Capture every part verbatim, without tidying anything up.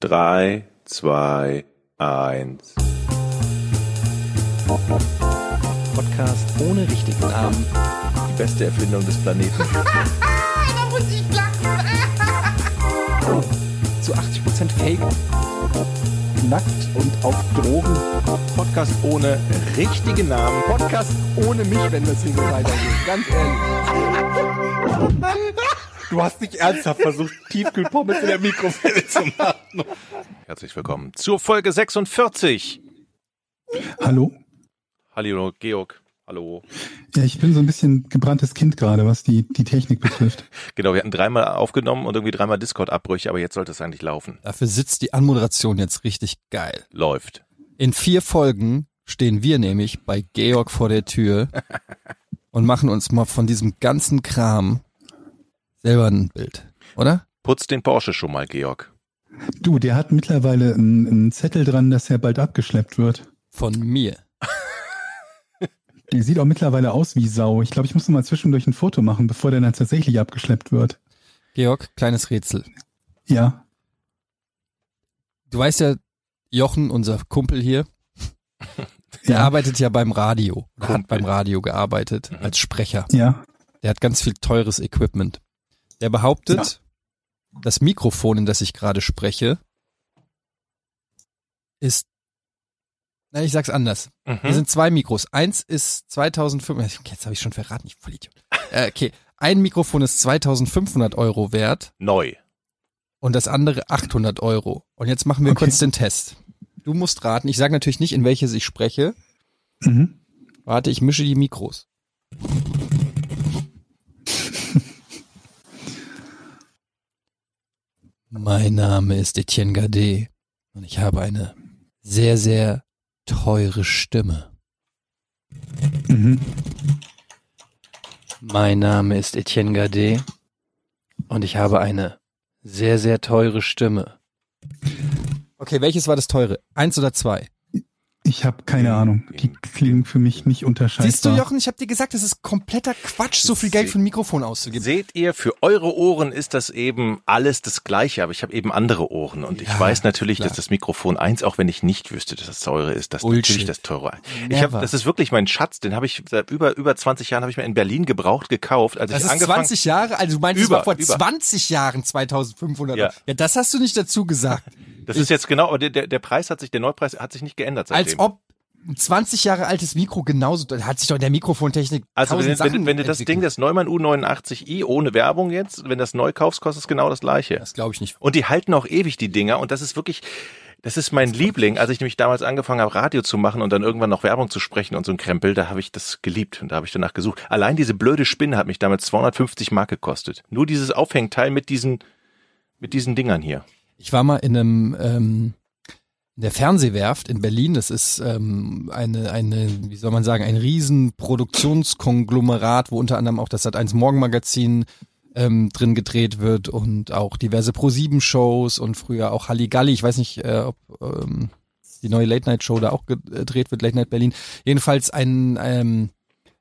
Drei, zwei, eins. Podcast ohne richtigen Namen. Die beste Erfindung des Planeten. Da muss ich lachen. Zu achtzig Prozent Fake. Nackt und auf Drogen. Podcast ohne richtigen Namen. Podcast ohne mich, wenn das hier so weitergeht. Ganz ehrlich. Du hast nicht ernsthaft versucht, Tiefkühlpommes in der Mikrowelle zu machen. Herzlich willkommen zur Folge sechsundvierzig. Hallo? Hallo, Georg. Hallo. Ja, ich bin so ein bisschen gebranntes Kind gerade, was die, die Technik betrifft. Genau, wir hatten dreimal aufgenommen und irgendwie dreimal Discord-Abbrüche, aber jetzt sollte es eigentlich laufen. Dafür sitzt die Anmoderation jetzt richtig geil. Läuft. In vier Folgen stehen wir nämlich bei Georg vor der Tür und machen uns mal von diesem ganzen Kram selber ein Bild, oder? Putz den Porsche schon mal, Georg. Du, der hat mittlerweile einen, einen Zettel dran, dass er bald abgeschleppt wird. Von mir. Die sieht auch mittlerweile aus wie Sau. Ich glaube, ich muss noch mal zwischendurch ein Foto machen, bevor der dann tatsächlich abgeschleppt wird. Georg, kleines Rätsel. Ja. Du weißt ja, Jochen, unser Kumpel hier, der Ja. arbeitet ja beim Radio. Oder hat Kumpel. beim Radio gearbeitet Mhm. als Sprecher. Ja. Der hat ganz viel teures Equipment. Der behauptet, das Mikrofon, in das ich gerade spreche, ist, na, ich sag's anders. Hier Mhm. sind zwei Mikros. Eins ist zweitausendfünfhundert, jetzt habe ich schon verraten, ich Vollidiot. Äh, okay, ein Mikrofon ist zweitausendfünfhundert Euro wert Neu. und das andere achthundert Euro. Und jetzt machen wir Okay. kurz den Test. Du musst raten, ich sage natürlich nicht, in welches ich spreche. Mhm. Warte, ich mische die Mikros. Mein Name ist Etienne Gade und ich habe eine sehr, sehr teure Stimme. Mhm. Mein Name ist Etienne Gade und ich habe eine sehr, sehr teure Stimme. Okay, welches war das teure? Eins oder zwei? Ich habe keine Ahnung. Die klingen für mich nicht unterscheidbar. Siehst du, Jochen, ich habe dir gesagt, es ist kompletter Quatsch, so viel Geld für ein Mikrofon auszugeben. Seht ihr, für eure Ohren ist das eben alles das Gleiche, aber ich habe eben andere Ohren und ich Ja, weiß natürlich, klar. dass das Mikrofon eins, auch wenn ich nicht wüsste, dass das teure ist, das Bullshit. natürlich das teure. Ich Never. habe, das ist wirklich mein Schatz, den habe ich seit über über zwanzig Jahren habe ich mir in Berlin gebraucht gekauft, als Das ich ist angefangen. zwanzig Jahre, also du meinst, Über, es war vor über. zwanzig Jahren zweitausendfünfhundert. Ja. Ja, das hast du nicht dazu gesagt. Das ist jetzt genau, aber der, der der Preis hat sich, der Neupreis hat sich nicht geändert seitdem. Als ob ein zwanzig Jahre altes Mikro genauso, da hat sich doch in der Mikrofontechnik Also tausend wenn, Sachen wenn, wenn du das entwickelt. Ding, das Neumann U neunundachtzig i ohne Werbung jetzt, wenn das neu kaufst, kostet es genau das Gleiche. Das glaube ich nicht. Und die halten auch ewig, die Dinger. Und das ist wirklich, das ist mein Liebling. Als ich nämlich damals angefangen habe, Radio zu machen und dann irgendwann noch Werbung zu sprechen und so ein Krempel, da habe ich das geliebt und da habe ich danach gesucht. Allein diese blöde Spinne hat mich damals zweihundertfünfzig Mark gekostet. Nur dieses Aufhängteil mit diesen, mit diesen Dingern hier. Ich war mal in einem ähm, in der Fernsehwerft in Berlin. Das ist ähm, eine eine wie soll man sagen ein riesen Produktionskonglomerat, wo unter anderem auch das Sat eins Morgenmagazin ähm, drin gedreht wird und auch diverse Pro sieben Shows und früher auch Halligalli. Ich weiß nicht, äh, ob ähm, die neue Late Night Show da auch gedreht wird, Late Night Berlin. Jedenfalls ein ähm,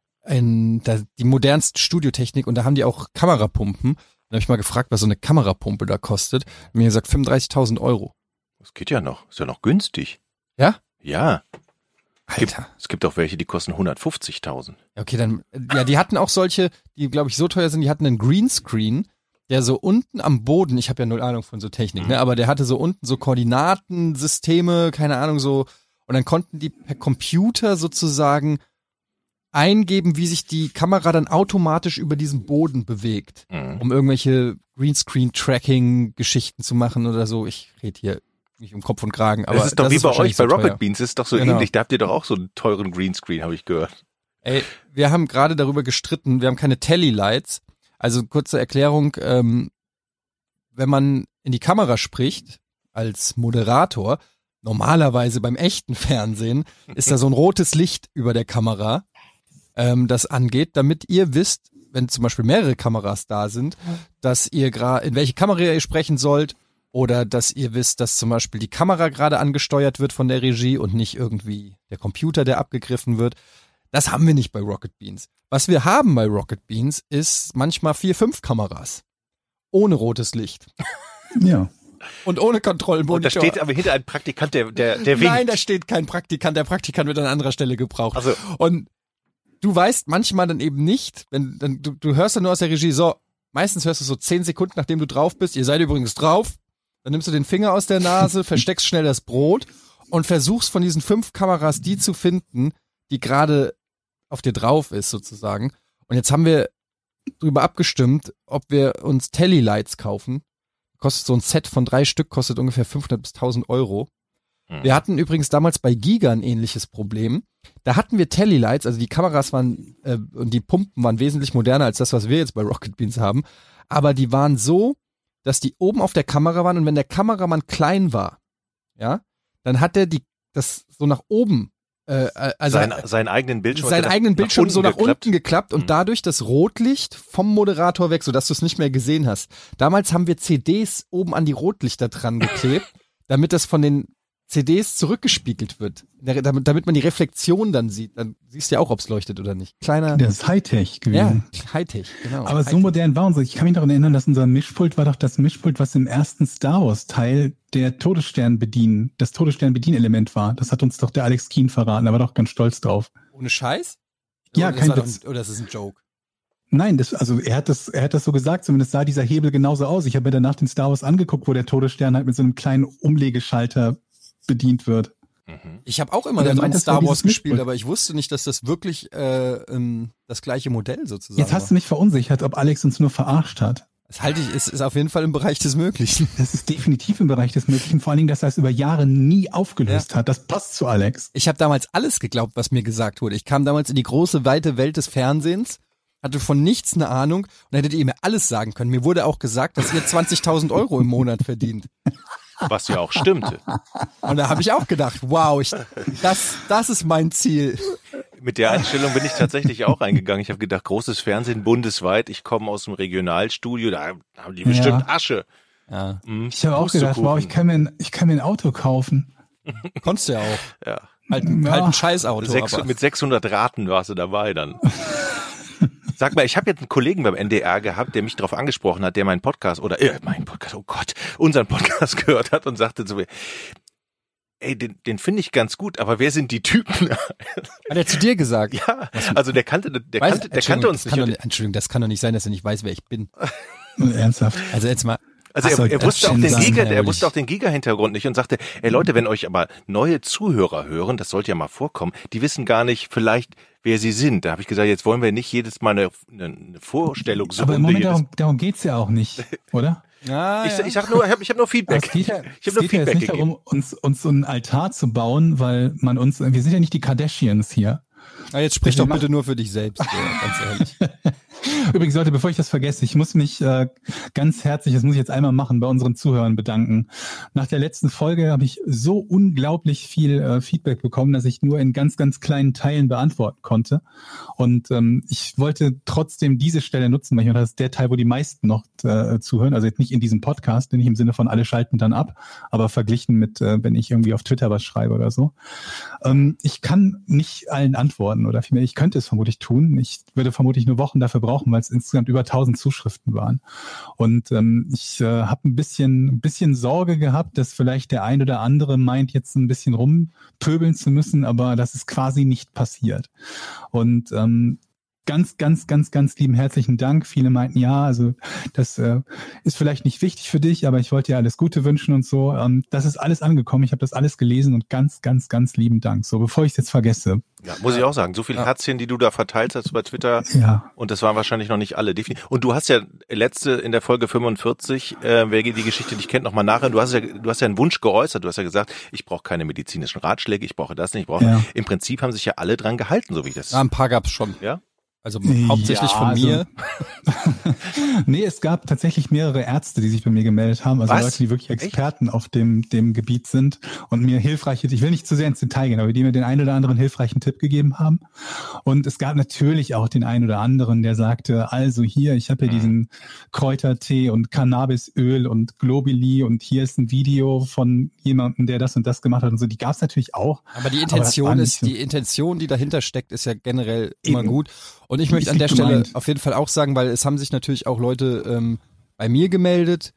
ein da, die modernste Studiotechnik und da haben die auch Kamerapumpen. Da habe ich mal gefragt, was so eine Kamerapumpe da kostet. Und mir gesagt fünfunddreißigtausend Euro. Das geht ja noch. Ist ja noch günstig. Ja? Ja. Es gibt, Alter. es gibt auch welche, die kosten hundertfünfzigtausend. Okay, dann, ja, die hatten auch solche, die, glaube ich, so teuer sind, die hatten einen Greenscreen, der so unten am Boden, ich habe ja null Ahnung von so Technik, ne, aber der hatte so unten so Koordinatensysteme, keine Ahnung, so, und dann konnten die per Computer sozusagen eingeben, wie sich die Kamera dann automatisch über diesen Boden bewegt, Mhm. um irgendwelche Greenscreen-Tracking-Geschichten zu machen oder so. Ich rede hier nicht um Kopf und Kragen, aber das ist doch wie bei wahrscheinlich euch, bei so teuer. Rocket Beans, das ist doch so Genau. ähnlich. Da habt ihr doch auch so einen teuren Greenscreen, habe ich gehört. Ey, wir haben gerade darüber gestritten, wir haben keine Telly-Lights. Also kurze Erklärung, ähm, wenn man in die Kamera spricht, als Moderator, normalerweise beim echten Fernsehen, ist da so ein rotes Licht über der Kamera, ähm, das angeht, damit ihr wisst, wenn zum Beispiel mehrere Kameras da sind, dass ihr gerade, in welche Kamera ihr sprechen sollt, oder dass ihr wisst, dass zum Beispiel die Kamera gerade angesteuert wird von der Regie und nicht irgendwie der Computer, der abgegriffen wird. Das haben wir nicht bei Rocket Beans. Was wir haben bei Rocket Beans ist manchmal vier, fünf Kameras. Ohne rotes Licht. Ja. und ohne Und da Kontrollmonitor. steht aber hinter ein Praktikant, der, der, der winkt. Nein, da steht kein Praktikant. Der Praktikant wird an anderer Stelle gebraucht. Also, Und du weißt manchmal dann eben nicht, wenn dann, du, du hörst dann nur aus der Regie, so, meistens hörst du so zehn Sekunden, nachdem du drauf bist, ihr seid übrigens drauf, dann nimmst du den Finger aus der Nase, versteckst schnell das Brot und versuchst von diesen fünf Kameras die zu finden, die gerade auf dir drauf ist sozusagen. Und jetzt haben wir drüber abgestimmt, ob wir uns Telly-Lights kaufen. Kostet so ein Set von drei Stück, kostet ungefähr fünfhundert bis tausend Euro. hm. Wir hatten übrigens damals bei Giga ein ähnliches Problem. Da hatten wir Telly-Lights, also die Kameras waren äh, und die Pumpen waren wesentlich moderner als das, was wir jetzt bei Rocket Beans haben. Aber die waren so, dass die oben auf der Kamera waren und wenn der Kameramann klein war, ja, dann hat er die das so nach oben, äh, also sein, seinen eigenen Bildschirm, seinen eigenen Bildschirm nach so nach geklappt. unten geklappt und Mhm. dadurch das Rotlicht vom Moderator weg, sodass du es nicht mehr gesehen hast. Damals haben wir C Ds oben an die Rotlichter dran geklebt, damit das von den C Ds zurückgespiegelt wird. Der- Damit, damit man die Reflexion dann sieht. Dann siehst du ja auch, ob es leuchtet oder nicht. Kleiner, Das ist Hightech ja, gewesen. Hightech, genau. Aber so Hightech. modern war unser. Ich kann mich daran erinnern, dass unser Mischpult war doch das Mischpult, was im ersten Star Wars Teil der Todesstern bedienen, das Todesstern Bedienelement war. Das hat uns doch der Alex Keen verraten. Da war doch ganz stolz drauf. Ohne Scheiß? Ja, oder kein das war Witz. doch, Oder ist es ein Joke? Nein, das, also er hat das, er hat das so gesagt, zumindest sah dieser Hebel genauso aus. Ich habe mir danach den Star Wars angeguckt, wo der Todesstern halt mit so einem kleinen Umlegeschalter bedient wird. Mhm. Ich habe auch immer Und er daran meint, das Star war Wars dieses gespielt, Mischpult. aber ich wusste nicht, dass das wirklich äh, ähm, das gleiche Modell sozusagen Jetzt hast du mich verunsichert, ob Alex uns nur verarscht hat. Das halte ich, ist, ist auf jeden Fall im Bereich des Möglichen. Das ist definitiv im Bereich des Möglichen, vor allen Dingen, dass er es über Jahre nie aufgelöst hat. Das passt zu Alex. Ich habe damals alles geglaubt, was mir gesagt wurde. Ich kam damals in die große, weite Welt des Fernsehens, hatte von nichts eine Ahnung und hättet ihr mir alles sagen können. Mir wurde auch gesagt, dass ihr zwanzigtausend Euro im Monat verdient. Was ja auch stimmte. Und da habe ich auch gedacht, wow, ich, das, das ist mein Ziel. Mit der Einstellung bin ich tatsächlich auch reingegangen. Ich habe gedacht, großes Fernsehen bundesweit. Ich komme aus dem Regionalstudio, da haben die bestimmt Ja. Asche. Ja, Mhm. Ich habe auch gedacht, wow, ich kann mir ein, ich kann mir ein Auto kaufen. konntest du ja auch. Ja. Halt, Ja. halt ein Scheißauto. Sechs, aber. mit sechshundert Raten warst du dabei dann. Sag mal, ich habe jetzt einen Kollegen beim N D R gehabt, der mich darauf angesprochen hat, der meinen Podcast oder äh, meinen Podcast, oh Gott, unseren Podcast gehört hat und sagte zu mir, ey, den, den finde ich ganz gut, aber wer sind die Typen? Hat er zu dir gesagt? Ja, also der kannte, der Weiß- kannte, der Entschuldigung, kannte uns das kann nicht. doch nicht. Entschuldigung, das kann doch nicht sein, dass er nicht weiß, wer ich bin. Ernsthaft. Also jetzt mal, Also Ach so, er, er das wusste auch schon den sein, Giga, er ehrlich. wusste auch den Giga-Hintergrund nicht und sagte, ey Leute, wenn euch aber neue Zuhörer hören, das sollte ja mal vorkommen, die wissen gar nicht vielleicht, wer sie sind. Da habe ich gesagt, jetzt wollen wir nicht jedes Mal eine, eine, eine Vorstellungsrunde. Aber im Moment, jedes, darum, darum geht's ja auch nicht, oder? ah, ich, ja. ich sag nur, ich habe ich hab nur Aber Feedback. es geht ja, Ich es habe nur geht ja jetzt Feedback nicht gegeben. darum, uns, uns so einen Altar zu bauen, weil man uns, wir sind ja nicht die Kardashians hier. Ah, jetzt sprich doch Wir bitte nur für dich selbst, ja, ganz ehrlich. Übrigens, Leute, bevor ich das vergesse, ich muss mich äh, ganz herzlich, das muss ich jetzt einmal machen, bei unseren Zuhörern bedanken. Nach der letzten Folge habe ich so unglaublich viel äh, Feedback bekommen, dass ich nur in ganz, ganz kleinen Teilen beantworten konnte. Und ähm, ich wollte trotzdem diese Stelle nutzen, weil ich das ist der Teil, wo die meisten noch äh, zuhören. Also jetzt nicht in diesem Podcast, nicht im Sinne von alle schalten dann ab, aber verglichen mit, äh, wenn ich irgendwie auf Twitter was schreibe oder so. Ähm, ich kann nicht allen antworten oder vielmehr, ich könnte es vermutlich tun. Ich würde vermutlich nur Wochen dafür brauchen, weil es insgesamt über tausend Zuschriften waren. Und ähm, ich äh, habe ein bisschen, ein bisschen Sorge gehabt, dass vielleicht der ein oder andere meint, jetzt ein bisschen rumpöbeln zu müssen, aber das ist quasi nicht passiert. Und ähm, ganz, ganz, ganz, ganz lieben herzlichen Dank. Viele meinten, ja, also das äh, ist vielleicht nicht wichtig für dich, aber ich wollte dir alles Gute wünschen und so. Ähm, das ist alles angekommen. Ich habe das alles gelesen und ganz, ganz, ganz lieben Dank. So, bevor ich es jetzt vergesse. Ja, muss ich auch sagen, so viele Herzchen, die du da verteilt hast bei Twitter. Ja. Und das waren wahrscheinlich noch nicht alle. Definitiv. Und du hast ja letzte in der Folge fünfundvierzig, äh, wer die Geschichte nicht kennt, nochmal nachher. Du hast ja, du hast ja einen Wunsch geäußert. Du hast ja gesagt, ich brauche keine medizinischen Ratschläge, ich brauche das nicht. Ich brauche. Ja. Im Prinzip haben sich ja alle dran gehalten, so wie ich das. Ja, ein paar gab's schon. Ja. Also hauptsächlich Ja, von also- mir. Nee, es gab tatsächlich mehrere Ärzte, die sich bei mir gemeldet haben, also Was? Leute, die wirklich Experten auf dem, dem Gebiet sind und mir hilfreiche, ich will nicht zu sehr ins Detail gehen, aber die mir den einen oder anderen hilfreichen Tipp gegeben haben. Und es gab natürlich auch den einen oder anderen, der sagte, also hier, ich habe hier diesen Kräutertee und Cannabisöl und Globuli und hier ist ein Video von jemandem, der das und das gemacht hat und so. Die gab es natürlich auch. Aber die Aber das war Intention nicht ist, so. die Intention, die dahinter steckt, ist ja generell immer Eben. gut. Und ich möchte Ist an der gut Stelle gemeint. auf jeden Fall auch sagen, weil es haben sich natürlich auch Leute ähm, bei mir gemeldet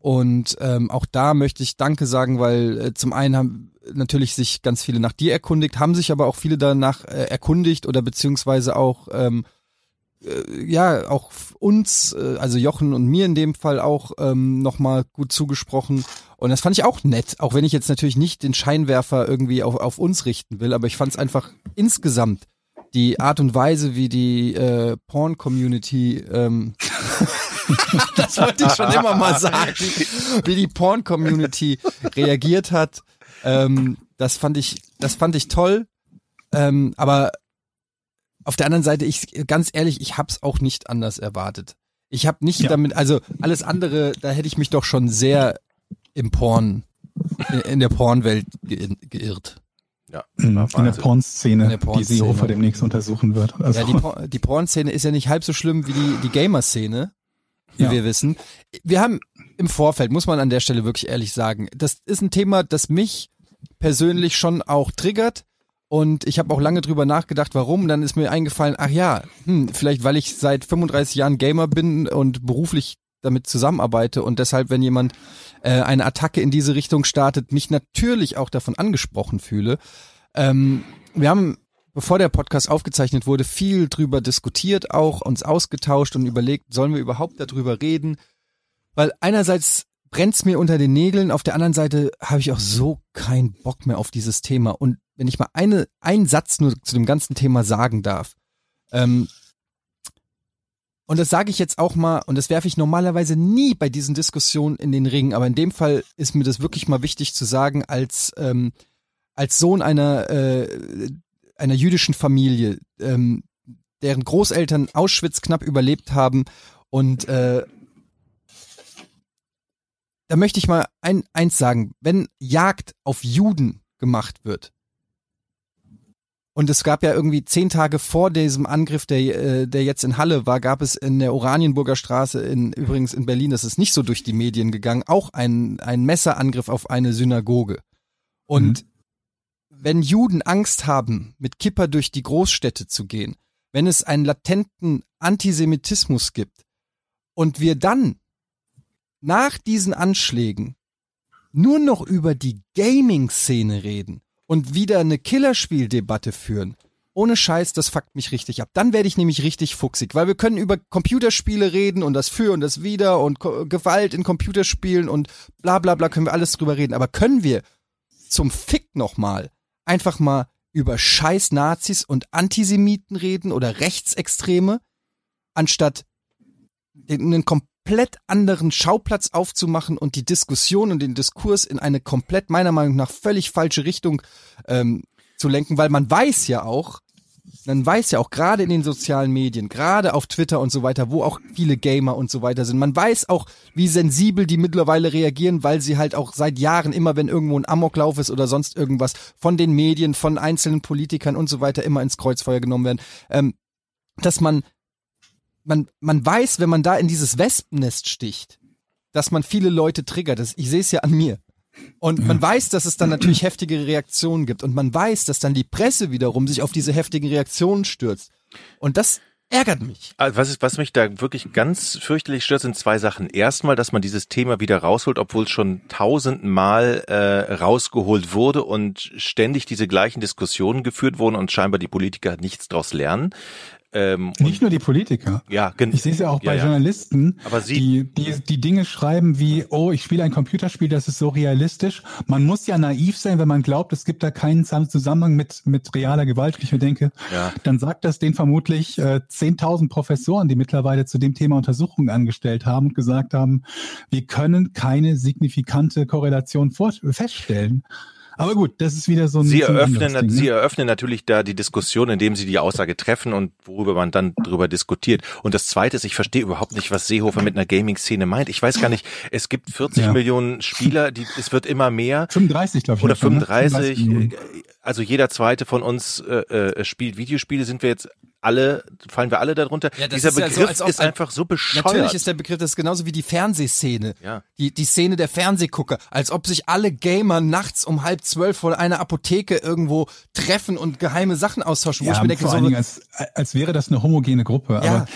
Und ähm, auch da möchte ich Danke sagen, weil äh, zum einen haben natürlich sich ganz viele nach dir erkundigt, haben sich aber auch viele danach äh, erkundigt oder beziehungsweise auch ähm, äh, ja auch uns, äh, also Jochen und mir in dem Fall auch ähm, nochmal gut zugesprochen. Und das fand ich auch nett, auch wenn ich jetzt natürlich nicht den Scheinwerfer irgendwie auf, auf uns richten will, aber ich fand es einfach insgesamt die Art und Weise, wie die äh, Porn-Community, ähm, das wollte ich schon immer mal sagen, wie die Porn-Community reagiert hat, ähm, das fand ich, das fand ich toll, ähm, aber auf der anderen Seite, ich ganz ehrlich, ich hab's auch nicht anders erwartet. Ich habe nicht ja. damit, also alles andere, da hätte ich mich doch schon sehr im Porn, in der Pornwelt ge- geirrt. Ja, in der Pornszene, in der Pornszene, die Seehofer demnächst untersuchen wird. Also. Ja, die, Por- die Pornszene ist ja nicht halb so schlimm wie die, die Gamer-Szene, wie ja. wir wissen. Wir haben im Vorfeld, muss man an der Stelle wirklich ehrlich sagen, das ist ein Thema, das mich persönlich schon auch triggert und ich habe auch lange drüber nachgedacht, warum. Dann ist mir eingefallen, ach ja, hm, vielleicht weil ich seit fünfunddreißig Jahren Gamer bin und beruflich damit zusammenarbeite und deshalb, wenn jemand äh, eine Attacke in diese Richtung startet, mich natürlich auch davon angesprochen fühle. Ähm, wir haben, bevor der Podcast aufgezeichnet wurde, viel drüber diskutiert, auch uns ausgetauscht und überlegt, sollen wir überhaupt darüber reden? Weil einerseits brennt's mir unter den Nägeln, auf der anderen Seite habe ich auch so keinen Bock mehr auf dieses Thema. Und wenn ich mal eine einen Satz nur zu dem ganzen Thema sagen darf, ähm, und das sage ich jetzt auch mal, und das werfe ich normalerweise nie bei diesen Diskussionen in den Ring, aber in dem Fall ist mir das wirklich mal wichtig zu sagen, als ähm, als Sohn einer äh, einer jüdischen Familie, ähm, deren Großeltern Auschwitz knapp überlebt haben und äh, da möchte ich mal ein, eins sagen, wenn Jagd auf Juden gemacht wird, und es gab ja irgendwie zehn Tage vor diesem Angriff, der, der jetzt in Halle war, gab es in der Oranienburger Straße, in, übrigens in Berlin, das ist nicht so durch die Medien gegangen, auch einen, einen Messerangriff auf eine Synagoge. Und mhm. wenn Juden Angst haben, mit Kipper durch die Großstädte zu gehen, wenn es einen latenten Antisemitismus gibt und wir dann nach diesen Anschlägen nur noch über die Gaming-Szene reden, und wieder eine Killerspieldebatte führen, ohne Scheiß, das fuckt mich richtig ab. Dann werde ich nämlich richtig fuchsig, weil wir können über Computerspiele reden und das für und das wieder und Ko- Gewalt in Computerspielen und bla bla bla, können wir alles drüber reden. Aber können wir zum Fick nochmal einfach mal über scheiß Nazis und Antisemiten reden oder Rechtsextreme, anstatt einen komplett anderen Schauplatz aufzumachen und die Diskussion und den Diskurs in eine komplett, meiner Meinung nach, völlig falsche Richtung ähm, zu lenken, weil man weiß ja auch, man weiß ja auch gerade in den sozialen Medien, gerade auf Twitter und so weiter, wo auch viele Gamer und so weiter sind, man weiß auch, wie sensibel die mittlerweile reagieren, weil sie halt auch seit Jahren immer, wenn irgendwo ein Amoklauf ist oder sonst irgendwas, von den Medien, von einzelnen Politikern und so weiter immer ins Kreuzfeuer genommen werden, ähm, dass man Man, man weiß, wenn man da in dieses Wespennest sticht, dass man viele Leute triggert. Das, ich sehe es ja an mir. Und man weiß, dass es dann natürlich heftige Reaktionen gibt. Und man weiß, dass dann die Presse wiederum sich auf diese heftigen Reaktionen stürzt. Und das ärgert mich. Also was, ist, was mich da wirklich ganz fürchterlich stört, sind zwei Sachen. Erstmal, dass man dieses Thema wieder rausholt, obwohl es schon tausendmal äh, rausgeholt wurde und ständig diese gleichen Diskussionen geführt wurden und scheinbar die Politiker nichts draus lernen. Ähm, Nicht nur die Politiker. Ja, gen- ich sehe es ja auch bei ja, ja. Journalisten, Aber sie- die, die die Dinge schreiben wie, oh, ich spiele ein Computerspiel, das ist so realistisch. Man muss ja naiv sein, wenn man glaubt, es gibt da keinen Zusammenhang mit mit realer Gewalt. Ich mir denke, Ja. dann sagt das denen vermutlich äh, zehntausend Professoren, die mittlerweile zu dem Thema Untersuchungen angestellt haben und gesagt haben, wir können keine signifikante Korrelation vor- feststellen. Aber gut, das ist wieder so ein Sie so ein eröffnen, anderes Ding, ne? Sie eröffnen natürlich da die Diskussion, indem Sie die Aussage treffen und worüber man dann drüber diskutiert. Und das Zweite ist, ich verstehe überhaupt nicht, was Seehofer mit einer Gaming-Szene meint. Ich weiß gar nicht, es gibt vierzig Ja. Millionen Spieler, die, es wird immer mehr. fünfunddreißig, glaube ich. Oder jetzt schon, ne? fünfunddreißig. Millionen. Also jeder zweite von uns äh, äh, spielt Videospiele. Sind wir jetzt alle, fallen wir alle darunter? Ja, das Dieser ist ja Begriff so, als ob- ist einfach so bescheuert. Natürlich ist der Begriff, das ist genauso wie die Fernsehszene. Ja. Die, die Szene der Fernsehgucker. Als ob sich alle Gamer nachts um halb zwölf vor einer Apotheke irgendwo treffen und geheime Sachen austauschen. Wo Ja, ich mir denke, vor so, allen Dingen, als, als wäre das eine homogene Gruppe. Ja. Aber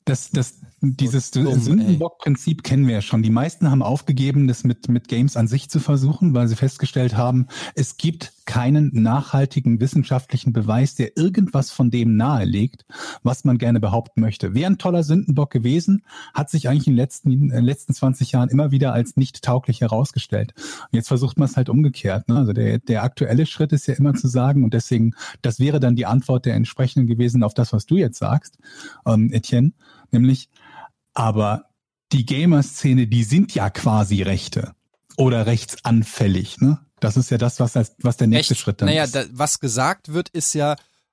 Das, das, dieses So dumm, Sündenbock-Prinzip kennen wir ja schon. Die meisten haben aufgegeben, das mit, mit Games an sich zu versuchen, weil sie festgestellt haben, es gibt keinen nachhaltigen wissenschaftlichen Beweis, der irgendwas von dem nahelegt, was man gerne behaupten möchte. Wäre ein toller Sündenbock gewesen, hat sich eigentlich in den letzten, in den letzten zwanzig Jahren immer wieder als nicht tauglich herausgestellt. Und jetzt versucht man es halt umgekehrt. Ne? Also der, der aktuelle Schritt ist ja immer zu sagen, und deswegen, das wäre dann die Antwort der entsprechenden gewesen auf das, was du jetzt sagst, ähm, Etienne, nämlich, aber die Gamer-Szene, die sind ja quasi Rechte oder rechtsanfällig, ne? Das ist ja das, was, als, was der nächste Echt? Schritt dann naja, ist. Naja, was gesagt wird, ist ja,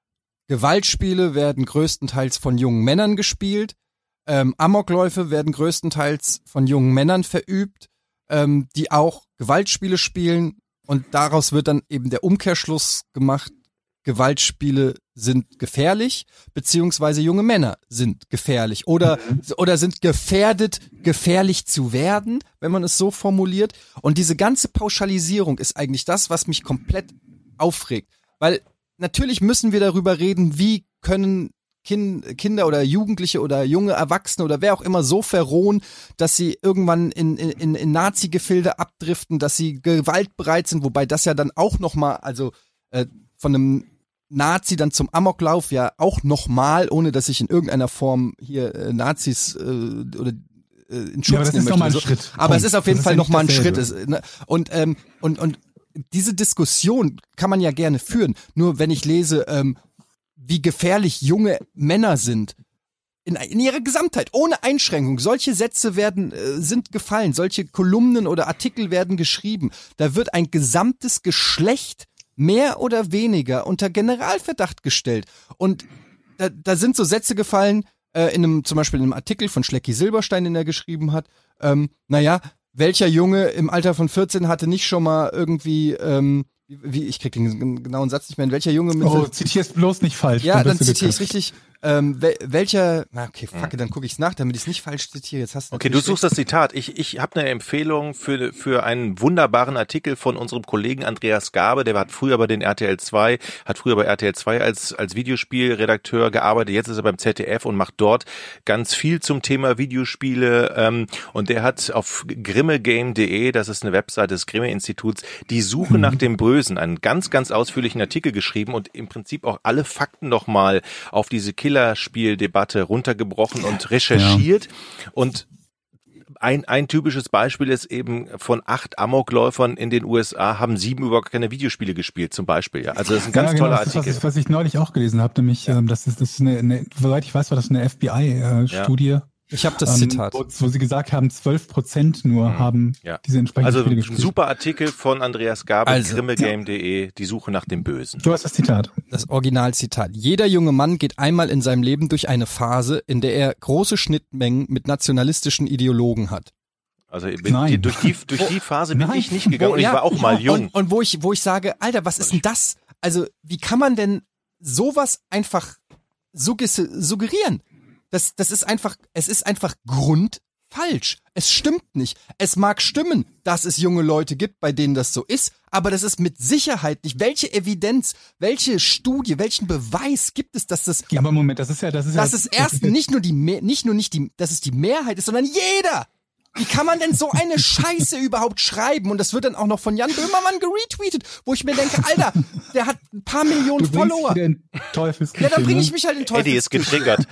Gewaltspiele werden größtenteils von jungen Männern gespielt, ähm, Amokläufe werden größtenteils von jungen Männern verübt, ähm, die auch Gewaltspiele spielen, und daraus wird dann eben der Umkehrschluss gemacht, Gewaltspiele sind gefährlich, beziehungsweise junge Männer sind gefährlich oder, mhm. oder sind gefährdet, gefährlich zu werden, wenn man es so formuliert. Und diese ganze Pauschalisierung ist eigentlich das, was mich komplett aufregt. Weil natürlich müssen wir darüber reden, wie können kind, Kinder oder Jugendliche oder junge Erwachsene oder wer auch immer so verrohen, dass sie irgendwann in, in, in Nazi-Gefilde abdriften, dass sie gewaltbereit sind, wobei das ja dann auch nochmal, also äh, von einem Nazi dann zum Amoklauf ja auch nochmal, ohne dass ich in irgendeiner Form hier äh, Nazis äh, oder äh, in Schutz ja, aber das nehmen ist möchte. ein So. Schritt. Aber Punkt. es ist auf jeden das Fall ist ja nochmal ein dasselbe. Schritt. Ist, ne? Und, ähm, und, und diese Diskussion kann man ja gerne führen. Nur wenn ich lese, ähm, wie gefährlich junge Männer sind, in, in ihrer Gesamtheit, ohne Einschränkung. Solche Sätze werden, äh, sind gefallen, solche Kolumnen oder Artikel werden geschrieben. Da wird ein gesamtes Geschlecht mehr oder weniger unter Generalverdacht gestellt. Und da, da sind so Sätze gefallen, äh, in einem, zum Beispiel in einem Artikel von Schlecki Silberstein, den er geschrieben hat, ähm, naja, welcher Junge im Alter von vierzehn hatte nicht schon mal irgendwie, ähm, wie, wie ich krieg den genauen Satz nicht mehr, in welcher Junge mit... Oh, zitierst bloß nicht falsch. Ja, dann bist du zitiere ich gekürzt. richtig. Ähm, wel, welcher, na okay, fuck, dann gucke ich's nach, damit ich es nicht falsch zitiere. Jetzt hast du Okay, du suchst das Zitat. Ich, ich habe eine Empfehlung für, für einen wunderbaren Artikel von unserem Kollegen Andreas Gabe, der hat früher bei den R T L zwei, hat früher bei R T L zwei als, als Videospielredakteur gearbeitet, jetzt ist er beim Z D F und macht dort ganz viel zum Thema Videospiele, ähm, und der hat auf grimmegame punkt de, das ist eine Webseite des Grimme-Instituts, die Suche mhm. nach dem Bösen, einen ganz, ganz ausführlichen Artikel geschrieben und im Prinzip auch alle Fakten nochmal auf diese Killerspieldebatte runtergebrochen und recherchiert. Ja. Und ein, ein typisches Beispiel ist eben, von acht Amokläufern in den U S A haben sieben überhaupt keine Videospiele gespielt, zum Beispiel. Ja. Also das ist ein ganz ja, genau, toller das ist, Artikel. Was ich, was ich neulich auch gelesen habe, nämlich, ja. ähm, das ist, das ist eine, eine, soweit ich weiß, war das eine F B I-Studie. Äh, ja. Ich habe das ähm, Zitat. Wo, wo sie gesagt haben, zwölf Prozent nur mhm. haben ja. diese entsprechenden Also Spiele ein gespielt. super Artikel von Andreas Gabe, also, grimmegame punkt de, die Suche nach dem Bösen. Du hast das Zitat. Das Originalzitat. Jeder junge Mann geht einmal in seinem Leben durch eine Phase, in der er große Schnittmengen mit nationalistischen Ideologen hat. Also bin, die, durch, die, durch die Phase bin Nein. ich nicht gegangen Wo, und ich ja, war auch mal jung. Und, und wo ich, wo ich sage, Alter, was ist denn das? Also, wie kann man denn sowas einfach sugge- suggerieren? Das, das ist einfach, es ist einfach grundfalsch. Es stimmt nicht. Es mag stimmen, dass es junge Leute gibt, bei denen das so ist, aber das ist mit Sicherheit nicht. Welche Evidenz, welche Studie, welchen Beweis gibt es, dass das, Ja, aber Moment, das ist ja, das ist dass ja, es erst nicht nur die, Me- nicht nur nicht die, dass es die Mehrheit ist, sondern jeder. Wie kann man denn so eine Scheiße überhaupt schreiben? Und das wird dann auch noch von Jan Böhmermann geretweetet, wo ich mir denke, Alter, der hat ein paar Millionen du bringst Follower. wieder in Teufelsküche, Ja, dann bringe ich ne? mich halt in Teufels. Eddie ist getriggert.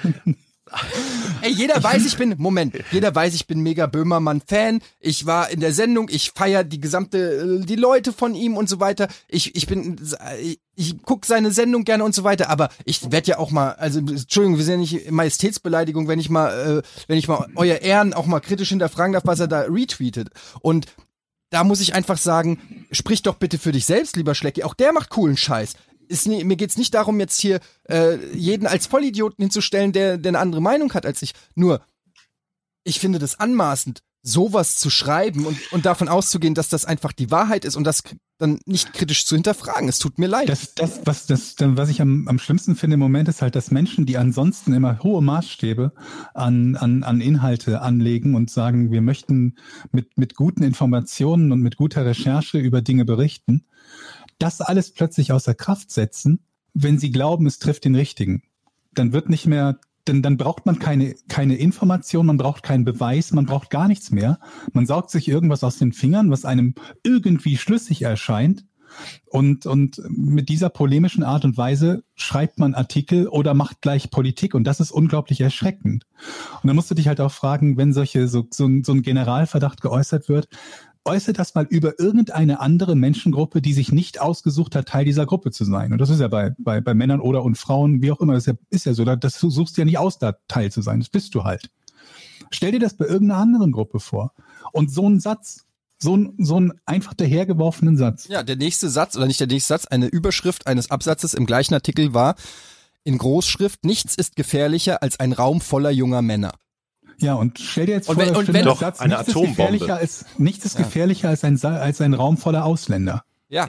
Ey, jeder weiß, ich bin, Moment, jeder weiß, ich bin mega Böhmermann-Fan. Ich war in der Sendung, ich feiere die gesamte, die Leute von ihm und so weiter. Ich, ich bin, ich, ich guck seine Sendung gerne und so weiter, aber ich werde ja auch mal, also, Entschuldigung, wir sind ja nicht Majestätsbeleidigung, wenn ich mal, äh, wenn ich mal euer Ehren auch mal kritisch hinterfragen darf, was er da retweetet. Und da muss ich einfach sagen, sprich doch bitte für dich selbst, lieber Schlecki. Auch der macht coolen Scheiß. Ist nie, mir geht's nicht darum, jetzt hier äh, jeden als Vollidioten hinzustellen, der, der eine andere Meinung hat als ich. Nur, ich finde das anmaßend, sowas zu schreiben und, und davon auszugehen, dass das einfach die Wahrheit ist und das dann nicht kritisch zu hinterfragen. Es tut mir leid. Das, das, was, das, was ich am, am schlimmsten finde im Moment ist halt, dass Menschen, die ansonsten immer hohe Maßstäbe an, an, an Inhalte anlegen und sagen, wir möchten mit, mit guten Informationen und mit guter Recherche über Dinge berichten, das alles plötzlich außer Kraft setzen, wenn sie glauben, es trifft den Richtigen. Dann wird nicht mehr denn dann braucht man keine, keine Information, man braucht keinen Beweis, man braucht gar nichts mehr. Man saugt sich irgendwas aus den Fingern, was einem irgendwie schlüssig erscheint. Und, und mit dieser polemischen Art und Weise schreibt man Artikel oder macht gleich Politik. Und das ist unglaublich erschreckend. Und dann musst du dich halt auch fragen, wenn solche, so, so, ein, so ein Generalverdacht geäußert wird, äußert das mal über irgendeine andere Menschengruppe, die sich nicht ausgesucht hat, Teil dieser Gruppe zu sein. Und das ist ja bei, bei, bei Männern oder und Frauen, wie auch immer, das ist ja, ist ja so, das du suchst ja nicht aus, da Teil zu sein, das bist du halt. Stell dir das bei irgendeiner anderen Gruppe vor. Und so ein Satz, so ein, so ein einfach dahergeworfenen Satz. Ja, der nächste Satz, oder nicht der nächste Satz, eine Überschrift eines Absatzes im gleichen Artikel war in Großschrift, nichts ist gefährlicher als ein Raum voller junger Männer. Ja, und stell dir jetzt und vor, wenn, das und wenn, doch Satz, eine nichts ist Atombombe. gefährlicher als, nichts ist ja. gefährlicher als ein, als ein Raum voller Ausländer. Ja.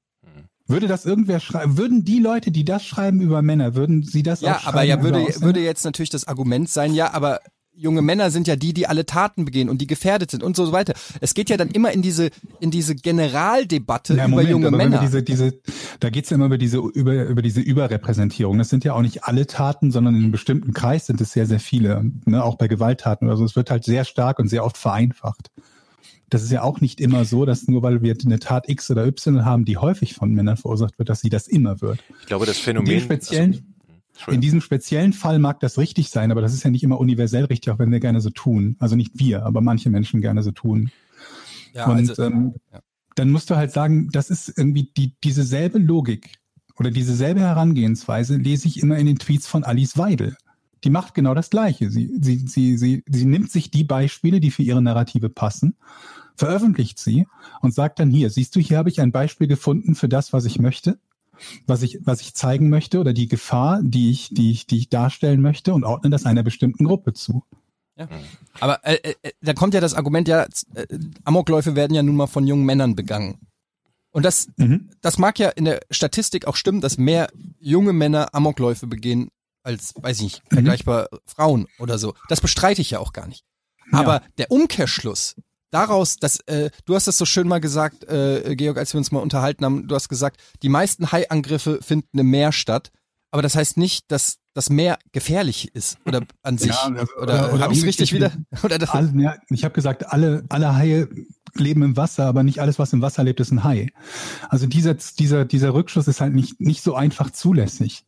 Würde das irgendwer schreiben? Würden die Leute, die das schreiben über Männer, würden sie das Ja, auch schreiben? aber ja, würde, über Ausländer? würde jetzt natürlich das Argument sein, ja, aber junge Männer sind ja die, die alle Taten begehen und die gefährdet sind und so weiter. Es geht ja dann immer in diese, in diese Generaldebatte Ja, über Moment, junge aber wenn wir Männer. Diese, diese, da geht's ja immer über diese, über, über diese Überrepräsentierung. Das sind ja auch nicht alle Taten, sondern in einem bestimmten Kreis sind es sehr, sehr viele. Ne? Auch bei Gewalttaten oder so. Es wird halt sehr stark und sehr oft vereinfacht. Das ist ja auch nicht immer so, dass nur weil wir eine Tat X oder Y haben, die häufig von Männern verursacht wird, dass sie das immer wird. Ich glaube, das Phänomen... In dem speziellen, In diesem speziellen Fall mag das richtig sein, aber das ist ja nicht immer universell richtig, auch wenn wir gerne so tun. Also nicht wir, aber manche Menschen gerne so tun. Ja, und also, ähm, ja. dann musst du halt sagen, das ist irgendwie die diese selbe Logik oder diese selbe Herangehensweise lese ich immer in den Tweets von Alice Weidel. Die macht genau das Gleiche. Sie, sie, sie, sie, sie nimmt sich die Beispiele, die für ihre Narrative passen, veröffentlicht sie und sagt dann hier, siehst du, hier habe ich ein Beispiel gefunden für das, was ich möchte. was ich, was ich zeigen möchte oder die Gefahr, die ich, die ich, die ich darstellen möchte und ordne das einer bestimmten Gruppe zu. Ja. Aber äh, äh, da kommt ja das Argument, ja, äh, Amokläufe werden ja nun mal von jungen Männern begangen. Und das, Mhm. das mag ja in der Statistik auch stimmen, dass mehr junge Männer Amokläufe begehen als, weiß ich nicht, vergleichbar Frauen oder so. Das bestreite ich ja auch gar nicht. Aber Ja. der Umkehrschluss daraus, dass äh, du hast das so schön mal gesagt, äh, Georg, als wir uns mal unterhalten haben, du hast gesagt, die meisten Haiangriffe finden im Meer statt, aber das heißt nicht, dass das Meer gefährlich ist oder an sich. Ja, also- oder oder- oder habe ich es richtig wieder? umgekehrt. Oder das, Alle, ja, ich habe gesagt, alle, alle Haie leben im Wasser, aber nicht alles, was im Wasser lebt, ist ein Hai. Also dieser, dieser, dieser Rückschluss ist halt nicht, nicht so einfach zulässig.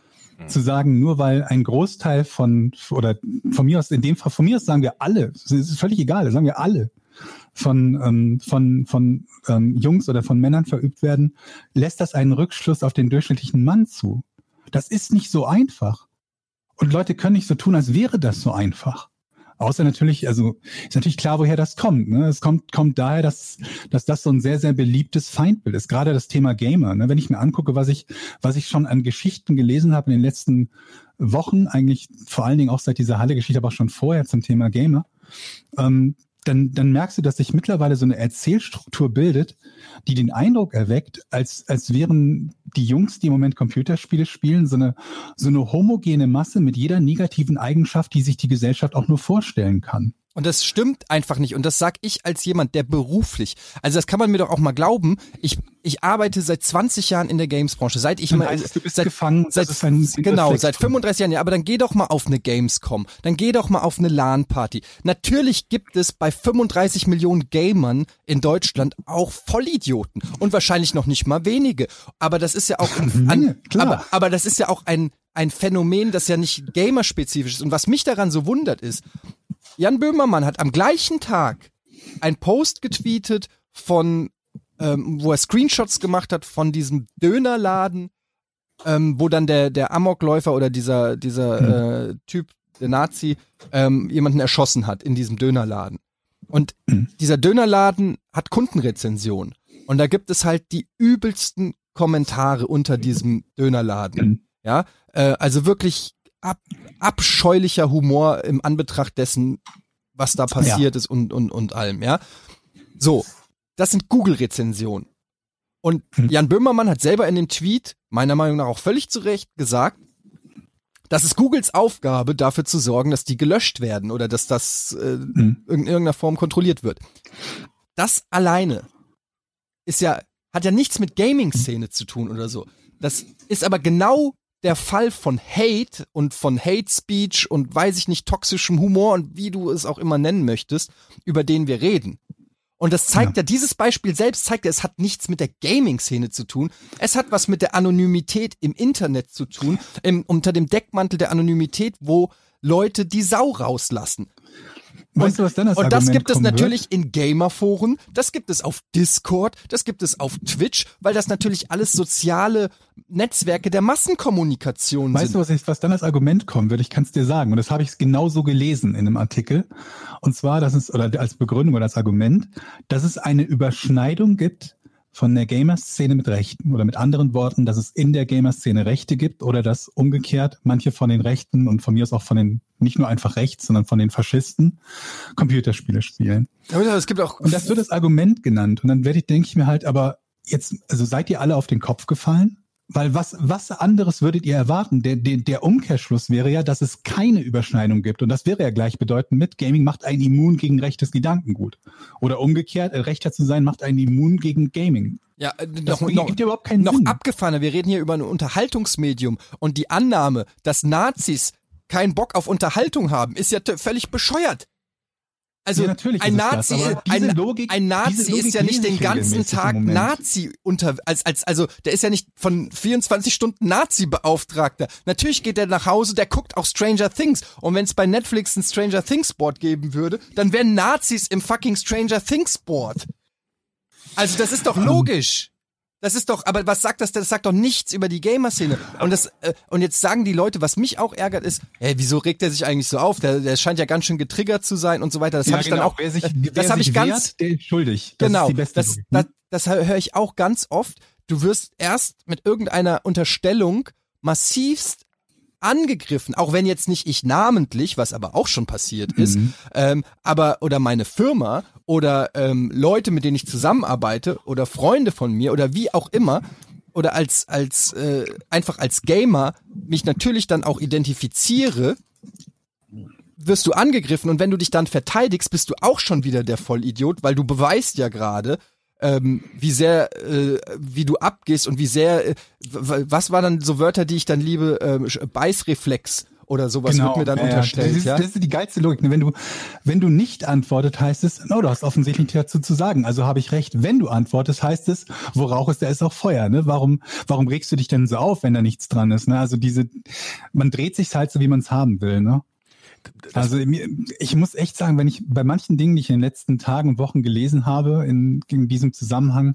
Zu sagen, nur weil ein Großteil von, oder von mir aus, in dem Fall, von mir aus sagen wir alle, es ist völlig egal, sagen wir alle, von, ähm, von, von ähm, Jungs oder von Männern verübt werden, lässt das einen Rückschluss auf den durchschnittlichen Mann zu. Das ist nicht so einfach. Und Leute können nicht so tun, als wäre das so einfach. Außer natürlich, also ist natürlich klar, woher das kommt. Ne? Es kommt, kommt daher, dass, dass das so ein sehr, sehr beliebtes Feindbild ist. Gerade das Thema Gamer. Ne? Wenn ich mir angucke, was ich, was ich schon an Geschichten gelesen habe in den letzten Wochen, eigentlich vor allen Dingen auch seit dieser Halle-Geschichte, aber auch schon vorher zum Thema Gamer, ähm, dann, dann merkst du, dass sich mittlerweile so eine Erzählstruktur bildet, die den Eindruck erweckt, als, als wären die Jungs, die im Moment Computerspiele spielen, so eine, so eine homogene Masse mit jeder negativen Eigenschaft, die sich die Gesellschaft auch nur vorstellen kann. Und das stimmt einfach nicht. Und das sag ich als jemand, der beruflich, also das kann man mir doch auch mal glauben, ich, ich arbeite seit zwanzig Jahren in der Games-Branche, seit ich Dann mal, heißt es, du bist seit, gefangen, seit, das ist ein genau, Reflex. seit fünfunddreißig Jahren, ja, aber dann geh doch mal auf eine Gamescom, dann geh doch mal auf eine LAN-Party. Natürlich gibt es bei fünfunddreißig Millionen Gamern in Deutschland auch Vollidioten und wahrscheinlich noch nicht mal wenige. Aber das ist ja auch, Eine an, Menge, klar. aber, aber das ist ja auch ein, ein Phänomen, das ja nicht gamerspezifisch ist. Und was mich daran so wundert ist, Jan Böhmermann hat am gleichen Tag ein Post getweetet von, ähm, wo er Screenshots gemacht hat von diesem Dönerladen, ähm, wo dann der der Amokläufer oder dieser dieser äh, Typ, der Nazi, ähm, jemanden erschossen hat in diesem Dönerladen. Und dieser Dönerladen hat Kundenrezension. Und da gibt es halt die übelsten Kommentare unter diesem Dönerladen. Ja, äh, also wirklich ab, abscheulicher Humor im Anbetracht dessen, was da passiert Ja. ist und, und, und allem, ja. So, das sind Google-Rezensionen. Und Hm. Jan Böhmermann hat selber in dem Tweet, meiner Meinung nach auch völlig zu Recht, gesagt, das ist Googles Aufgabe, dafür zu sorgen, dass die gelöscht werden oder dass das äh, Hm. in irgendeiner Form kontrolliert wird. Das alleine ist ja, hat ja nichts mit Gaming-Szene zu tun oder so. Das ist aber genau der Fall von Hate und von Hate Speech und weiß ich nicht, toxischem Humor und wie du es auch immer nennen möchtest, über den wir reden. Und das zeigt ja. ja, dieses Beispiel selbst zeigt ja, es hat nichts mit der Gaming-Szene zu tun. Es hat was mit der Anonymität im Internet zu tun, im, unter dem Deckmantel der Anonymität, wo Leute die Sau rauslassen. Weißt und, du, was dann als und das Argument gibt es natürlich wird? in Gamerforen, das gibt es auf Discord, das gibt es auf Twitch, weil das natürlich alles soziale Netzwerke der Massenkommunikation weißt sind. Weißt du, was, ich, was dann als Argument kommen wird? Ich kann es dir sagen. Und das habe ich genauso gelesen in einem Artikel. Und zwar, dass es, oder als Begründung oder als Argument, dass es eine Überschneidung gibt von der Gamer-Szene mit Rechten. Oder mit anderen Worten, dass es in der Gamer-Szene Rechte gibt oder dass umgekehrt manche von den Rechten und von mir aus auch von den, nicht nur einfach rechts, sondern von den Faschisten Computerspiele spielen. Aber es gibt auch und das wird das Argument genannt. Und dann werde ich, denke ich mir halt, aber jetzt, also seid ihr alle auf den Kopf gefallen? Weil was, was anderes würdet ihr erwarten? Der, der, der Umkehrschluss wäre ja, dass es keine Überschneidung gibt. Und das wäre ja gleichbedeutend mit Gaming macht einen immun gegen rechtes Gedankengut. Oder umgekehrt, rechter zu sein macht einen immun gegen Gaming. Ja, äh, das noch, gibt noch, ja überhaupt keinen noch Sinn. abgefahrener. Wir reden hier über ein Unterhaltungsmedium. Und die Annahme, dass Nazis keinen Bock auf Unterhaltung haben, ist ja t- völlig bescheuert. Also ja, natürlich ein ist es Nazi, das, aber diese ein, Logik, ein Nazi diese Logik ist ja nicht den lese ich ganzen regelmäßig im Tag Moment. Nazi unter, als, als, also der ist ja nicht von vierundzwanzig Stunden Nazi-Beauftragter. Natürlich geht er nach Hause, der guckt auch Stranger Things. Und wenn es bei Netflix ein Stranger Things Board geben würde, dann wären Nazis im fucking Stranger Things Board. Also das ist doch logisch. Das ist doch, aber was sagt das denn? Das sagt doch nichts über die Gamer-Szene. Und das, äh, und jetzt sagen die Leute, was mich auch ärgert, ist, hey, wieso regt er sich eigentlich so auf? Der, der scheint ja ganz schön getriggert zu sein und so weiter. Das ja, habe ich genau. dann auch, wer sich, das, wer das habe ich sich ganz, wehrt, der ist schuldig. Das genau, ist die beste das, Logik, das, ne? das höre ich auch ganz oft. Du wirst erst mit irgendeiner Unterstellung massivst angegriffen, auch wenn jetzt nicht ich namentlich, was aber auch schon passiert ist, Mhm. ähm, aber oder meine Firma oder ähm, Leute, mit denen ich zusammenarbeite oder Freunde von mir oder wie auch immer oder als als äh, einfach als Gamer mich natürlich dann auch identifiziere, wirst du angegriffen und wenn du dich dann verteidigst, bist du auch schon wieder der Vollidiot, weil du beweist ja gerade, ähm, wie sehr, äh, wie du abgehst und wie sehr, äh, w- was war dann so Wörter, die ich dann liebe, äh, Beißreflex oder sowas Genau, wird mir dann ja, unterstellt, das ist, ja. das ist die geilste Logik. Wenn du, wenn du nicht antwortet, heißt es, no, du hast offensichtlich nichts dazu zu sagen. Also habe ich recht. Wenn du antwortest, heißt es, wo Rauch ist, da ist auch Feuer. Ne? Warum, warum regst du dich denn so auf, wenn da nichts dran ist? Ne? Also diese, man dreht sich halt so, wie man es haben will. Ne? Also mir, ich muss echt sagen, wenn ich bei manchen Dingen, die ich in den letzten Tagen und Wochen gelesen habe, in, in diesem Zusammenhang,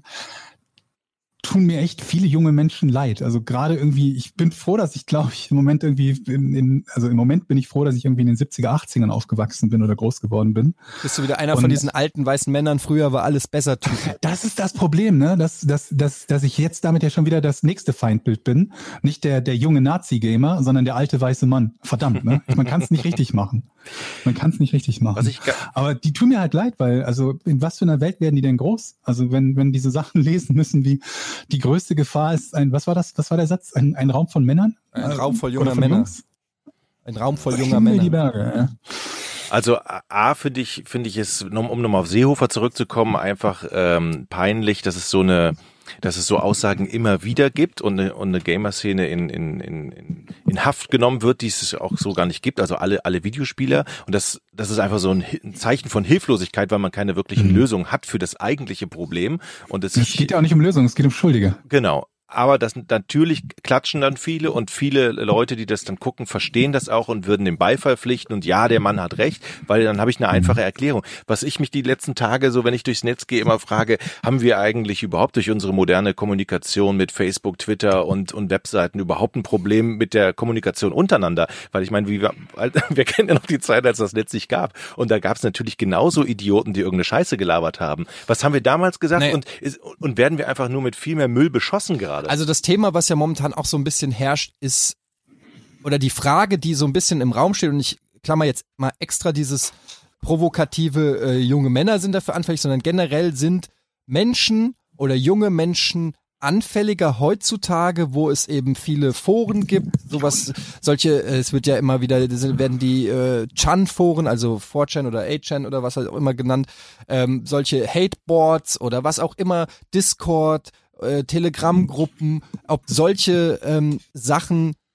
tun mir echt viele junge Menschen leid. Also gerade irgendwie, ich bin froh, dass ich, glaube ich, im Moment irgendwie, in, in, also im Moment bin ich froh, dass ich irgendwie in den siebziger, achtzigern aufgewachsen bin oder groß geworden bin. Bist du wieder einer Und von diesen alten weißen Männern, früher war alles besser Typ. Das ist das Problem, ne? Dass, dass, dass, dass ich jetzt damit ja schon wieder das nächste Feindbild bin. Nicht der, der junge Nazi-Gamer, sondern der alte weiße Mann. Verdammt, ne? Man kann es nicht richtig machen. Man kann es nicht richtig machen. Was ich ga- Aber die tun mir halt leid, weil, also in was für einer Welt werden die denn groß? Also wenn, wenn diese Sachen lesen müssen, wie die größte Gefahr ist ein, was war das, was war der Satz? Ein, ein Raum von Männern? Ein Raum voll Oder junger von Männer. Jungs? Ein Raum voll junger Himmel die Männer. Berge, ja. Also A, finde ich, finde ich es, um, um nochmal auf Seehofer zurückzukommen, einfach ähm, peinlich, dass es so eine, dass es so Aussagen immer wieder gibt und eine, und eine Gamer-Szene in, in, in, in Haft genommen wird, die es auch so gar nicht gibt, also alle, alle Videospieler. Und das, das ist einfach so ein, ein Zeichen von Hilflosigkeit, weil man keine wirklichen Mhm. Lösungen hat für das eigentliche Problem. Und es, Es geht ja auch nicht um Lösungen, es geht um Schuldige. Genau. Aber das natürlich klatschen dann viele und viele Leute, die das dann gucken, verstehen das auch und würden dem Beifall pflichten und ja, der Mann hat recht, weil dann habe ich eine einfache Erklärung. Was ich mich die letzten Tage, so wenn ich durchs Netz gehe, immer frage, haben wir eigentlich überhaupt durch unsere moderne Kommunikation mit Facebook, Twitter und, und Webseiten überhaupt ein Problem mit der Kommunikation untereinander? Weil ich meine, wie wir, wir kennen ja noch die Zeit, als das Netz nicht gab. Und da gab es natürlich genauso Idioten, die irgendeine Scheiße gelabert haben. Was haben wir damals gesagt? Nee. Und, ist, und werden wir einfach nur mit viel mehr Müll beschossen gerade? Also das Thema, was ja momentan auch so ein bisschen herrscht, ist, oder die Frage, die so ein bisschen im Raum steht, und ich klammer jetzt mal extra dieses provokative äh, junge Männer sind dafür anfällig, sondern generell sind Menschen oder junge Menschen anfälliger heutzutage, wo es eben viele Foren gibt, sowas, solche, äh, es wird ja immer wieder, werden die äh, Chan-Foren, also four chan oder eight chan oder was auch immer genannt, ähm, solche Hateboards oder was auch immer, Discord, äh, Telegram-Gruppen, ob solche ähm, Sachen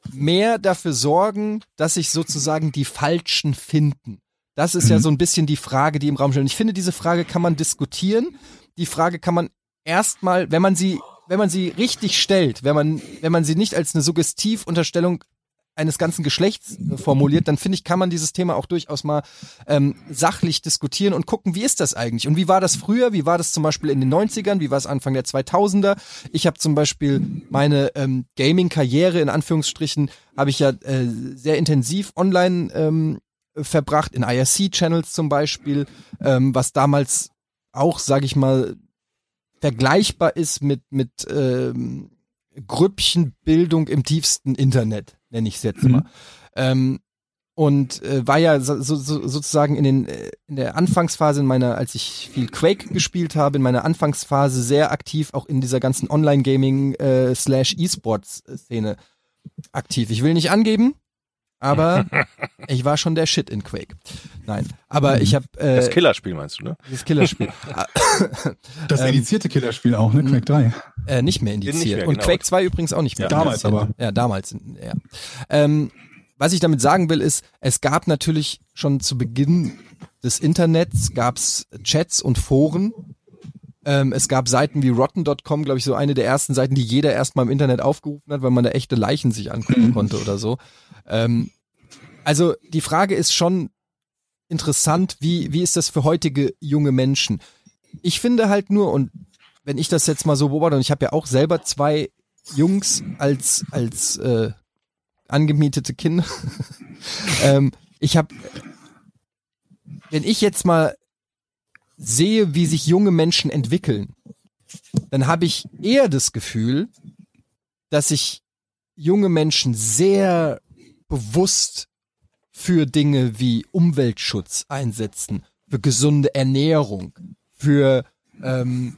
mehr dafür sorgen, dass sich sozusagen die Falschen finden? Das ist mhm. ja so ein bisschen die Frage, die im Raum steht. Und ich finde, diese Frage kann man diskutieren. Die Frage kann man erstmal, wenn man sie, wenn man sie richtig stellt, wenn man, wenn man sie nicht als eine Suggestivunterstellung eines ganzen Geschlechts formuliert, dann finde ich, kann man dieses Thema auch durchaus mal ähm, sachlich diskutieren und gucken, wie ist das eigentlich? Und wie war das früher? Wie war das zum Beispiel in den neunzigern? Wie war es Anfang der zweitausender? Ich habe zum Beispiel meine ähm, Gaming-Karriere, in Anführungsstrichen, habe ich ja äh, sehr intensiv online ähm, verbracht, in I R C-Channels zum Beispiel, ähm, was damals auch, sage ich mal, vergleichbar ist mit, mit ähm, Grüppchenbildung im tiefsten Internet, nenne ich es jetzt mal. Mhm. Ähm, und äh, war ja so, so, sozusagen in den äh, in der Anfangsphase in meiner, als ich viel Quake gespielt habe, in meiner Anfangsphase sehr aktiv auch in dieser ganzen Online-Gaming äh, slash E-Sports-Szene aktiv. Ich will nicht angeben, aber ich war schon der Shit in Quake. Nein, aber ich habe äh, das Killerspiel meinst du, ne? Das Killerspiel. Das indizierte Killerspiel auch, ne? Quake drei. Äh, nicht mehr indiziert. Nicht mehr, genau. Und Quake zwei übrigens auch nicht mehr. Ja, damals aber. Ja, damals. Ja. Ähm, was ich damit sagen will, ist, es gab natürlich schon zu Beginn des Internets gab's Chats und Foren. Ähm, es gab Seiten wie rotten Punkt com, glaube ich, so eine der ersten Seiten, die jeder erstmal im Internet aufgerufen hat, weil man da echte Leichen sich angucken mhm. konnte oder so. Ähm, also die Frage ist schon interessant, wie, wie ist das für heutige junge Menschen? Ich finde halt nur, und wenn ich das jetzt mal so beobachte, und ich habe ja auch selber zwei Jungs als, als äh, angemietete Kinder, ähm, ich habe, wenn ich jetzt mal sehe, wie sich junge Menschen entwickeln, dann habe ich eher das Gefühl, dass sich junge Menschen sehr bewusst für Dinge wie Umweltschutz einsetzen, für gesunde Ernährung, für ähm,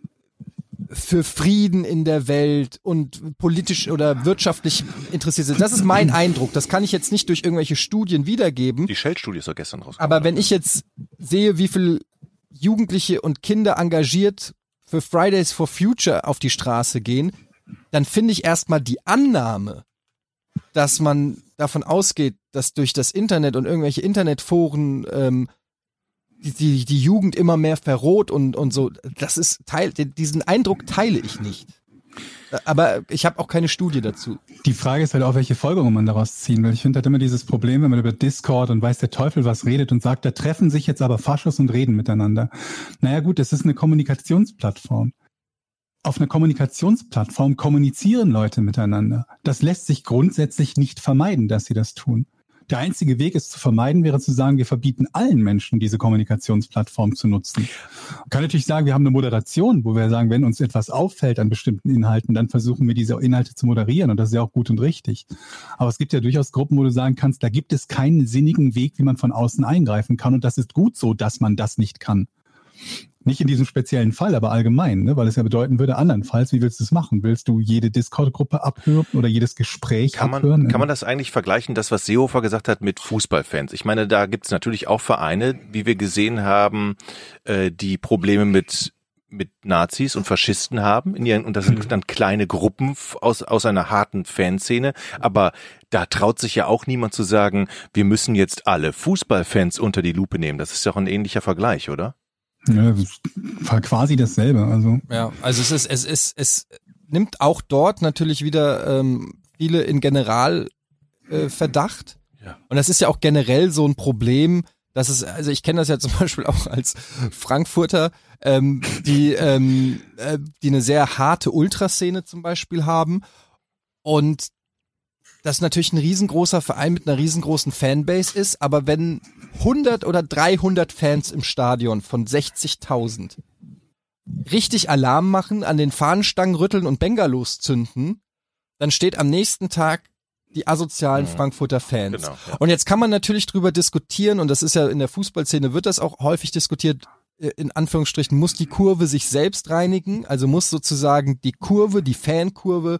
für Frieden in der Welt und politisch oder wirtschaftlich interessiert sind. Das ist mein Eindruck. Das kann ich jetzt nicht durch irgendwelche Studien wiedergeben. Die Shell-Studie ist doch gestern rausgekommen. Aber wenn ich jetzt sehe, wie viel Jugendliche und Kinder engagiert für Fridays for Future auf die Straße gehen, dann finde ich erstmal die Annahme, dass man davon ausgeht, dass durch das Internet und irgendwelche Internetforen ähm, die, die, die Jugend immer mehr verroht und, und so, das ist Teil, diesen Eindruck teile ich nicht. Aber ich habe auch keine Studie dazu. Die Frage ist halt auch, welche Folgerungen man daraus ziehen will. Ich finde halt immer dieses Problem, wenn man über Discord und weiß der Teufel was redet und sagt, da treffen sich jetzt aber Faschos und reden miteinander. Naja gut, das ist eine Kommunikationsplattform. Auf einer Kommunikationsplattform kommunizieren Leute miteinander. Das lässt sich grundsätzlich nicht vermeiden, dass sie das tun. Der einzige Weg, es zu vermeiden, wäre zu sagen, wir verbieten allen Menschen, diese Kommunikationsplattform zu nutzen. Man kann natürlich sagen, wir haben eine Moderation, wo wir sagen, wenn uns etwas auffällt an bestimmten Inhalten, dann versuchen wir diese Inhalte zu moderieren und das ist ja auch gut und richtig. Aber es gibt ja durchaus Gruppen, wo du sagen kannst, da gibt es keinen sinnigen Weg, wie man von außen eingreifen kann und das ist gut so, dass man das nicht kann. Nicht in diesem speziellen Fall, aber allgemein, ne? Weil es ja bedeuten würde, andernfalls, wie willst du es machen? Willst du jede Discord-Gruppe abhören oder jedes Gespräch kann man, abhören? Kann man das eigentlich vergleichen, das, was Seehofer gesagt hat, mit Fußballfans? Ich meine, da gibt es natürlich auch Vereine, wie wir gesehen haben, äh, die Probleme mit mit Nazis und Faschisten haben, in ihren, und das sind dann kleine Gruppen aus aus einer harten Fanszene, aber da traut sich ja auch niemand zu sagen, wir müssen jetzt alle Fußballfans unter die Lupe nehmen. Das ist doch ein ähnlicher Vergleich, oder? Ja, war quasi dasselbe. Also ja, also es ist, es ist, es nimmt auch dort natürlich wieder ähm, viele in Generalverdacht. Äh, Verdacht. Ja. Und das ist ja auch generell so ein Problem, dass es, also ich kenne das ja zum Beispiel auch als Frankfurter, ähm, die, ähm, äh, die eine sehr harte Ultraszene zum Beispiel haben. Und das natürlich ein riesengroßer Verein mit einer riesengroßen Fanbase ist, aber wenn hundert oder dreihundert Fans im Stadion von sechzigtausend richtig Alarm machen, an den Fahnenstangen rütteln und Bengalos zünden, dann steht am nächsten Tag die asozialen mhm. Frankfurter Fans. Genau, ja. Und jetzt kann man natürlich drüber diskutieren, und das ist ja in der Fußballszene, wird das auch häufig diskutiert, in Anführungsstrichen, muss die Kurve sich selbst reinigen, also muss sozusagen die Kurve, die Fankurve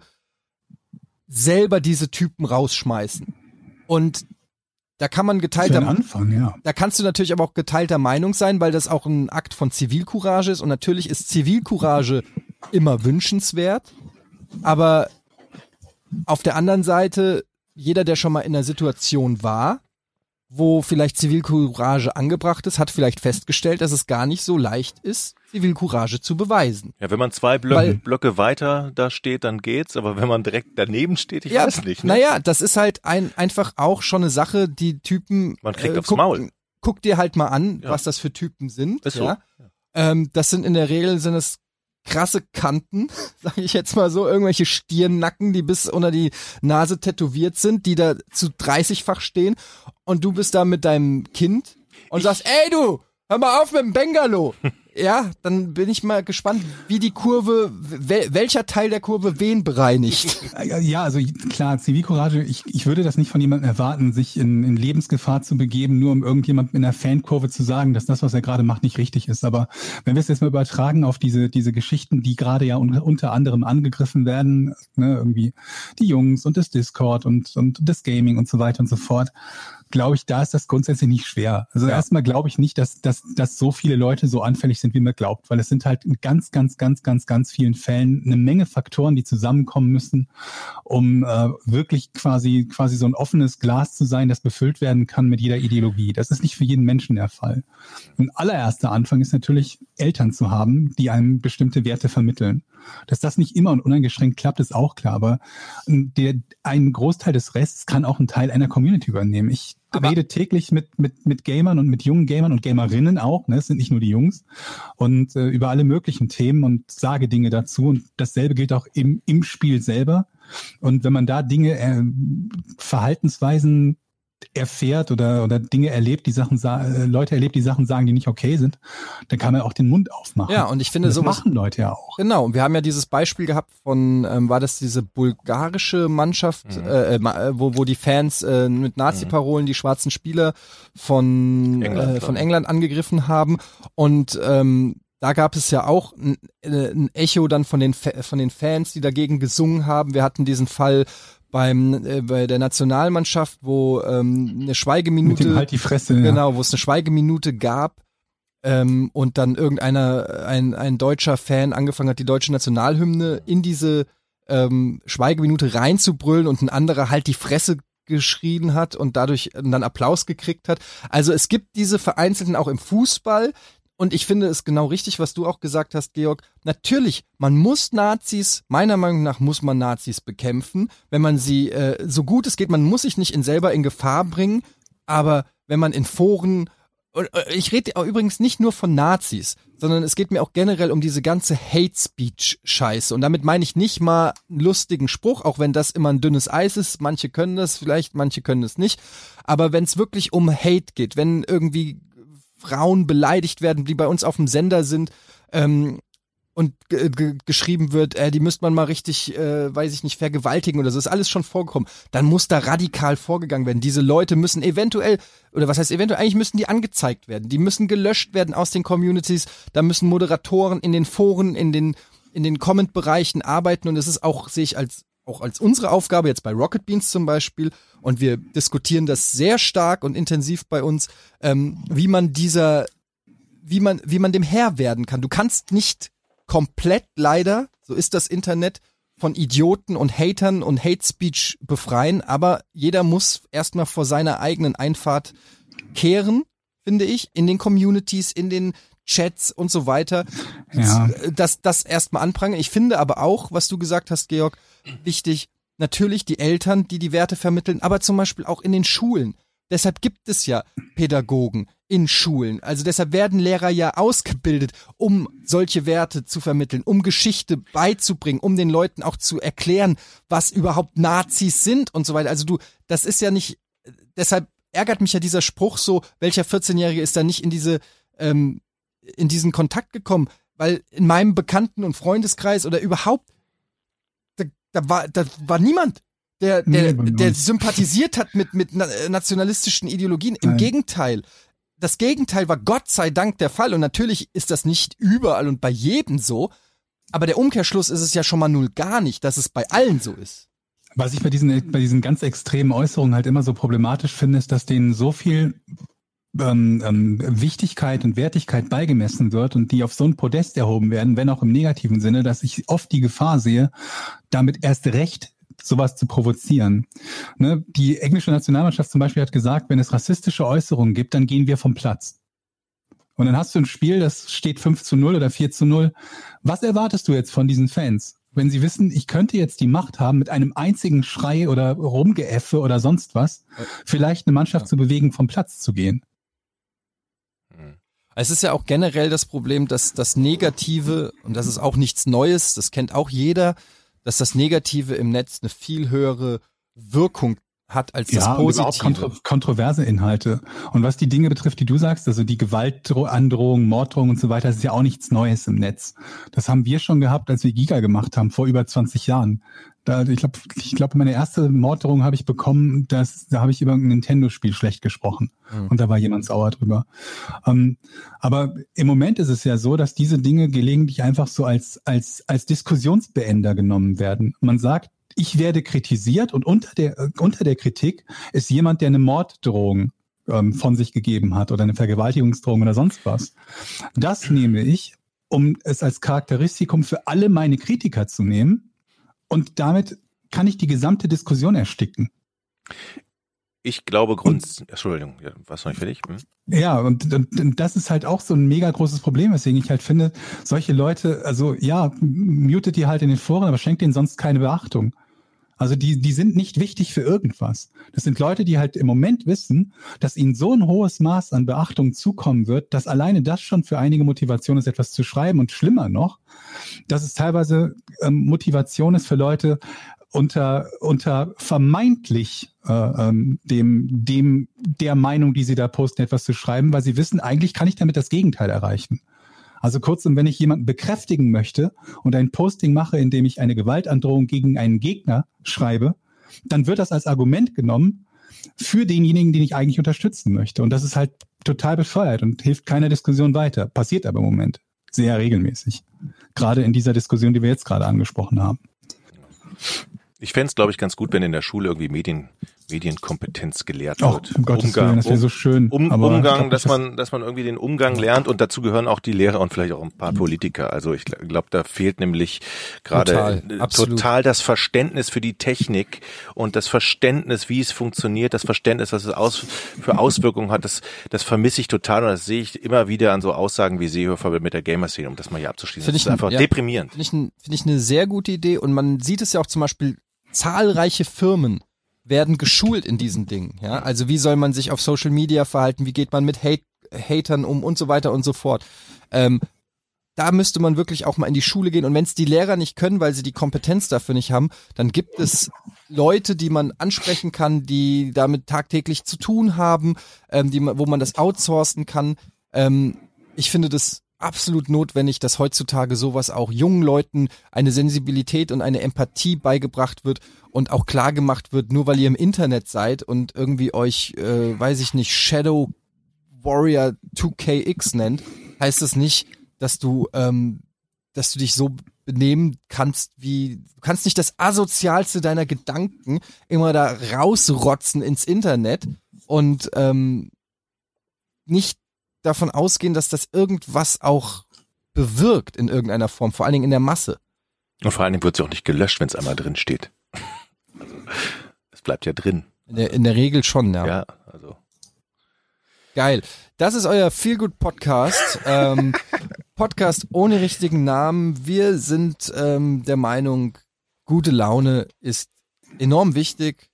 selber diese Typen rausschmeißen. Und da kann man geteilter Anfang, ja. Da kannst du natürlich aber auch geteilter Meinung sein, weil das auch ein Akt von Zivilcourage ist und natürlich ist Zivilcourage immer wünschenswert, aber auf der anderen Seite jeder, der schon mal in einer Situation war, wo vielleicht Zivilcourage angebracht ist, hat vielleicht festgestellt, dass es gar nicht so leicht ist, Zivilcourage zu beweisen. Ja, wenn man zwei Blöcke, Weil, Blöcke weiter da steht, dann geht's, aber wenn man direkt daneben steht, ich ja, weiß nicht. Ne? Naja, das ist halt ein, einfach auch schon eine Sache, die Typen... Man kriegt äh, aufs guck, Maul. Guck dir halt mal an, Ja. was das für Typen sind. Ist so. Ja? Ähm, das sind in der Regel, sind es krasse Kanten, sage ich jetzt mal so, irgendwelche Stirnnacken, die bis unter die Nase tätowiert sind, die da zu dreißigfach stehen und du bist da mit deinem Kind und Ich- sagst, ey du, hör mal auf mit dem Bengalo. Ja, dann bin ich mal gespannt, wie die Kurve, wel, welcher Teil der Kurve wen bereinigt. Ja, also klar, Zivilcourage, ich, ich würde das nicht von jemandem erwarten, sich in, in Lebensgefahr zu begeben, nur um irgendjemandem in der Fankurve zu sagen, dass das, was er gerade macht, nicht richtig ist. Aber wenn wir es jetzt mal übertragen auf diese, diese Geschichten, die gerade ja un, unter anderem angegriffen werden, ne, irgendwie die Jungs und das Discord und, und das Gaming und so weiter und so fort, glaube ich, da ist das grundsätzlich nicht schwer. Also Ja. erstmal glaube ich nicht, dass, dass, dass so viele Leute so anfällig sind, wie man glaubt, weil es sind halt in ganz, ganz, ganz, ganz, ganz vielen Fällen eine Menge Faktoren, die zusammenkommen müssen, um äh, wirklich quasi, quasi so ein offenes Glas zu sein, das befüllt werden kann mit jeder Ideologie. Das ist nicht für jeden Menschen der Fall. Ein allererster Anfang ist natürlich, Eltern zu haben, die einem bestimmte Werte vermitteln. Dass das nicht immer und uneingeschränkt klappt, ist auch klar, aber der, ein Großteil des Rests kann auch ein Teil einer Community übernehmen. Ich Aber- rede täglich mit, mit, mit Gamern und mit jungen Gamern und Gamerinnen auch, ne? Es sind nicht nur die Jungs, und äh, über alle möglichen Themen und sage Dinge dazu, und dasselbe gilt auch im, im Spiel selber. Und wenn man da Dinge, äh, Verhaltensweisen erfährt oder, oder Dinge erlebt, die Sachen, sa- äh, Leute erlebt, die Sachen sagen, die nicht okay sind, dann kann man auch den Mund aufmachen. Ja, und ich finde, das sowas, machen Leute ja auch. genau, und wir haben ja dieses Beispiel gehabt von, ähm, war das diese bulgarische Mannschaft, Mhm. äh, äh, wo, wo die Fans äh, mit Nazi-Parolen die schwarzen Spieler von England, äh, von England angegriffen haben, und ähm, da gab es ja auch ein, äh, ein Echo dann von den Fa- von den Fans, die dagegen gesungen haben. Wir hatten diesen Fall beim äh, bei der Nationalmannschaft, wo ähm, eine Mit dem Schweigeminute halt die Fresse. Ja. Genau, wo es eine Schweigeminute gab, ähm, und dann irgendeiner, ein, ein deutscher Fan angefangen hat, die deutsche Nationalhymne in diese ähm, Schweigeminute reinzubrüllen, und ein anderer halt die Fresse geschrien hat und dadurch dann Applaus gekriegt hat. Also es gibt diese vereinzelten auch im Fußball, und ich finde es genau richtig, was du auch gesagt hast, Georg. Natürlich, man muss Nazis, meiner Meinung nach muss man Nazis bekämpfen, wenn man sie, äh, so gut es geht, man muss sich nicht in selber in Gefahr bringen, aber wenn man in Foren, und äh, ich rede auch übrigens nicht nur von Nazis, sondern es geht mir auch generell um diese ganze Hate-Speech-Scheiße, und damit meine ich nicht mal einen lustigen Spruch, auch wenn das immer ein dünnes Eis ist, manche können das vielleicht, manche können es nicht, aber wenn es wirklich um Hate geht, wenn irgendwie Frauen beleidigt werden, die bei uns auf dem Sender sind, ähm, und g- g- geschrieben wird, äh, die müsste man mal richtig, äh, weiß ich nicht, vergewaltigen oder so, ist alles schon vorgekommen, dann muss da radikal vorgegangen werden. Diese Leute müssen eventuell, oder was heißt eventuell, eigentlich müssen die angezeigt werden, die müssen gelöscht werden aus den Communities, da müssen Moderatoren in den Foren, in den, in den Comment-Bereichen arbeiten, und es ist auch, sehe ich als auch als unsere Aufgabe, jetzt bei Rocket Beans zum Beispiel, und wir diskutieren das sehr stark und intensiv bei uns, ähm, wie man dieser, wie man, wie man dem Herr werden kann. Du kannst nicht komplett, leider, so ist das Internet, von Idioten und Hatern und Hate Speech befreien, aber jeder muss erstmal vor seiner eigenen Einfahrt kehren, finde ich, in den Communities, in den Chats und so weiter, Ja. das, das erstmal anprangern. Ich finde aber auch, was du gesagt hast, Georg, wichtig, natürlich die Eltern, die die Werte vermitteln, aber zum Beispiel auch in den Schulen. Deshalb gibt es ja Pädagogen in Schulen. Also deshalb werden Lehrer ja ausgebildet, um solche Werte zu vermitteln, um Geschichte beizubringen, um den Leuten auch zu erklären, was überhaupt Nazis sind und so weiter. Also du, das ist ja nicht, deshalb ärgert mich ja dieser Spruch so, welcher vierzehnjährige ist da nicht in diese, ähm, in diesen Kontakt gekommen, weil in meinem Bekannten- und Freundeskreis oder überhaupt, da, da war, da war niemand, der, der, Niemand. der sympathisiert hat mit, mit na- nationalistischen Ideologien. Im Nein. Gegenteil. Das Gegenteil war Gott sei Dank der Fall. Und natürlich ist das nicht überall und bei jedem so. Aber der Umkehrschluss ist es ja schon mal null gar nicht, dass es bei allen so ist. Was ich bei diesen, bei diesen ganz extremen Äußerungen halt immer so problematisch finde, ist, dass denen so viel ähm, ähm, Wichtigkeit und Wertigkeit beigemessen wird und die auf so ein Podest erhoben werden, wenn auch im negativen Sinne, dass ich oft die Gefahr sehe, damit erst recht sowas zu provozieren. Ne? Die englische Nationalmannschaft zum Beispiel hat gesagt, wenn es rassistische Äußerungen gibt, dann gehen wir vom Platz. Und dann hast du ein Spiel, das steht fünf zu null oder vier zu null. Was erwartest du jetzt von diesen Fans? Wenn sie wissen, ich könnte jetzt die Macht haben, mit einem einzigen Schrei oder Rumgeäffe oder sonst was, vielleicht eine Mannschaft zu bewegen, vom Platz zu gehen. Es ist ja auch generell das Problem, dass das Negative, und das ist auch nichts Neues, das kennt auch jeder, dass das Negative im Netz eine viel höhere Wirkung hat als das ja, Positive. Und kontro- kontroverse Inhalte. Und was die Dinge betrifft, die du sagst, also die Gewaltandrohung, Morddrohung und so weiter, das ist ja auch nichts Neues im Netz. Das haben wir schon gehabt, als wir Giga gemacht haben, vor über zwanzig Jahren. Da, ich glaube, ich glaube, meine erste Morddrohung habe ich bekommen, das, da habe ich über ein Nintendo-Spiel schlecht gesprochen. Mhm. Und da war jemand sauer drüber. Ähm, aber im Moment ist es ja so, dass diese Dinge gelegentlich einfach so als, als, als Diskussionsbeender genommen werden. Man sagt, ich werde kritisiert und unter der, äh, unter der Kritik ist jemand, der eine Morddrohung ähm, von sich gegeben hat oder eine Vergewaltigungsdrohung oder sonst was. Das nehme ich, um es als Charakteristikum für alle meine Kritiker zu nehmen. Und damit kann ich die gesamte Diskussion ersticken. Ich glaube grundsätzlich, Entschuldigung, ja, warst du noch nicht fertig? Hm? Ja, und, und, und das ist halt auch so ein mega großes Problem, weswegen ich halt finde, solche Leute, also ja, mutet die halt in den Foren, aber schenkt denen sonst keine Beachtung. Also die, die sind nicht wichtig für irgendwas. Das sind Leute, die halt im Moment wissen, dass ihnen so ein hohes Maß an Beachtung zukommen wird, dass alleine das schon für einige Motivation ist, etwas zu schreiben und schlimmer noch, dass es teilweise ähm, Motivation ist für Leute unter, unter vermeintlich äh, ähm, dem, dem, der Meinung, die sie da posten, etwas zu schreiben, weil sie wissen, eigentlich kann ich damit das Gegenteil erreichen. Also kurzum, wenn ich jemanden bekräftigen möchte und ein Posting mache, in dem ich eine Gewaltandrohung gegen einen Gegner schreibe, dann wird das als Argument genommen für denjenigen, den ich eigentlich unterstützen möchte. Und das ist halt total bescheuert und hilft keiner Diskussion weiter. Passiert aber im Moment sehr regelmäßig. Gerade in dieser Diskussion, die wir jetzt gerade angesprochen haben. Ich fände es, glaube ich, ganz gut, wenn in der Schule irgendwie Medien, Medienkompetenz gelehrt Oh, wird. um Gottes Umgang, Willen, das wäre so schön. Um, aber Umgang, glaub, dass das man, dass man irgendwie den Umgang lernt, und dazu gehören auch die Lehrer und vielleicht auch ein paar Politiker. Also ich glaube, da fehlt nämlich gerade Total, total das Verständnis für die Technik und das Verständnis, wie es funktioniert, das Verständnis, was es aus, für Auswirkungen hat. Das, das vermisse ich total, und das sehe ich immer wieder an so Aussagen wie Seehofer mit der Gamer-Szene, um das mal hier abzuschließen. Find das ich ist einfach ja, deprimierend. Finde ich, ein, find ich eine sehr gute Idee, und man sieht es ja auch zum Beispiel, zahlreiche Firmen werden geschult in diesen Dingen. Ja, also wie soll man sich auf Social Media verhalten? Wie geht man mit Hate, Hatern um und so weiter und so fort? Ähm, da müsste man wirklich auch mal in die Schule gehen. Und wenn es die Lehrer nicht können, weil sie die Kompetenz dafür nicht haben, dann gibt es Leute, die man ansprechen kann, die damit tagtäglich zu tun haben, ähm, die, wo man das outsourcen kann. Ähm, ich finde das absolut notwendig, dass heutzutage sowas auch jungen Leuten eine Sensibilität und eine Empathie beigebracht wird und auch klar gemacht wird, nur weil ihr im Internet seid und irgendwie euch, äh, weiß ich nicht, Shadow Warrior zwei K X nennt, heißt das nicht, dass du, ähm, dass du dich so benehmen kannst wie, du kannst nicht das asozialste deiner Gedanken immer da rausrotzen ins Internet und ähm, nicht davon ausgehen, dass das irgendwas auch bewirkt in irgendeiner Form, vor allen Dingen in der Masse. Und vor allen Dingen wird es auch nicht gelöscht, wenn es einmal drin steht. Also, es bleibt ja drin. In der, in der Regel schon, ja. Ja, also. Geil. Das ist euer Feel-Good-Podcast. ähm, Podcast ohne richtigen Namen. Wir sind ähm, der Meinung, gute Laune ist enorm wichtig.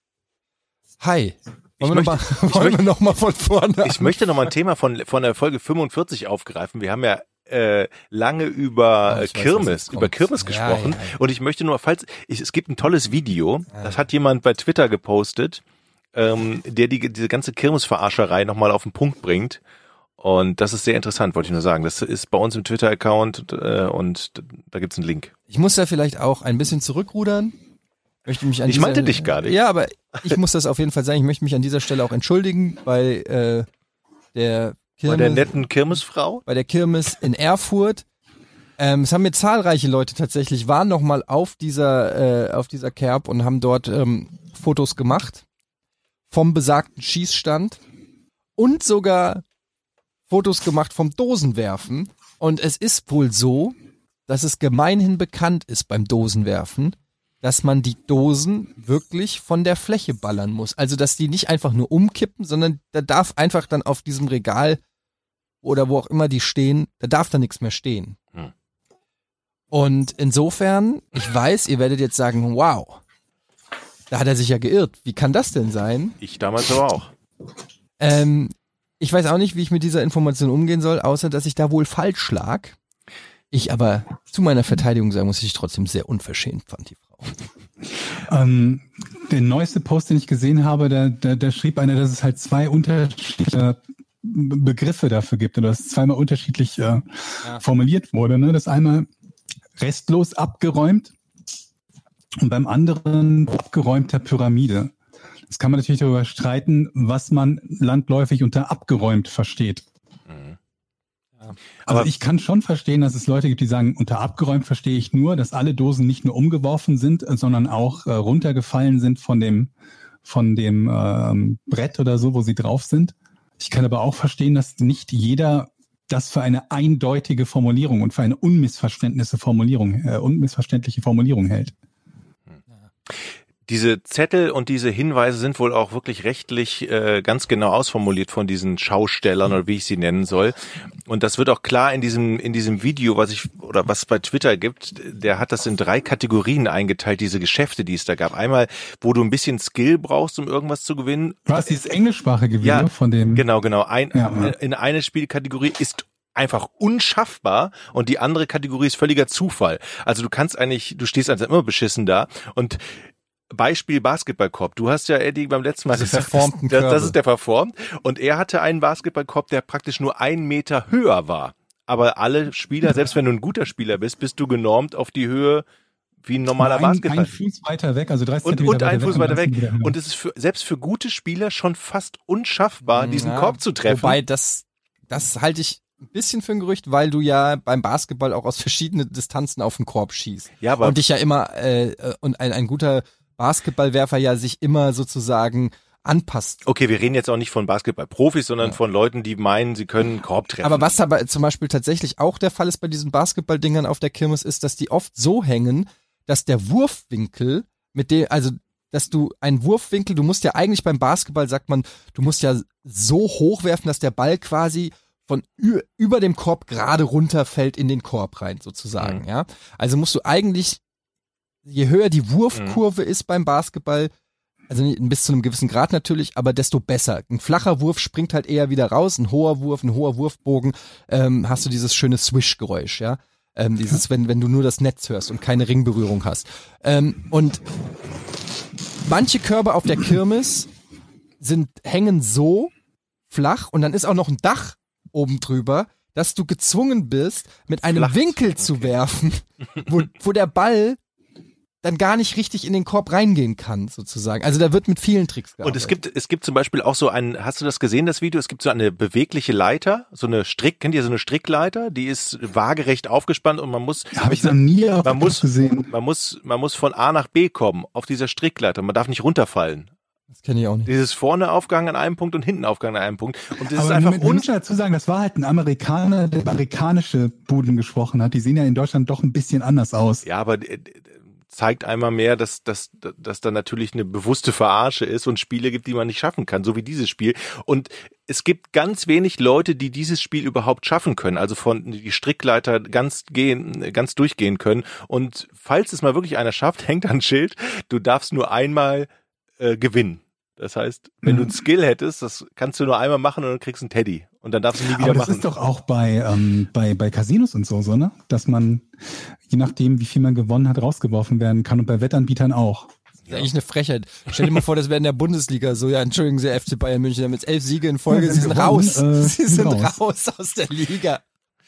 Hi. Wollen, wir, möchte, noch mal, wollen möchte, wir noch mal von vorne Ich an. möchte noch mal ein Thema von, von der Folge fünfundvierzig aufgreifen. Wir haben ja äh, lange über oh, Kirmes, weiß, über Kirmes gesprochen. Ja, ja, ja. Und ich möchte nur, falls, ich, es gibt ein tolles Video, ja. das hat jemand bei Twitter gepostet, ähm, der die, diese ganze Kirmes-Verarscherei noch mal auf den Punkt bringt. Und das ist sehr interessant, wollte ich nur sagen. Das ist bei uns im Twitter-Account äh, und da gibt's einen Link. Ich muss da vielleicht auch ein bisschen zurückrudern. Möchte mich an ich dieser, meinte dich gar nicht. Ja, aber ich muss das auf jeden Fall sagen. Ich möchte mich an dieser Stelle auch entschuldigen bei äh, der Kirmes, bei der netten Kirmesfrau, bei der Kirmes in Erfurt. Ähm, es haben mir zahlreiche Leute tatsächlich waren noch mal auf dieser äh, auf dieser Kerb und haben dort ähm, Fotos gemacht vom besagten Schießstand und sogar Fotos gemacht vom Dosenwerfen. Und es ist wohl so, dass es gemeinhin bekannt ist beim Dosenwerfen, dass man die Dosen wirklich von der Fläche ballern muss. Also, dass die nicht einfach nur umkippen, sondern da darf einfach dann auf diesem Regal oder wo auch immer die stehen, da darf da nichts mehr stehen. Hm. Und insofern, ich weiß, ihr werdet jetzt sagen, wow, da hat er sich ja geirrt. Wie kann das denn sein? Ich damals aber auch. Ähm, ich weiß auch nicht, wie ich mit dieser Information umgehen soll, außer dass ich da wohl falsch lag. Ich aber zu meiner Verteidigung sagen muss, dass ich trotzdem sehr unverschämt fand, die Frau. Ähm, der neueste Post, den ich gesehen habe, da, da, da schrieb einer, dass es halt zwei unterschiedliche Begriffe dafür gibt oder dass es zweimal unterschiedlich äh, ja. formuliert wurde. Ne? Das einmal restlos abgeräumt und beim anderen abgeräumter Pyramide. Das kann man natürlich darüber streiten, was man landläufig unter abgeräumt versteht. Mhm. Ja. Also ich kann schon verstehen, dass es Leute gibt, die sagen, unter abgeräumt verstehe ich nur, dass alle Dosen nicht nur umgeworfen sind, sondern auch äh, runtergefallen sind von dem, von dem ähm, Brett oder so, wo sie drauf sind. Ich kann aber auch verstehen, dass nicht jeder das für eine eindeutige Formulierung und für eine unmissverständliche Formulierung, äh, unmissverständliche Formulierung hält. Diese Zettel und diese Hinweise sind wohl auch wirklich rechtlich äh, ganz genau ausformuliert von diesen Schaustellern oder wie ich sie nennen soll. Und das wird auch klar in diesem in diesem Video, was ich oder was es bei Twitter gibt. Der hat das in drei Kategorien eingeteilt, diese Geschäfte, die es da gab. Einmal, wo du ein bisschen Skill brauchst, um irgendwas zu gewinnen. Was dieses englischsprachige Video ja, von dem? Genau, genau. Ein, ja, in eine Spielkategorie ist einfach unschaffbar und die andere Kategorie ist völliger Zufall. Also du kannst eigentlich, du stehst einfach immer beschissen da und Beispiel Basketballkorb. Du hast ja, Eddie, beim letzten Mal gesagt, das, das, das ist der verformt. Und er hatte einen Basketballkorb, der praktisch nur einen Meter höher war. Aber alle Spieler, selbst wenn du ein guter Spieler bist, bist du genormt auf die Höhe wie ein normaler ein, Basketball. Ein Fuß weiter weg, also dreißig und, Zentimeter und ein Fuß weiter weg. weg. Und es ist für, selbst für gute Spieler schon fast unschaffbar, diesen ja, Korb zu treffen. Wobei, das, das halte ich ein bisschen für ein Gerücht, weil du ja beim Basketball auch aus verschiedenen Distanzen auf den Korb schießt. Ja, aber und dich ja immer, äh, und ein, ein guter Basketballwerfer ja sich immer sozusagen anpasst. Okay, wir reden jetzt auch nicht von Basketballprofis, sondern ja. von Leuten, die meinen, sie können Korb treffen. Aber was aber zum Beispiel tatsächlich auch der Fall ist bei diesen Basketballdingern auf der Kirmes, ist, dass die oft so hängen, dass der Wurfwinkel mit dem, also dass du einen Wurfwinkel, du musst ja eigentlich beim Basketball, sagt man, du musst ja so hoch werfen, dass der Ball quasi von ü- über dem Korb gerade runterfällt in den Korb rein, sozusagen, mhm. ja. Also musst du eigentlich, je höher die Wurfkurve mhm. ist beim Basketball, also nicht, bis zu einem gewissen Grad natürlich, aber desto besser. Ein flacher Wurf springt halt eher wieder raus, ein hoher Wurf, ein hoher Wurfbogen, ähm, hast du dieses schöne Swish-Geräusch, ja. Ähm, dieses, wenn, wenn du nur das Netz hörst und keine Ringberührung hast. Ähm, und manche Körbe auf der Kirmes sind, hängen so flach und dann ist auch noch ein Dach oben drüber, dass du gezwungen bist, mit einem Flach. Winkel zu okay. werfen, wo, wo der Ball dann gar nicht richtig in den Korb reingehen kann, sozusagen. Also da wird mit vielen Tricks gearbeitet. Und es gibt, es gibt zum Beispiel auch so ein, hast du das gesehen, das Video? Es gibt so eine bewegliche Leiter, so eine Strick, kennt ihr so eine Strickleiter? Die ist waagerecht aufgespannt und man muss, habe ich noch nie auf man muss, gesehen. Man muss, man muss von A nach B kommen auf dieser Strickleiter. Man darf nicht runterfallen. Das kenne ich auch nicht. Dieses vorne Aufgang an einem Punkt und hinten Aufgang an einem Punkt. Und das Aber ist einfach wir müssen dazu sagen, das war halt ein Amerikaner, der amerikanische Buden gesprochen hat. Die sehen ja in Deutschland doch ein bisschen anders aus. Ja, aber zeigt einmal mehr, dass, dass, dass da natürlich eine bewusste Verarsche ist und Spiele gibt, die man nicht schaffen kann, so wie dieses Spiel. Und es gibt ganz wenig Leute, die dieses Spiel überhaupt schaffen können, also von die Strickleiter ganz gehen, ganz durchgehen können. Und falls es mal wirklich einer schafft, hängt ein Schild, du darfst nur einmal äh, gewinnen. Das heißt, wenn mhm. du einen Skill hättest, das kannst du nur einmal machen und dann kriegst du einen Teddy. Und dann darfst du nie wieder Aber das machen. Das ist doch auch bei, ähm, bei, bei Casinos und so, so, ne? Dass man, je nachdem, wie viel man gewonnen hat, rausgeworfen werden kann. Und bei Wettanbietern auch. Das ist eigentlich eine Frechheit. Stell dir mal vor, das wäre in der Bundesliga so. Ja, entschuldigen Sie, F C Bayern München, haben jetzt elf Siege in Folge. Ja, sie sind gewonnen, raus. Äh, sie sind raus. raus aus der Liga.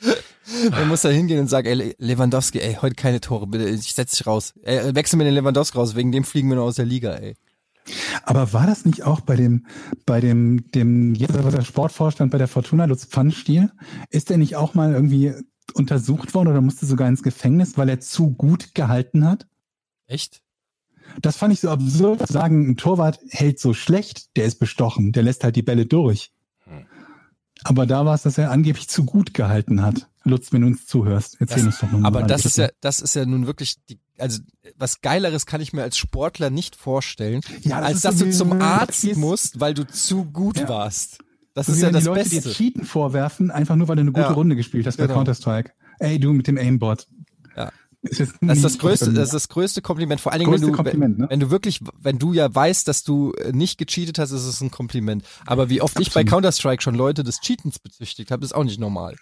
Man muss da hingehen und sagen, ey, Lewandowski, ey, heute keine Tore, bitte, ich setz dich raus. Ey, wechsel mir den Lewandowski raus, wegen dem fliegen wir noch aus der Liga, ey. Aber war das nicht auch bei dem, bei dem, dem, jetzt war der Sportvorstand bei der Fortuna, Lutz Pfannstiel, ist der nicht auch mal irgendwie untersucht worden oder musste sogar ins Gefängnis, weil er zu gut gehalten hat? Echt? Das fand ich so absurd, zu sagen, ein Torwart hält so schlecht, der ist bestochen, der lässt halt die Bälle durch. Hm. Aber da war es, dass er angeblich zu gut gehalten hat. Lutz, wenn du uns zuhörst, erzähl das, uns doch nochmal. Aber das ist ja, das ist ja nun wirklich die, also was Geileres kann ich mir als Sportler nicht vorstellen, Ja, das als ist dass so du wie- zum du Arzt gehst- musst, weil du zu gut Ja. warst. Das So ist wie ja wenn das die Leute Beste. dir Cheaten vorwerfen, einfach nur weil du eine gute Ja. Runde gespielt hast bei Genau. Counter-Strike. Ey, du mit dem Aimbot. Ja. Ist jetzt Das ist nie das größte, von mir. das ist das größte Kompliment. Vor allen Dingen, größte wenn du, Kompliment, ne? wenn du wirklich, wenn du ja weißt, dass du äh, nicht gecheatet hast, ist es ein Kompliment. Aber wie oft ich bei Absolut. Counter-Strike schon Leute des Cheatens bezüchtigt habe, ist auch nicht normal.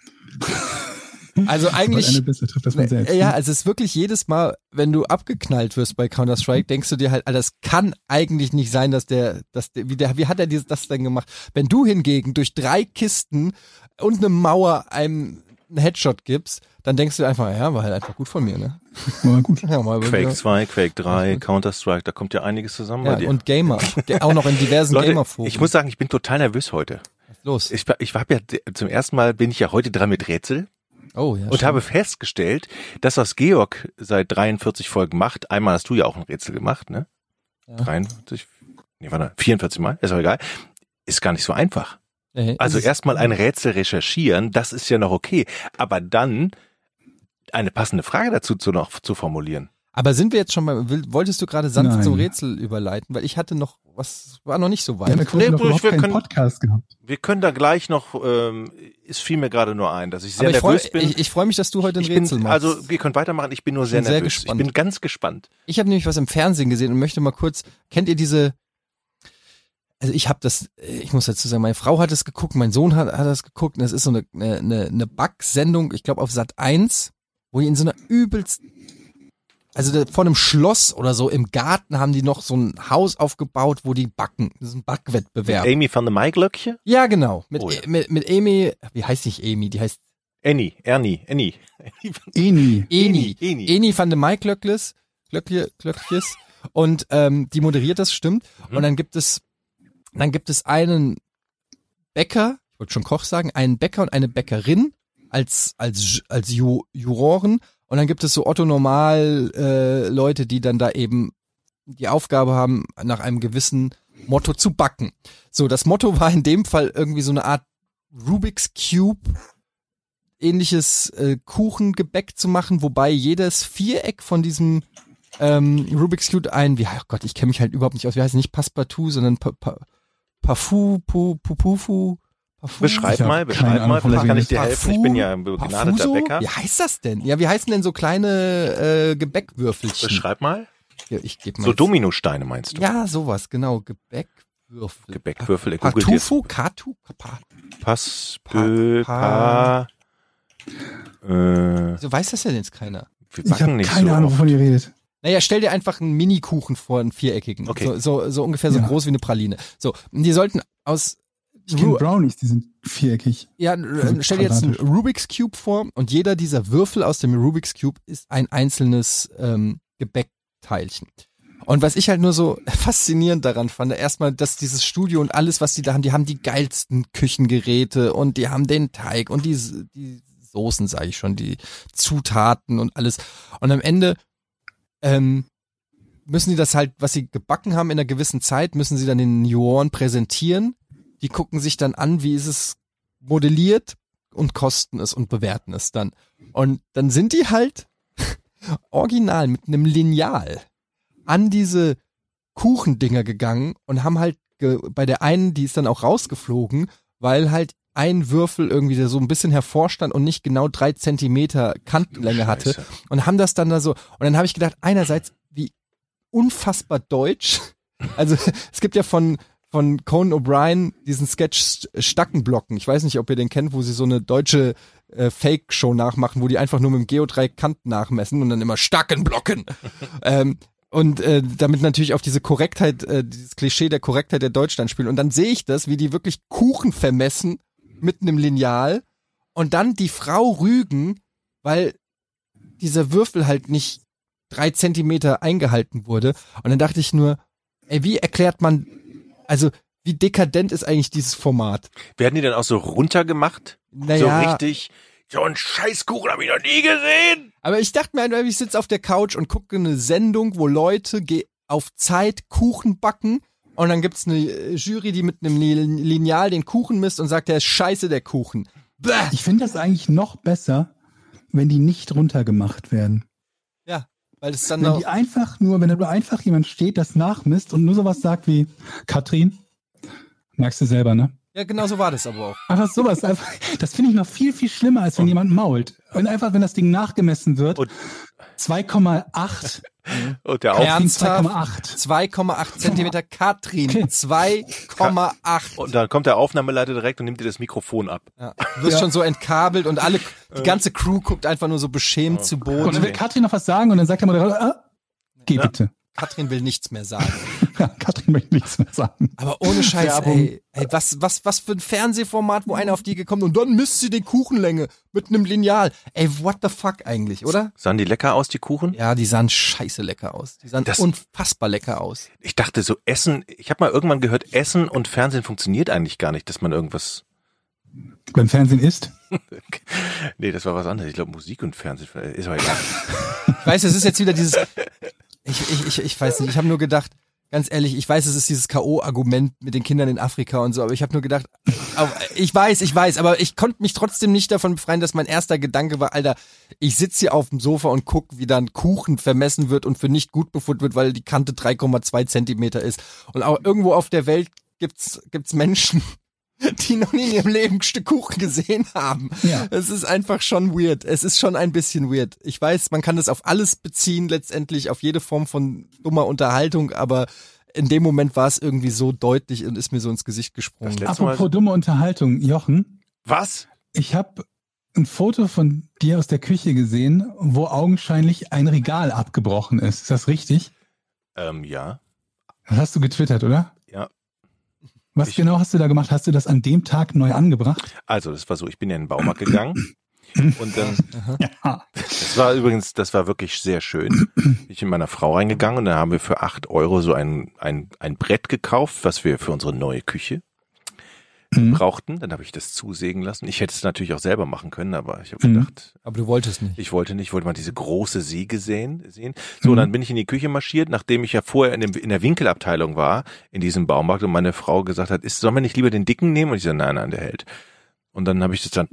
Also Sobald eigentlich, eine Bisse trifft das man selbst. äh, ja, ne? also es ist wirklich jedes Mal, wenn du abgeknallt wirst bei Counter-Strike, denkst du dir halt, Alter, das kann eigentlich nicht sein, dass der, dass der, wie der, wie hat er dieses, das denn gemacht? Wenn du hingegen durch drei Kisten und eine Mauer einem einen Headshot gibst, dann denkst du einfach, ja, war halt einfach gut von mir, ne? Aber gut. Ja, mal Quake zwei, Quake drei, Counter-Strike, da kommt ja einiges zusammen Ja, bei dir. und Gamer. Ge- Auch noch in diversen Leute, Gamer-Foren. ich muss sagen, ich bin total nervös heute. Los. Ich, ich habe ja zum ersten Mal, bin ich ja heute dran mit Rätsel Oh, ja. und stimmt. habe festgestellt, dass was Georg seit dreiundvierzig Folgen macht, einmal hast du ja auch ein Rätsel gemacht, ne? Ja. dreiundvierzig, nee, warte, vierundvierzig Mal, ist auch egal, ist gar nicht so einfach. Ey, Also es ist- erstmal ein Rätsel recherchieren, das ist ja noch okay, aber dann eine passende Frage dazu zu noch zu formulieren. Aber sind wir jetzt schon mal, will, wolltest du gerade sanft Nein. zum Rätsel überleiten? Weil ich hatte noch, was war noch nicht so Wir weit. haben ja quasi Nee, noch wir überhaupt keinen können- Podcast gehabt. Wir können da gleich noch, ähm, es fiel mir gerade nur ein, dass ich sehr Aber ich freue nervös bin. ich, ich freu mich, dass du heute ein Ich Rätsel bin, machst. also wir können weitermachen, ich bin nur sehr bin sehr nervös. gespannt. Ich bin ganz gespannt. Ich habe nämlich was im Fernsehen gesehen und möchte mal kurz, kennt ihr diese, also ich habe das, ich muss dazu sagen, meine Frau hat es geguckt, mein Sohn hat, hat das geguckt und es ist so eine, eine, eine Backsendung, ich glaube auf Sat eins, wo die in so einer übelst, also da, vor einem Schloss oder so im Garten haben die noch so ein Haus aufgebaut, wo die backen. Das ist ein Backwettbewerb. Amy van der Maiglöckchen? Ja, genau. Mit, Oh ja. mit, mit Amy, wie heißt nicht Amy, die heißt Annie, Ernie, Annie. Eh nie. Eni. Eni. Eni van de Maick Glöckles, Glöckje, Glöckjes. Und ähm, die moderiert das, stimmt. Mhm. Und dann gibt es, dann gibt es einen Bäcker, ich wollte schon Koch sagen, einen Bäcker und eine Bäckerin als als als Ju Juroren. Und dann gibt es so Otto Normal äh, Leute, die dann da eben die Aufgabe haben, nach einem gewissen Motto zu backen. So, das Motto war in dem Fall irgendwie so eine Art Rubik's Cube ähnliches äh, Kuchengebäck zu machen, wobei jedes Viereck von diesem ähm, Rubik's Cube ein, wie, oh Gott, ich kenne mich halt überhaupt nicht aus, wie heißt es nicht Passepartout, sondern pa, pa, Pafu, Pu, Pu, Pufu, Pafu. Beschreib Ich hab mal, keine beschreib Ahnung, mal, von vielleicht was kann du ich dir redest. helfen. Ich bin ja ein begnadeter Pafuso? Bäcker. Wie heißt das denn? Ja, wie heißen denn so kleine äh, Gebäckwürfelchen? Beschreib mal. Ja, ich geb mal So jetzt- Dominosteine meinst du? Ja, sowas, genau, Gebäckwürfel. Gebäckwürfel, er googelt jetzt. Patufu, Katu, Pa- Pass, Pa- Bö, Pa- Pa. Äh, Wieso weiß das denn jetzt keiner? wir Ich backen habe nicht keine so Ahnung, oft. wovon ihr redet. Naja, stell dir einfach einen Mini-Kuchen vor, einen viereckigen. Okay. So, so, so ungefähr so Ja. groß wie eine Praline. So, und die sollten aus Ich kenne Ru Brownies, die sind viereckig. ja, äh, stell dir jetzt einen Rubik's Cube vor und jeder dieser Würfel aus dem Rubik's Cube ist ein einzelnes ähm, Gebäckteilchen. Und was ich halt nur so faszinierend daran fand, erstmal, dass dieses Studio und alles, was die da haben, die haben die geilsten Küchengeräte und die haben den Teig und die, die Soßen, sage ich schon, die Zutaten und alles. Und am Ende ähm, müssen die das halt, was sie gebacken haben in einer gewissen Zeit, müssen sie dann den Juroren präsentieren. Die gucken sich dann an, wie ist es modelliert und kosten es und bewerten es dann. Und dann sind die halt original mit einem Lineal an diese Kuchendinger gegangen und haben halt ge bei der einen, die ist dann auch rausgeflogen, weil halt ein Würfel irgendwie der so ein bisschen hervorstand und nicht genau drei Zentimeter Kantenlänge hatte. Scheiße. Und haben das dann da so, und dann habe ich gedacht, einerseits, wie unfassbar deutsch. Also es gibt ja von von Conan O'Brien diesen Sketch Stackenblocken. Ich weiß nicht, ob ihr den kennt, wo sie so eine deutsche äh, Fake-Show nachmachen, wo die einfach nur mit dem Geodreieck Kanten nachmessen und dann immer Stackenblocken. ähm, und äh, damit natürlich auf diese Korrektheit, äh, dieses Klischee der Korrektheit der Deutschen spielen. Und dann sehe ich das, wie die wirklich Kuchen vermessen mit einem Lineal und dann die Frau rügen, weil dieser Würfel halt nicht drei Zentimeter eingehalten wurde. Und dann dachte ich nur, ey, wie erklärt man, also wie dekadent ist eigentlich dieses Format? Werden die dann auch so runtergemacht? Naja, So richtig, so ein Scheißkuchen habe ich noch nie gesehen. aber ich dachte mir einfach, ich sitze auf der Couch und gucke eine Sendung, wo Leute ge- auf Zeit Kuchen backen und dann gibt's eine äh, Jury, die mit einem Lin- Lineal den Kuchen misst und sagt, der ist scheiße, der Kuchen. Bäh. Ich finde das eigentlich noch besser, wenn die nicht runtergemacht werden. Ja. Weil es dann Wenn noch, die einfach nur, wenn da nur einfach jemand steht, das nachmisst und nur sowas sagt wie, Katrin, merkst du selber, ne? ja, genau so war das aber auch. Einfach sowas, einfach, das finde ich noch viel, viel schlimmer, als wenn jemand mault. Und einfach, wenn das Ding nachgemessen wird, Und- zwei Komma acht. Und der Ja. Auf Ernsthaft? zwei Komma acht. zwei Komma acht Zentimeter Katrin. Okay. zwei Komma acht. und dann kommt der Aufnahmeleiter direkt und nimmt dir das Mikrofon ab. Ja. Du wirst Ja. schon so entkabelt und alle, die ganze Crew guckt einfach nur so beschämt zu Und dann Boden. will Katrin noch was sagen und dann sagt der Moderator, ah, geh Ja. bitte. Katrin will nichts mehr sagen. Ja, Katrin möchte nichts mehr sagen. Aber ohne Scheiß, Werbung. ey, ey, was, was, was für ein Fernsehformat, wo einer auf die gekommen und dann misst sie die Kuchenlänge mit einem Lineal. Ey, what the fuck eigentlich, oder? Sahen die lecker aus, die Kuchen? Ja, die sahen scheiße lecker aus. Die sahen Das- unfassbar lecker aus. Ich dachte so, Essen, ich habe mal irgendwann gehört, Essen und Fernsehen funktioniert eigentlich gar nicht, dass man irgendwas... Beim Fernsehen ist. Nee, das war was anderes. Ich glaube, Musik und Fernsehen, ist aber egal. Ich weiß, es ist jetzt wieder dieses, ich, ich, ich, ich weiß nicht, ich habe nur gedacht, ganz ehrlich, ich weiß, es ist dieses K O-Argument mit den Kindern in Afrika und so, aber ich habe nur gedacht, aber ich weiß, ich weiß, aber ich konnte mich trotzdem nicht davon befreien, dass mein erster Gedanke war, Alter, ich sitze hier auf dem Sofa und guck, wie dann Kuchen vermessen wird und für nicht gut befunden wird, weil die Kante drei Komma zwei Zentimeter ist. Und auch irgendwo auf der Welt gibt's gibt's Menschen, die noch nie in ihrem Leben ein Stück Kuchen gesehen haben. Ja. Es ist einfach schon weird. Es ist schon ein bisschen weird. Ich weiß, man kann das auf alles beziehen, letztendlich auf jede Form von dummer Unterhaltung, aber in dem Moment war es irgendwie so deutlich und ist mir so ins Gesicht gesprungen. Das letzte Mal- Apropos dumme Unterhaltung, Jochen, Was? ich habe ein Foto von dir aus der Küche gesehen, wo augenscheinlich ein Regal abgebrochen ist. Ist das richtig? Ähm, ja. Das hast du getwittert, oder? Ja. Was Ich- genau hast du da gemacht? Hast du das an dem Tag neu angebracht? Also, das war so, ich bin ja in den Baumarkt gegangen und dann, Ja. das war übrigens, das war wirklich sehr schön. Bin ich mit meiner Frau reingegangen und dann haben wir für acht Euro so ein, ein, ein Brett gekauft, was wir für unsere neue Küche Mhm. brauchten. Dann habe ich das zusägen lassen. Ich hätte es natürlich auch selber machen können, aber ich habe Mhm. gedacht, Aber du wolltest nicht. ich wollte nicht, ich wollte mal diese große Säge sehen. sehen. So, Mhm. und dann bin ich in die Küche marschiert, nachdem ich ja vorher in, dem, in der Winkelabteilung war, in diesem Baumarkt und meine Frau gesagt hat, ist, sollen wir nicht lieber den dicken nehmen? Und ich so, nein, nein, der hält. Und dann habe ich das dann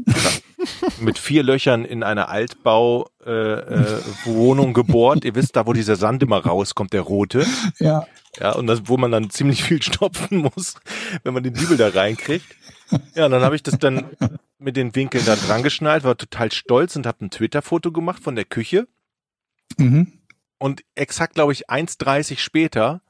mit vier Löchern in einer Altbau äh, äh, Wohnung gebohrt. Ihr wisst, da wo dieser Sand immer rauskommt, der rote. Ja. Ja, und das, wo man dann ziemlich viel stopfen muss, wenn man den Dübel da reinkriegt. Ja, und dann habe ich das dann mit den Winkeln da dran geschnallt, war total stolz und habe ein Twitter-Foto gemacht von der Küche. Mhm. Und exakt, glaube ich, eins dreißig später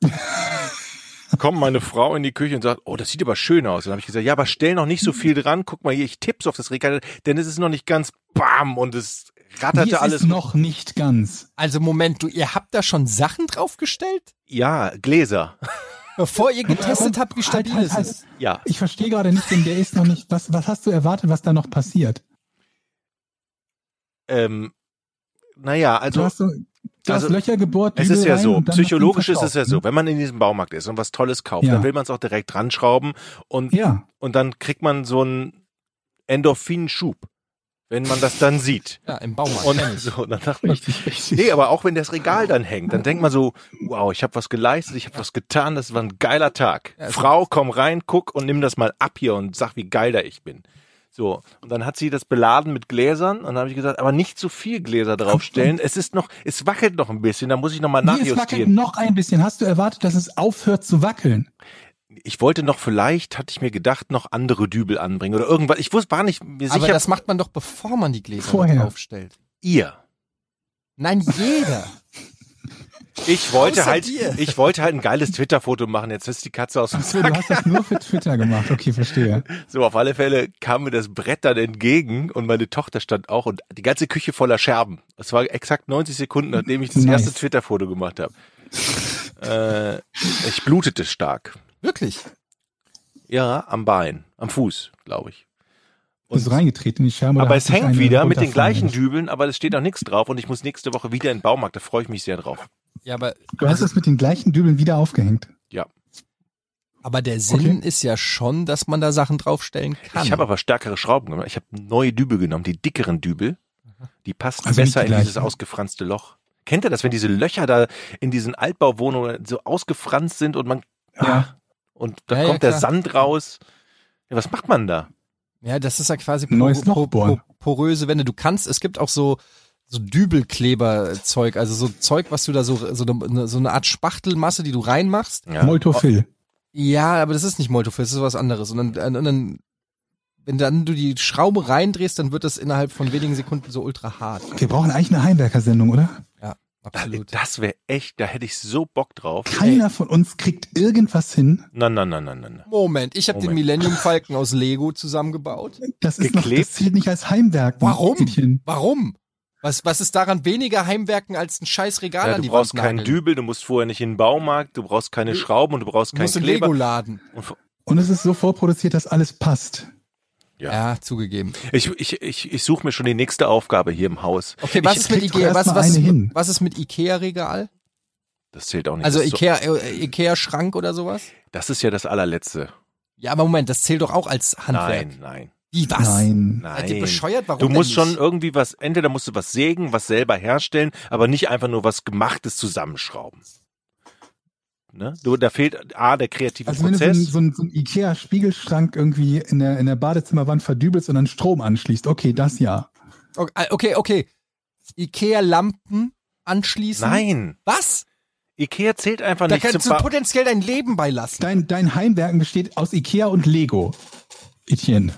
kommt meine Frau in die Küche und sagt, oh, das sieht aber schön aus. Und dann habe ich gesagt, ja, aber stell noch nicht so viel dran. Guck mal hier, ich tipp's auf das Regal, denn es ist noch nicht ganz bam und es Wie, ratterte es alles. ist noch nicht ganz. Also Moment, du, ihr habt da schon Sachen draufgestellt? Ja, Gläser. Bevor ihr getestet habt, wie stabil Halt, es halt, ist. Ja. Ich verstehe gerade nicht, denn der ist noch nicht. Was, was hast du erwartet, was da noch passiert? Ähm, naja, Du also hast, so, du also, hast Löcher gebohrt. es Dübel ist ja rein so, und dann das Ding psychologisch ist es ja verstaubt, so, ne? wenn man in diesem Baumarkt ist und was Tolles kauft, Ja. dann will man es auch direkt dran schrauben und, Ja. und dann kriegt man so einen Endorphinschub, wenn man das dann sieht. Ja, im Baumarkt. Und kenn ich. so, dann dachte ich, Richtig, richtig. nee, aber auch wenn das Regal dann hängt, dann denkt man so, wow, ich habe was geleistet, ich habe was getan, das war ein geiler Tag. Ja, also- Frau, komm rein, guck und nimm das mal ab hier und sag, wie geil da ich bin. So, und dann hat sie das beladen mit Gläsern und dann habe ich gesagt, aber nicht zu viel Gläser draufstellen. Es ist noch, es wackelt noch ein bisschen, da muss ich noch mal Nee, es wackelt nachjustieren. noch ein bisschen. Hast du erwartet, dass es aufhört zu wackeln? Ich wollte noch vielleicht, hatte ich mir gedacht, noch andere Dübel anbringen oder irgendwas. Ich wusste, war nicht mir Aber sicher. das macht man doch, bevor man die Gläser Vorher. draufstellt. Ihr. Nein, jeder. Ich wollte Außer halt, dir. ich wollte halt ein geiles Twitter-Foto machen. Jetzt ist die Katze aus dem So, du hast das nur für Twitter gemacht. Okay, verstehe. So, auf alle Fälle kam mir das Brett dann entgegen und meine Tochter stand auch und die ganze Küche voller Scherben. Das war exakt neunzig Sekunden, nachdem ich das Nice. erste Twitter-Foto gemacht habe. äh, ich blutete stark. Wirklich. Ja, am Bein, am Fuß, glaube ich. Du bist reingetreten in die Scherbe. Aber oder es hast dich hängt eine wieder mit den runterfallen gleichen lassen? Dübeln, aber es steht auch nichts drauf und ich muss nächste Woche wieder in den Baumarkt, da freue ich mich sehr drauf. Ja, aber, Du hast es mit den gleichen Dübeln wieder aufgehängt. Ja. aber der Sinn Okay. ist ja schon, dass man da Sachen draufstellen kann. Ich habe aber stärkere Schrauben gemacht. Ich habe neue Dübel genommen, die dickeren Dübel. Die passten Also nicht besser die in dieses gleichen. ausgefranste Loch. Kennt ihr das, wenn diese Löcher da in diesen Altbauwohnungen so ausgefranst sind und man Ja. und da Ja, ja, kommt der klar. Sand raus? Ja, was macht man da? Ja, das ist ja quasi Neues Loch por, bohren. por, poröse Wände. Du kannst, es gibt auch so, so Dübelkleberzeug, also so Zeug, was du da so, so eine, so eine Art Spachtelmasse, die du reinmachst. Ja. Moltofil. Ja, aber das ist nicht Moltofil, das ist was anderes. Und dann, und dann, wenn dann du die Schraube reindrehst, dann wird das innerhalb von wenigen Sekunden so ultra hart. Wir brauchen eigentlich eine Heimwerker-Sendung, oder? Ja, absolut. Das wäre echt, da hätte ich so Bock drauf. Keiner von uns kriegt irgendwas hin. Nein, nein, nein, nein, nein. Moment, ich habe den Moment. Millennium Falcon aus Lego zusammengebaut. Das ist noch, Geklebt? das zählt nicht als Heimwerk. Warum? Mädchen. Warum? Was, was ist daran weniger Heimwerken als ein scheiß Regal Ja, an du die brauchst Wand keinen nageln? Dübel, du musst vorher nicht in den Baumarkt, du brauchst keine Du- Schrauben und du brauchst Du keinen musst in Kleber. Lego laden. Und, Und es ist so vorproduziert, dass alles passt. Ja. Ja, zugegeben. ich ich, ich, ich suche mir schon die nächste Aufgabe hier im Haus. Okay, was Ich ist mit krieg doch Ikea? erst Was, mal was, eine ist, hin. was ist mit Ikea-Regal? Das zählt auch nicht. Also das, ist Ikea, äh, Ikea-Schrank oder sowas? so, das ist ja das allerletzte. Ja, aber Moment, das zählt doch auch als Handwerk. Nein, nein, Wie, was? Nein. Seid ihr nein. bescheuert? Warum Du denn musst nicht? schon irgendwie was, entweder musst du was sägen, was selber herstellen, aber nicht einfach nur was Gemachtes zusammenschrauben. Ne? Du, da fehlt A, der kreative Also wenn du so Prozess. einen, so einen, so einen Ikea-Spiegelschrank irgendwie in der, in der Badezimmerwand verdübelst und dann Strom anschließt, okay, das ja. Okay, okay. Ikea-Lampen anschließen? Nein, Was? Ikea zählt einfach Da nicht kannst zum du Ba- potenziell dein Leben beilassen. Dein, dein Heimwerken besteht aus Ikea und Lego. Etienne.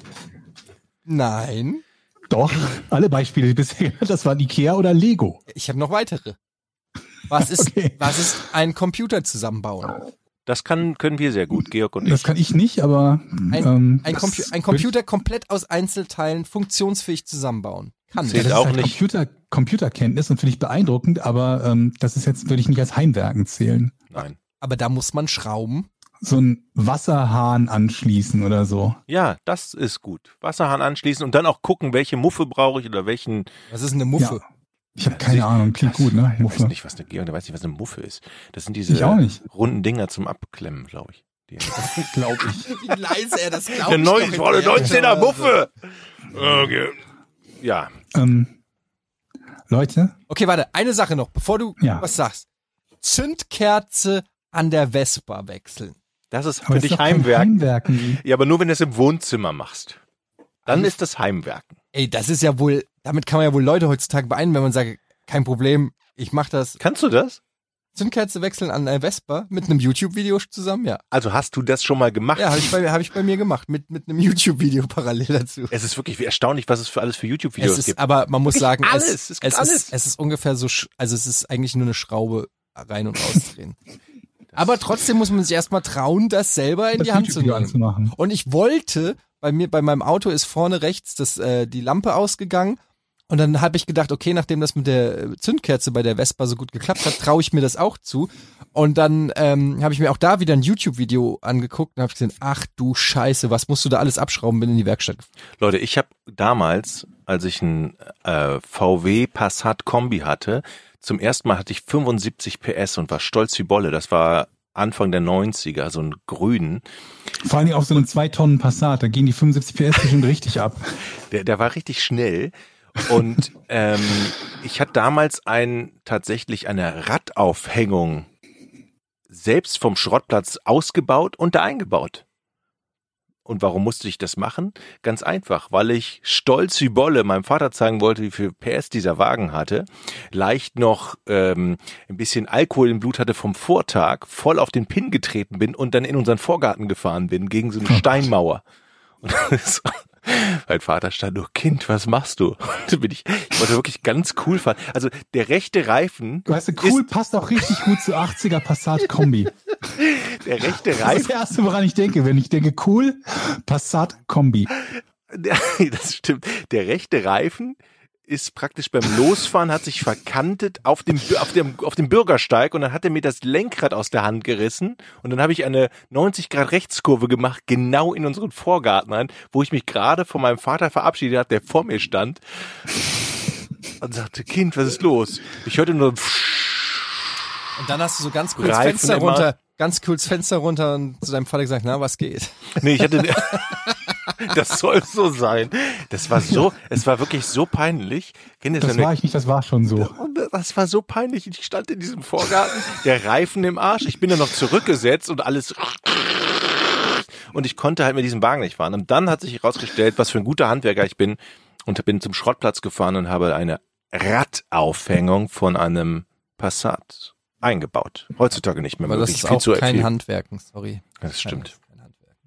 Nein. Doch, alle Beispiele, die bisher genannt, das waren Ikea oder Lego. Ich habe noch weitere. Was ist, Okay. was ist ein Computer zusammenbauen? Das kann, können wir sehr gut, Georg und Das ich. kann ich nicht, aber Ein, ähm, ein, das Compu ein wird- Computer komplett aus Einzelteilen funktionsfähig zusammenbauen. Kann Zählt das ich. ist auch halt nicht. Computer, Computerkenntnis und finde ich beeindruckend, aber ähm, das ist jetzt, würde ich nicht als Heimwerken zählen. Nein. Aber da muss man schrauben. So ein Wasserhahn anschließen oder so. Ja, das ist gut. Wasserhahn anschließen und dann auch gucken, welche Muffe brauche ich oder welchen. Was ist eine Muffe? Ich habe keine Ahnung, klingt gut, ne? Ich weiß Muffe. nicht, was eine Georg, der weiß nicht, was eine Muffe ist. Das sind diese Ich auch nicht. runden Dinger zum Abklemmen, glaube ich. Die- Glaube ich. Wie leise er das glaubt. Eine neun- war eine neunzehner Muffe. Okay. Ja, Ähm, Leute, Okay, warte, eine Sache noch, bevor du Ja. was sagst. Zündkerze an der Vespa wechseln. das ist aber für das dich ist doch kein Heimwerk. Heimwerken. Ja, aber nur wenn du es im Wohnzimmer machst. Dann ist das Heimwerken. Ey, das ist ja wohl, damit kann man ja wohl Leute heutzutage beeindrucken, wenn man sagt, kein Problem, ich mach das. Kannst du das? Zündkerze wechseln an der Vespa mit einem YouTube-Video zusammen, ja. Also hast du das schon mal gemacht? Ja, habe ich, bei, hab ich bei mir gemacht, mit, mit einem YouTube-Video parallel dazu. Es ist wirklich erstaunlich, was es für alles für Es YouTube-Videos ist, gibt. aber man muss Wirklich sagen, alles, es, es gibt es, alles. Ist, es ist ungefähr so, sch- also es ist eigentlich nur eine Schraube rein und rausdrehen. Aber trotzdem muss man sich erstmal trauen, das selber in Das die Hand zu YouTube-Video nehmen. anzumachen. Und ich wollte, bei mir, bei meinem Auto ist vorne rechts das, äh, die Lampe ausgegangen. Und dann habe ich gedacht, okay, nachdem das mit der Zündkerze bei der Vespa so gut geklappt hat, traue ich mir das auch zu. Und dann ähm, habe ich mir auch da wieder ein YouTube-Video angeguckt und habe gesehen, ach du Scheiße, was musst du da alles abschrauben, bin in die Werkstatt gefahren. Leute, ich habe damals, als ich einen äh, V W Passat Kombi hatte, zum ersten Mal hatte ich fünfundsiebzig P S und war stolz wie Bolle. Das war Anfang der neunziger, so einen grünen. Vor allen Dingen auf so einem zwei Tonnen Passat, da gehen die fünfundsiebzig P S bestimmt richtig ab. Der, der war richtig schnell. Und ähm, ich hatte damals ein tatsächlich eine Radaufhängung selbst vom Schrottplatz ausgebaut und da eingebaut. Und warum musste ich das machen? Ganz einfach, weil ich stolz wie Bolle meinem Vater zeigen wollte, wie viel P S dieser Wagen hatte, leicht noch ähm, ein bisschen Alkohol im Blut hatte vom Vortag, voll auf den Pin getreten bin und dann in unseren Vorgarten gefahren bin, gegen so eine Steinmauer. Und das, mein Vater stand nur, Kind, was machst du? Und dann bin ich, ich wollte wirklich ganz cool fahren. Also der rechte Reifen, Weißt du, cool passt auch richtig gut zu achtziger Passat Kombi. der rechte Das ist Reifen, das Erste, woran ich denke, wenn ich denke, cool, Passat Kombi. der, das stimmt, der rechte Reifen ist praktisch beim Losfahren, hat sich verkantet auf dem, auf dem, auf dem Bürgersteig und dann hat er mir das Lenkrad aus der Hand gerissen und dann habe ich eine neunzig Grad Rechtskurve gemacht, genau in unseren Vorgarten rein, wo ich mich gerade von meinem Vater verabschiedet habe, der vor mir stand und sagte, Kind, was ist los? Ich hörte nur, Und dann hast du so ganz kurz Reifen Fenster immer. runter, ganz kurz Fenster runter und zu deinem Vater gesagt, na, was geht? nee, ich hatte, das soll so sein. Das war so, es war wirklich so peinlich. Kennt ihr Das eine- war ich nicht, das war schon so. Und das war so peinlich. Ich stand in diesem Vorgarten, der Reifen im Arsch. Ich bin dann noch zurückgesetzt und alles. Und ich konnte halt mit diesem Wagen nicht fahren. Und dann hat sich herausgestellt, was für ein guter Handwerker ich bin. Und bin zum Schrottplatz gefahren und habe eine Radaufhängung von einem Passat eingebaut. Heutzutage nicht mehr Aber möglich. das ist Viel auch zu kein viel. Handwerken, sorry. Das stimmt. Kein Handwerken.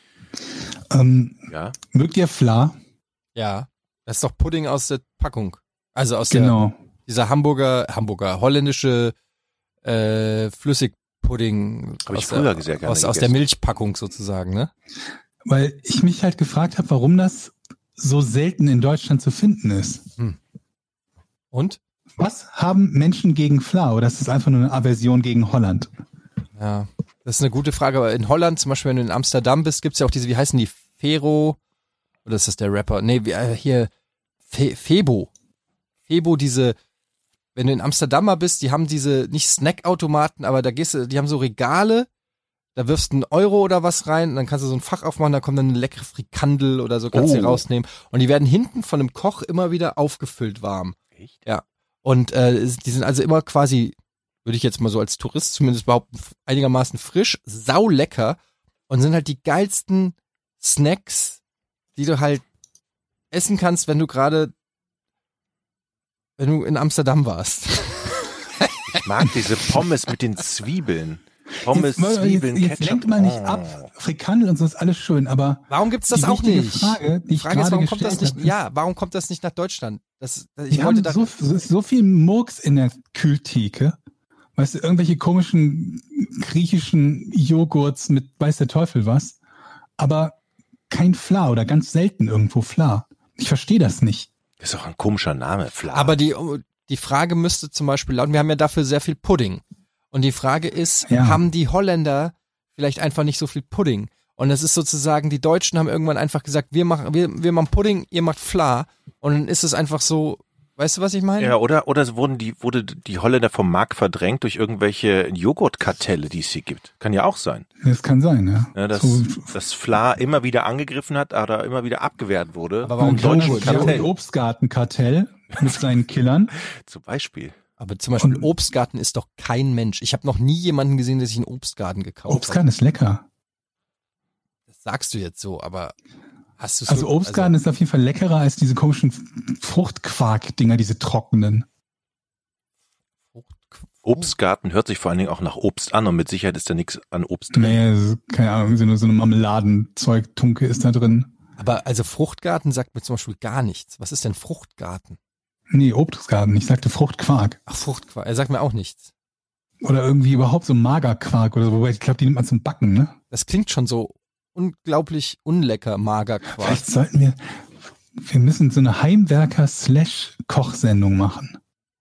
Ähm, Ja. mögt ihr Fla? Ja, das ist doch Pudding aus der Packung. Also aus Genau. der, dieser Hamburger, Hamburger, holländische äh, Flüssigpudding. Hab ich aus früher der, sehr gerne aus, aus der gegessen. Milchpackung sozusagen, ne? Weil ich mich halt gefragt habe, warum das so selten in Deutschland zu finden ist. Und? Was haben Menschen gegen Fla? Oder ist das einfach nur eine Aversion gegen Holland? Ja, das ist eine gute Frage. Aber in Holland, zum Beispiel, wenn du in Amsterdam bist, gibt's ja auch diese, wie heißen die? Fero? Oder ist das der Rapper? Nee, wie, äh, hier, Fe, Febo. Febo, diese, wenn du in Amsterdam mal bist, die haben diese, nicht Snackautomaten, aber da gehst du, die haben so Regale, da wirfst du einen Euro oder was rein und dann kannst du so ein Fach aufmachen, da kommt dann eine leckere Frikandel oder so, kannst du Oh. rausnehmen. Und die werden hinten von einem Koch immer wieder aufgefüllt warm. Echt? Ja. Und äh, die sind also immer quasi, würde ich jetzt mal so als Tourist zumindest behaupten, einigermaßen frisch, saulecker und sind halt die geilsten Snacks, die du halt essen kannst, wenn du gerade, wenn du in Amsterdam warst. Ich mag diese Pommes mit den Zwiebeln. Pommes, jetzt, Zwiebeln, jetzt, jetzt Ketchup. lenkt mal nicht Oh. ab. Frikandel und so ist alles schön, aber Warum gibt's das die auch wichtige nicht? Frage, die Die ich Frage ist, gerade warum kommt das gestellt nicht, habe, ja, warum kommt das nicht nach Deutschland? Das, das ich Die wollte haben da, so, so, so viel Murks in der Kühltheke. Weißt du, irgendwelche komischen griechischen Joghurts mit weiß der Teufel was. Aber kein Fla oder ganz selten irgendwo Fla. Ich verstehe das nicht. Das ist auch ein komischer Name, Fla. aber die, die Frage müsste zum Beispiel lauten, wir haben ja dafür sehr viel Pudding. Und die Frage ist, Ja. haben die Holländer vielleicht einfach nicht so viel Pudding? Und das ist sozusagen, die Deutschen haben irgendwann einfach gesagt, wir machen, wir, wir machen Pudding, ihr macht Fla. Und dann ist es einfach so, weißt du, was ich meine? Ja, oder, oder wurden die, wurde die Holländer vom Markt verdrängt durch irgendwelche Joghurtkartelle, die es hier gibt. Kann ja auch sein. Das kann sein, ja. Ja, dass, so, dass Fla immer wieder angegriffen hat oder immer wieder abgewehrt wurde. Aber warum vom deutschen Joghurt? das Kartell Obstgartenkartell mit seinen Killern. zum Beispiel. Aber zum Beispiel Und- Obstgarten ist doch kein Mensch. Ich habe noch nie jemanden gesehen, der sich einen Obstgarten gekauft Obstgarten ist lecker. hat. Das sagst du jetzt so, aber hast du Also Obstgarten ist auf jeden Fall leckerer als diese komischen Fruchtquark-Dinger, diese trockenen. Obstgarten hört sich vor allen Dingen auch nach Obst an und mit Sicherheit ist da nichts an Obst drin. Nee, so, keine Ahnung, so eine, so eine Marmeladenzeug, Tunke ist da drin. Aber also Fruchtgarten sagt mir zum Beispiel gar nichts. Was ist denn Fruchtgarten? Nee, Obstgarten. Ich sagte Fruchtquark. Ach, Fruchtquark. Er sagt mir auch nichts. Oder irgendwie überhaupt so Magerquark oder so. Wobei ich glaube, die nimmt man zum Backen, ne? Das klingt schon so unglaublich unlecker, mager Quark. Vielleicht sollten wir, wir müssen so eine Heimwerker-Slash-Kochsendung machen.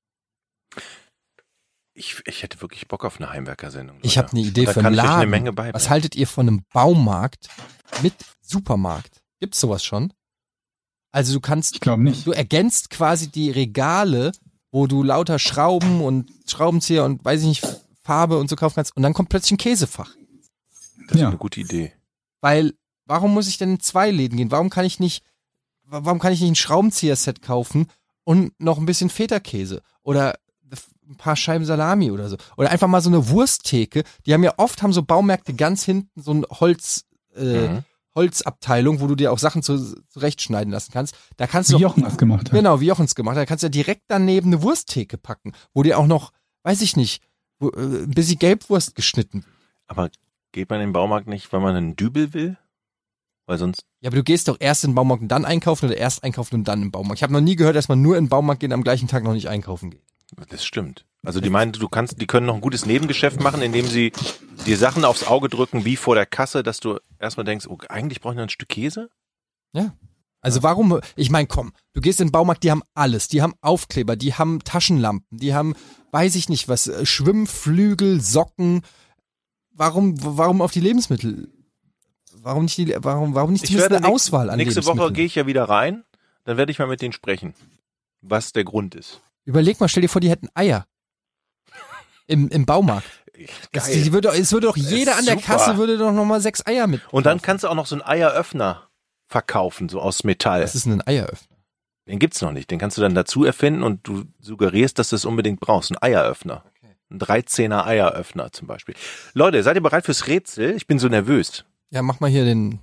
Ich, ich hätte wirklich Bock auf eine Heimwerkersendung. Ich Leute. habe eine Idee Da für kann einen ich euch eine Laden. Menge beibringen. Was haltet ihr von einem Baumarkt mit Supermarkt? Gibt's sowas schon? Also du kannst, Ich glaube nicht. du ergänzt quasi die Regale, wo du lauter Schrauben und Schraubenzieher und weiß ich nicht, Farbe und so kaufen kannst und dann kommt plötzlich ein Käsefach. Das ist Ja. eine gute Idee. Weil, warum muss ich denn in zwei Läden gehen? Warum kann ich nicht, warum kann ich nicht ein Schraubenzieher-Set kaufen und noch ein bisschen Feta-Käse oder ein paar Scheiben Salami oder so? Oder einfach mal so eine Wursttheke. Die haben ja oft, haben so Baumärkte ganz hinten so ein Holz, äh, Mhm. Holzabteilung, wo du dir auch Sachen zu, zurechtschneiden lassen kannst. Da kannst du Wie doch- Jochen das gemacht hat. Genau, wie Jochens gemacht hat. Da kannst du ja direkt daneben eine Wursttheke packen, wo dir auch noch, weiß ich nicht, wo, äh, ein bisschen Gelbwurst geschnitten. Aber geht man in den Baumarkt nicht, weil man einen Dübel will? Weil sonst, Ja, aber du gehst doch erst in den Baumarkt und dann einkaufen oder erst einkaufen und dann im Baumarkt. Ich habe noch nie gehört, dass man nur in den Baumarkt geht und am gleichen Tag noch nicht einkaufen geht. das stimmt. Also die meinen, du kannst, die können noch ein gutes Nebengeschäft machen, indem sie dir Sachen aufs Auge drücken, wie vor der Kasse, dass du erstmal denkst, oh, eigentlich brauche ich noch ein Stück Käse? Also warum, ich meine, komm, du gehst in den Baumarkt, die haben alles. Die haben Aufkleber, die haben Taschenlampen, die haben, weiß ich nicht was, äh, Schwimmflügel, Socken. Warum, warum auf die Lebensmittel? Warum nicht die, warum, warum nicht Ich zumindest werde eine nächst- Auswahl an Nächste Woche Lebensmitteln? gehe ich ja wieder rein, dann werde ich mal mit denen sprechen, was der Grund ist. Überleg mal, stell dir vor, die hätten Eier. Im, im Baumarkt. Das, Geil. die würde, es würde doch jeder an der super. Kasse würde doch nochmal sechs Eier mit. Und dann kannst du auch noch so einen Eieröffner verkaufen, so aus Metall. Was ist denn ein Eieröffner? Den gibt's noch nicht. Den kannst du dann dazu erfinden und du suggerierst, dass du es unbedingt brauchst. Ein Eieröffner. Ein dreizehner Eieröffner zum Beispiel. Leute, seid ihr bereit fürs Rätsel? Ich bin so nervös. Ja, mach mal hier den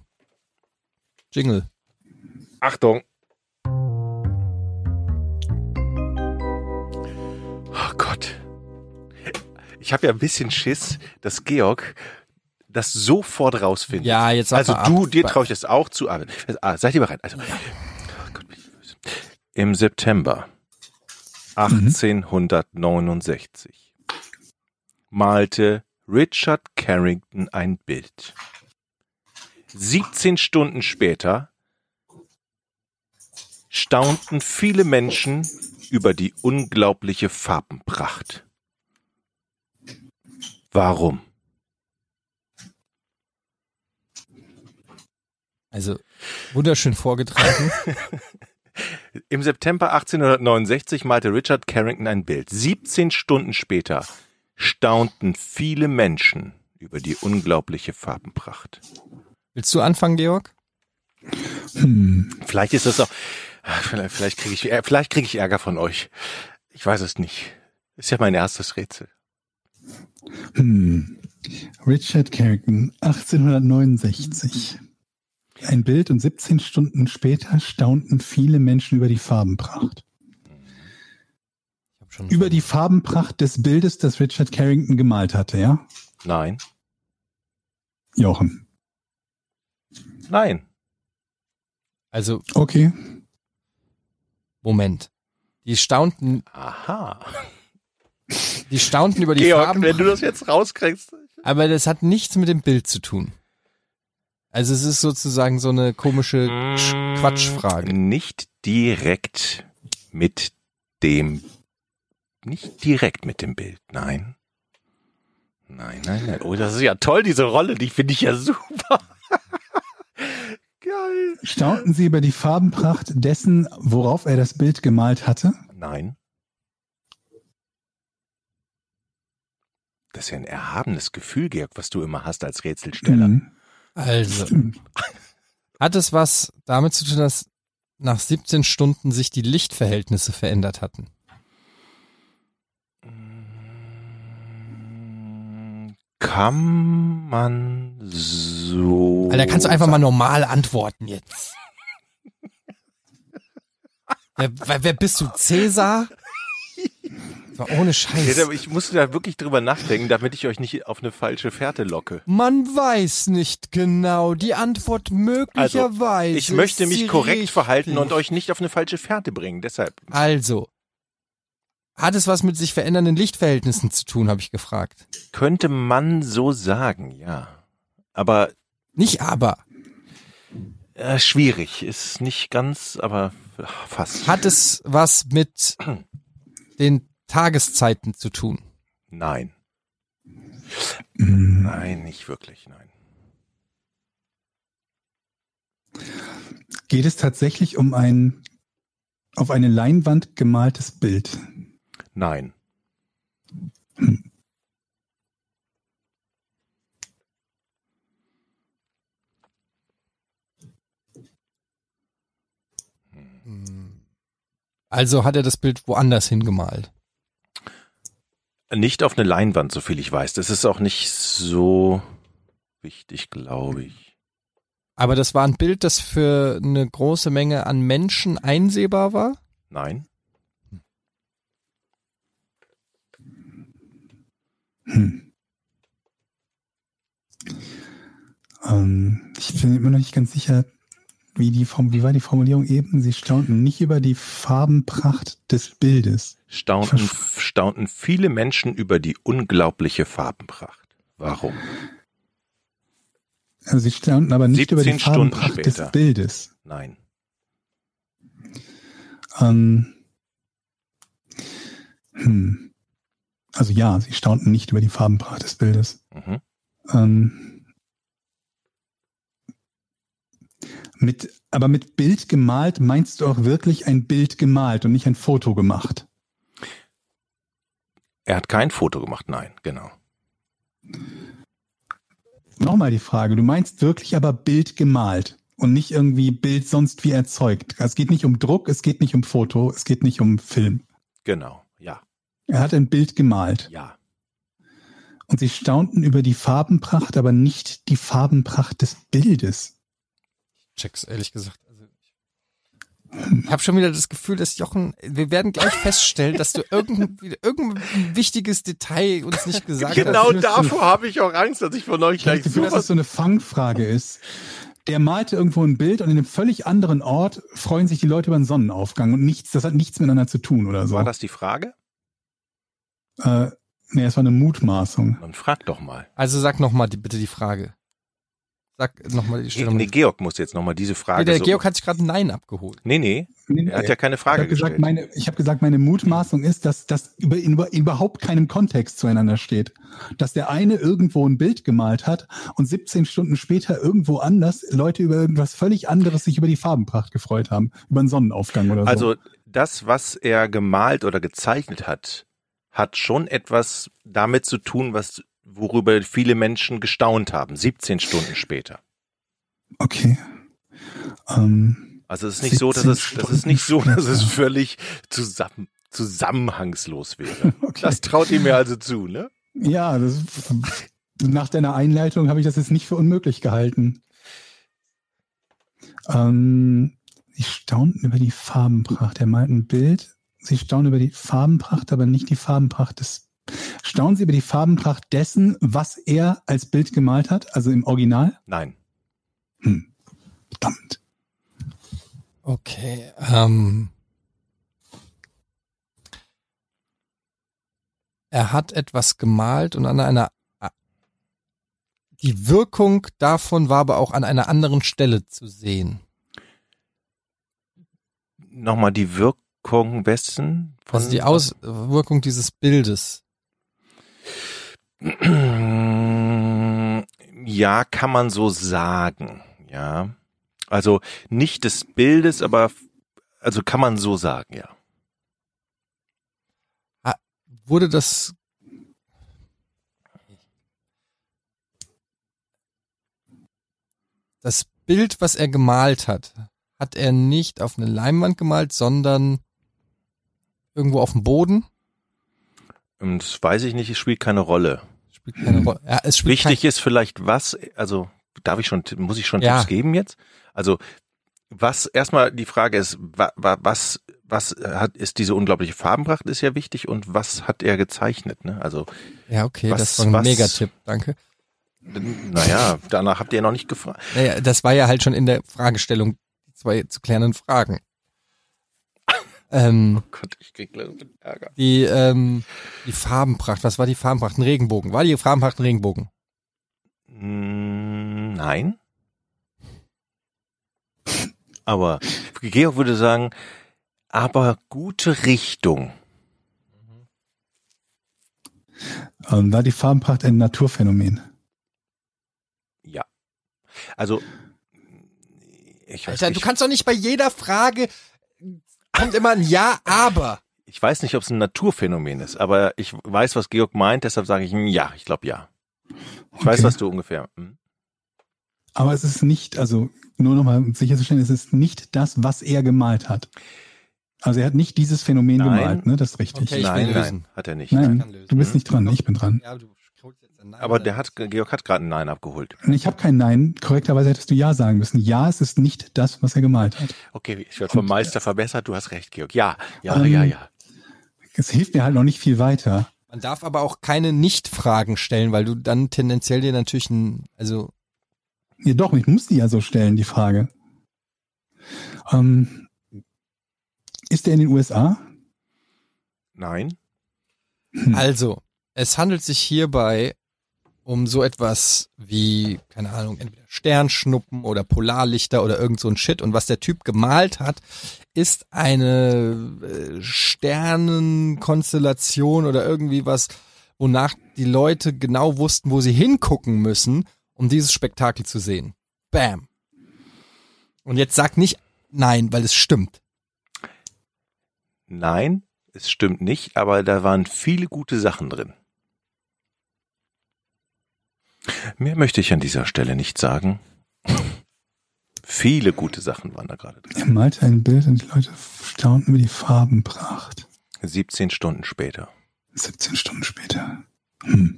Jingle. Achtung. Ich habe ja ein bisschen Schiss, dass Georg das sofort rausfindet. Ja, jetzt sag Also mal du, ab. dir traue ich das auch zu. Aber, ah, seid ihr bereit? Also, oh Gott, bin ich böse. Im September achtzehnhundertneunundsechzig malte Richard Carrington ein Bild. siebzehn Stunden später staunten viele Menschen über die unglaubliche Farbenpracht. Warum? Also, wunderschön vorgetragen. Im September achtzehnhundertneunundsechzig malte Richard Carrington ein Bild. siebzehn Stunden später staunten viele Menschen über die unglaubliche Farbenpracht. Willst du anfangen, Georg? Hm. Vielleicht ist das auch, vielleicht, vielleicht kriege ich, vielleicht kriege ich Ärger von euch. Ich weiß es nicht. Ist ja mein erstes Rätsel. Hm. Richard Carrington, achtzehnhundertneunundsechzig. Ein Bild und siebzehn Stunden später staunten viele Menschen über die Farbenpracht. Ich hab schon Über die Farbenpracht des Bildes, das Richard Carrington gemalt hatte, ja? Nein. Jochen. Nein. Also, Okay. Moment. Die staunten, Aha. die staunten über die Georg, Farben. wenn du das jetzt rauskriegst. Aber das hat nichts mit dem Bild zu tun. Also es ist sozusagen so eine komische Sch- Quatschfrage. Nicht direkt mit dem, nicht direkt mit dem Bild, nein. Nein, nein, nein. Oh, das ist ja toll, diese Rolle, die finde ich ja super. Geil. Staunten Sie über die Farbenpracht dessen, worauf er das Bild gemalt hatte? Nein. Das ist ja ein erhabenes Gefühl, Georg, was du immer hast als Rätselsteller. Mhm. Also, Stimmt. hat es was damit zu tun, dass nach siebzehn Stunden sich die Lichtverhältnisse verändert hatten? Kann man so... Alter, kannst du einfach mal normal antworten jetzt. wer, wer, wer bist du, Cäsar? Das war ohne Scheiß. Ja, ich musste da wirklich drüber nachdenken, damit ich euch nicht auf eine falsche Fährte locke. Man weiß nicht genau. Die Antwort möglicherweise. Ich möchte ist mich sie korrekt richtig. verhalten und euch nicht auf eine falsche Fährte bringen, deshalb. Also, hat es was mit sich verändernden Lichtverhältnissen zu tun, habe ich gefragt. Könnte man so sagen, ja. Aber Nicht aber. äh, schwierig, ist nicht ganz, aber fast. Hat es was mit den Tageszeiten zu tun? Nein. Mhm. Nein, nicht wirklich, nein. Geht es tatsächlich um ein auf eine Leinwand gemaltes Bild? Nein. Hm. Also hat er das Bild woanders hingemalt. Nicht auf eine Leinwand, so viel ich weiß. Das ist auch nicht so wichtig, glaube ich. Aber das war ein Bild, das für eine große Menge an Menschen einsehbar war? Nein. Hm. Ähm, ich bin immer noch nicht ganz sicher, wie, die Form, wie war die Formulierung eben? Sie staunten nicht über die Farbenpracht des Bildes. Staunten, Versch- staunten viele Menschen über die unglaubliche Farbenpracht. Warum? Also sie staunten aber nicht über die siebzehn Stunden Farbenpracht später. des Bildes. Nein. Ähm, hm. Also ja, sie staunten nicht über die Farbenpracht des Bildes. Mhm. Ähm, mit, aber mit Bild gemalt meinst du auch wirklich ein Bild gemalt und nicht ein Foto gemacht? Er hat kein Foto gemacht, nein, genau. Nochmal die Frage, du meinst wirklich aber Bild gemalt und nicht irgendwie Bild sonst wie erzeugt. Es geht nicht um Druck, es geht nicht um Foto, es geht nicht um Film. Genau, ja, Er hat ein Bild gemalt ja. und sie staunten über die Farbenpracht, aber nicht die Farbenpracht des Bildes. Check's ehrlich gesagt. Also Ich habe schon wieder das Gefühl, dass Jochen, wir werden gleich feststellen, dass du irgendein, irgendein wichtiges Detail uns nicht gesagt Genau hast. davor habe ich auch Angst, dass ich von euch Ich habe gleich das Gefühl, dass sowas... das so eine Fangfrage ist. Der malte irgendwo ein Bild und in einem völlig anderen Ort freuen sich die Leute über einen Sonnenaufgang und nichts, das hat nichts miteinander zu tun oder so. War das die Frage? Äh, nee, es war eine Mutmaßung. Dann frag doch mal. Also sag nochmal die, bitte die Frage. Sag nochmal die Nee, Stellung. nee, Georg muss jetzt nochmal diese Frage... Nee, der so Georg hat sich gerade ein Nein abgeholt. Nee, nee, Nee, er hat nee. ja keine Ich Frage habe gesagt, gestellt. meine, ich habe gesagt, meine Mutmaßung ist, dass das über, in, über, in überhaupt keinem Kontext zueinander steht. Dass der eine irgendwo ein Bild gemalt hat und siebzehn Stunden später irgendwo anders Leute über irgendwas völlig anderes sich über die Farbenpracht gefreut haben. Über einen Sonnenaufgang oder so. Also das, was er gemalt oder gezeichnet hat, hat schon etwas damit zu tun, was worüber viele Menschen gestaunt haben, siebzehn Stunden später. Okay. Ähm, Also es ist nicht so, dass es, das ist nicht so, dass es völlig zusammen, zusammenhangslos wäre. okay. Das traut ihr mir also zu, ne? Ja, das, nach deiner Einleitung habe ich das jetzt nicht für unmöglich gehalten. Ähm, sie staunten über die Farbenpracht. Er malt ein Bild. Sie staunen über die Farbenpracht, aber nicht die Farbenpracht des. Staunen Sie über die Farbenpracht dessen, was er als Bild gemalt hat, also im Original? Nein. Hm. Verdammt. Okay. Ähm, er hat etwas gemalt und an einer die Wirkung davon war aber auch an einer anderen Stelle zu sehen. Nochmal die Wirkung wessen? Von Also die Auswirkung dieses Bildes. Ja, kann man so sagen, ja. Also nicht des Bildes, aber also kann man so sagen, ja. Wurde das das Bild, was er gemalt hat, hat er nicht auf eine Leinwand gemalt, sondern irgendwo auf dem Boden? Und das weiß ich nicht, es spielt keine Rolle. Spielt keine Rolle. Ja, es spielt Wichtig kein, ist vielleicht was, also darf ich schon, muss ich schon Ja. Tipps geben jetzt? Also was, erstmal die Frage ist, wa, wa, was, was hat, ist diese unglaubliche Farbenpracht ist ja wichtig und was hat er gezeichnet, ne? Also, Ja, okay, was- das war ein was- Megatipp, danke. naja, danach habt ihr noch nicht gefragt. Naja, das war ja halt schon in der Fragestellung die zwei zu klärenden Fragen. ähm, Oh Gott, ich krieg gleich Ärger. die, ähm, die Farbenpracht, was war die Farbenpracht? Ein Regenbogen. War die Farbenpracht ein Regenbogen? Mm, Nein. Aber Georg würde sagen, aber gute Richtung. Ähm, war die Farbenpracht ein Naturphänomen? Ja. Also, ich weiß Alter, nicht. du kannst doch nicht bei jeder Frage kommt immer ein Ja, aber. Ich weiß nicht, ob es ein Naturphänomen ist, aber ich weiß, was Georg meint, deshalb sage ich ihm ja, ich glaube ja. Ich Okay. weiß, was du ungefähr. Hm? Aber es ist nicht, also nur nochmal um sicherzustellen, es ist nicht das, was er gemalt hat. Also er hat nicht dieses Phänomen Nein. gemalt, ne? Das ist richtig. Okay, ich Nein, will nein, lösen. hat er nicht. Nein, kann lösen. du bist nicht dran, ich bin dran. Ja, du holst jetzt ein Nein. Aber der hat, Georg hat gerade ein Nein abgeholt. Und ich habe kein Nein. Korrekterweise hättest du Ja sagen müssen. Ja, es ist nicht das, was er gemalt hat. Okay, ich werde vom Meister verbessert, du hast recht, Georg. Ja, ja, Ähm, ja, ja. Es hilft mir halt noch nicht viel weiter. Man darf aber auch keine Nicht-Fragen stellen, weil du dann tendenziell dir natürlich ein, also Ja doch, ich muss die ja so stellen, die Frage. Ähm, ist er in den U S A? Nein. Hm. Also, es handelt sich hierbei um so etwas wie, keine Ahnung, entweder Sternschnuppen oder Polarlichter oder irgend so ein Shit. Und was der Typ gemalt hat, ist eine äh, Sternenkonstellation oder irgendwie was, wonach die Leute genau wussten, wo sie hingucken müssen, um dieses Spektakel zu sehen. Bam. Und jetzt sag nicht nein, weil es stimmt. Nein, es stimmt nicht, aber da waren viele gute Sachen drin. Mehr möchte ich an dieser Stelle nicht sagen. Viele gute Sachen waren da gerade drin. Er malte ein Bild und die Leute staunten über die Farbenpracht. siebzehn Stunden später. siebzehn Stunden später. Hm.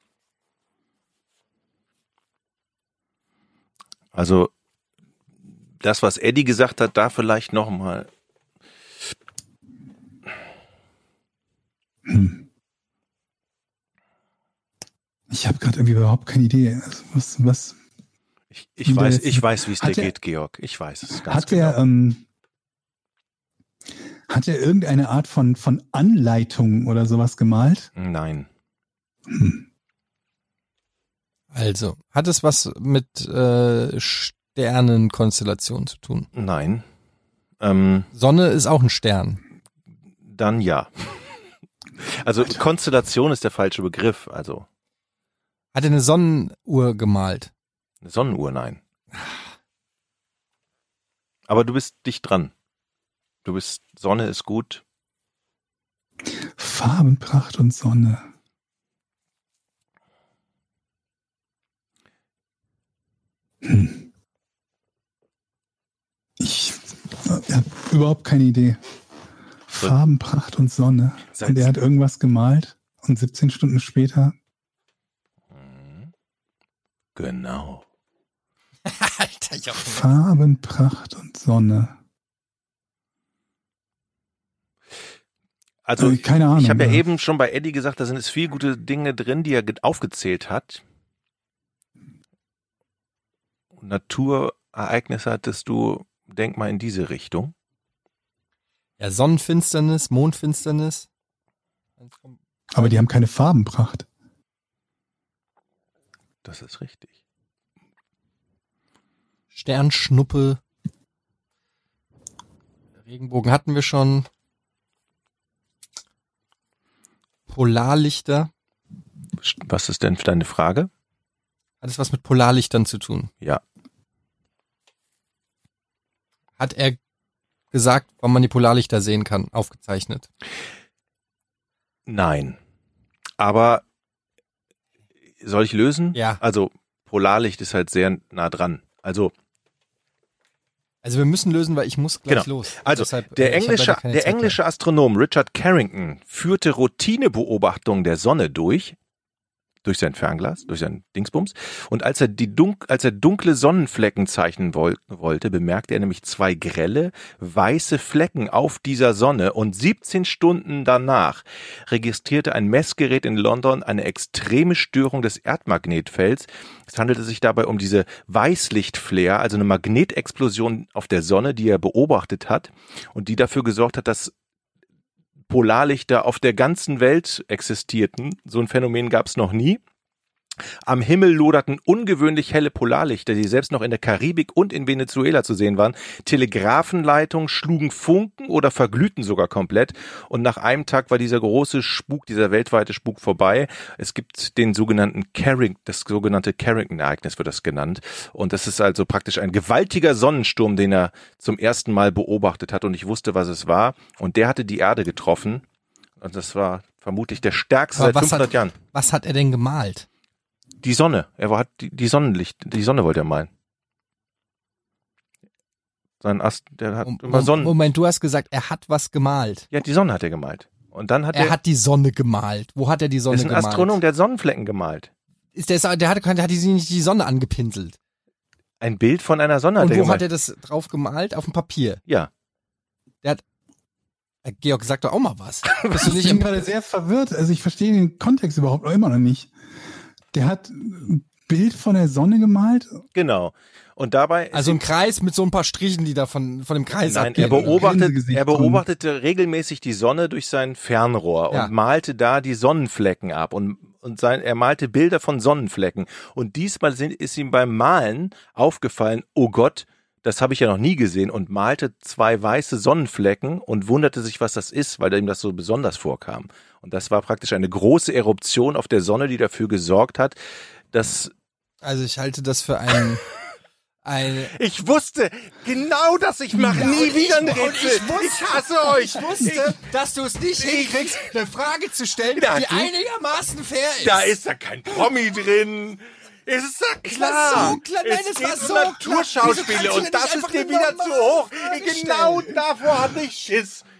Also das, was Eddie gesagt hat, da vielleicht nochmal. Hm. Ich habe gerade irgendwie überhaupt keine Idee. Also was, was? Ich, ich weiß, ich weiß, wie es dir geht, Georg. Ich weiß es ganz hat genau. Der, ähm, hat er irgendeine Art von, von Anleitung oder sowas gemalt? Nein. Hm. Also, hat es was mit äh, Sternenkonstellationen zu tun? Nein. Ähm, Sonne ist auch ein Stern. dann ja. Also Alter. Konstellation ist der falsche Begriff. Also Hat er eine Sonnenuhr gemalt? eine Sonnenuhr, nein. Aber du bist dicht dran. Du bist, Sonne ist gut. Farbenpracht und Sonne. Hm. Ich habe überhaupt keine Idee. Farbenpracht und Sonne. Seit- Und er hat irgendwas gemalt und siebzehn Stunden später. Genau. Alter, ich Farbenpracht und Sonne. Also Äh, keine Ahnung. ich habe ja ja. eben schon bei Eddie gesagt, da sind es viele gute Dinge drin, die er ge- aufgezählt hat. Und Naturereignisse hattest du, denk mal in diese Richtung. Ja, Sonnenfinsternis, Mondfinsternis. Aber die haben keine Farbenpracht. Das ist richtig. Sternschnuppe. Regenbogen hatten wir schon. Polarlichter. Was ist denn deine Frage? Hat es was mit Polarlichtern zu tun? Ja. Hat er gesagt, wann man die Polarlichter sehen kann, aufgezeichnet? Nein. Aber soll ich lösen? Ja. Also Polarlicht ist halt sehr nah dran. Also Also wir müssen lösen, weil ich muss gleich Genau. los. Also Deshalb, der äh, ich hab englische, leider keine der Zeit mehr. englische Astronom Richard Carrington führte Routinebeobachtungen der Sonne durch, durch sein Fernglas, durch sein Dingsbums. Und als er die dunk, als er dunkle Sonnenflecken zeichnen woll, wollte, bemerkte er nämlich zwei grelle, weiße Flecken auf dieser Sonne. Und siebzehn Stunden danach registrierte ein Messgerät in London eine extreme Störung des Erdmagnetfelds. Es handelte sich dabei um diese Weißlichtflare, also eine Magnetexplosion auf der Sonne, die er beobachtet hat und die dafür gesorgt hat, dass Polarlichter auf der ganzen Welt existierten. So ein Phänomen gab es noch nie. Am Himmel loderten ungewöhnlich helle Polarlichter, die selbst noch in der Karibik und in Venezuela zu sehen waren. Telegrafenleitungen schlugen Funken oder verglühten sogar komplett. Und nach einem Tag war dieser große Spuk, dieser weltweite Spuk vorbei. Es gibt den sogenannten Carrington, das sogenannte Carrington-Ereignis wird das genannt. Und das ist also praktisch ein gewaltiger Sonnensturm, den er zum ersten Mal beobachtet hat. Und ich wusste, was es war. Und der hatte die Erde getroffen. Und das war vermutlich der stärkste Aber seit was fünfhundert hat- Jahren. Was hat er denn gemalt? Die Sonne. Er war, hat die, die Sonnenlicht, die Sonne wollte er malen. Sein Ast, der hat Mom- immer Sonnen. Moment, du hast gesagt, er hat was gemalt. Ja, die Sonne hat er gemalt. Und dann hat Er er, hat die Sonne gemalt. Wo hat er die das Sonne ist ein gemalt? Astronom, der hat Sonnenflecken gemalt. Ist der, der hat, der hat die, nicht die Sonne angepinselt. Ein Bild von einer Sonne Und hat wo er gemalt. hat er das drauf gemalt? Auf dem Papier. Ja. Äh, Georg, sag doch auch mal was. Bist du Ich nicht bin im, gerade sehr verwirrt. Also ich verstehe den Kontext überhaupt noch immer noch nicht. Der hat ein Bild von der Sonne gemalt. Genau. Und dabei also ein Kreis mit so ein paar Strichen, die da von, von dem Kreis Nein, abgehen. er beobachtet, Grinsegesicht er beobachtete regelmäßig die Sonne durch sein Fernrohr Ja. und malte da die Sonnenflecken ab und, und sein, er malte Bilder von Sonnenflecken. Und diesmal sind, ist ihm beim Malen aufgefallen, oh Gott, das habe ich ja noch nie gesehen, und malte zwei weiße Sonnenflecken und wunderte sich, was das ist, weil ihm das so besonders vorkam. Und das war praktisch eine große Eruption auf der Sonne, die dafür gesorgt hat, dass Also ich halte das für ein, ein ich wusste genau, dass ich mache nie wieder ein Rätsel. Ich hasse euch. Ich wusste, dass du es nicht hinkriegst, eine Frage zu stellen, Ja, die du- einigermaßen fair ist. Da ist ja kein Promi drin. Es ist ja klar. war so klar. Nein, es es geht war um so klar. Wieso Naturschauspiele kannst du und denn das nicht ist einfach dir eine wieder zu normale hoch. Frage Genau stellen? davor hatte ich Schiss.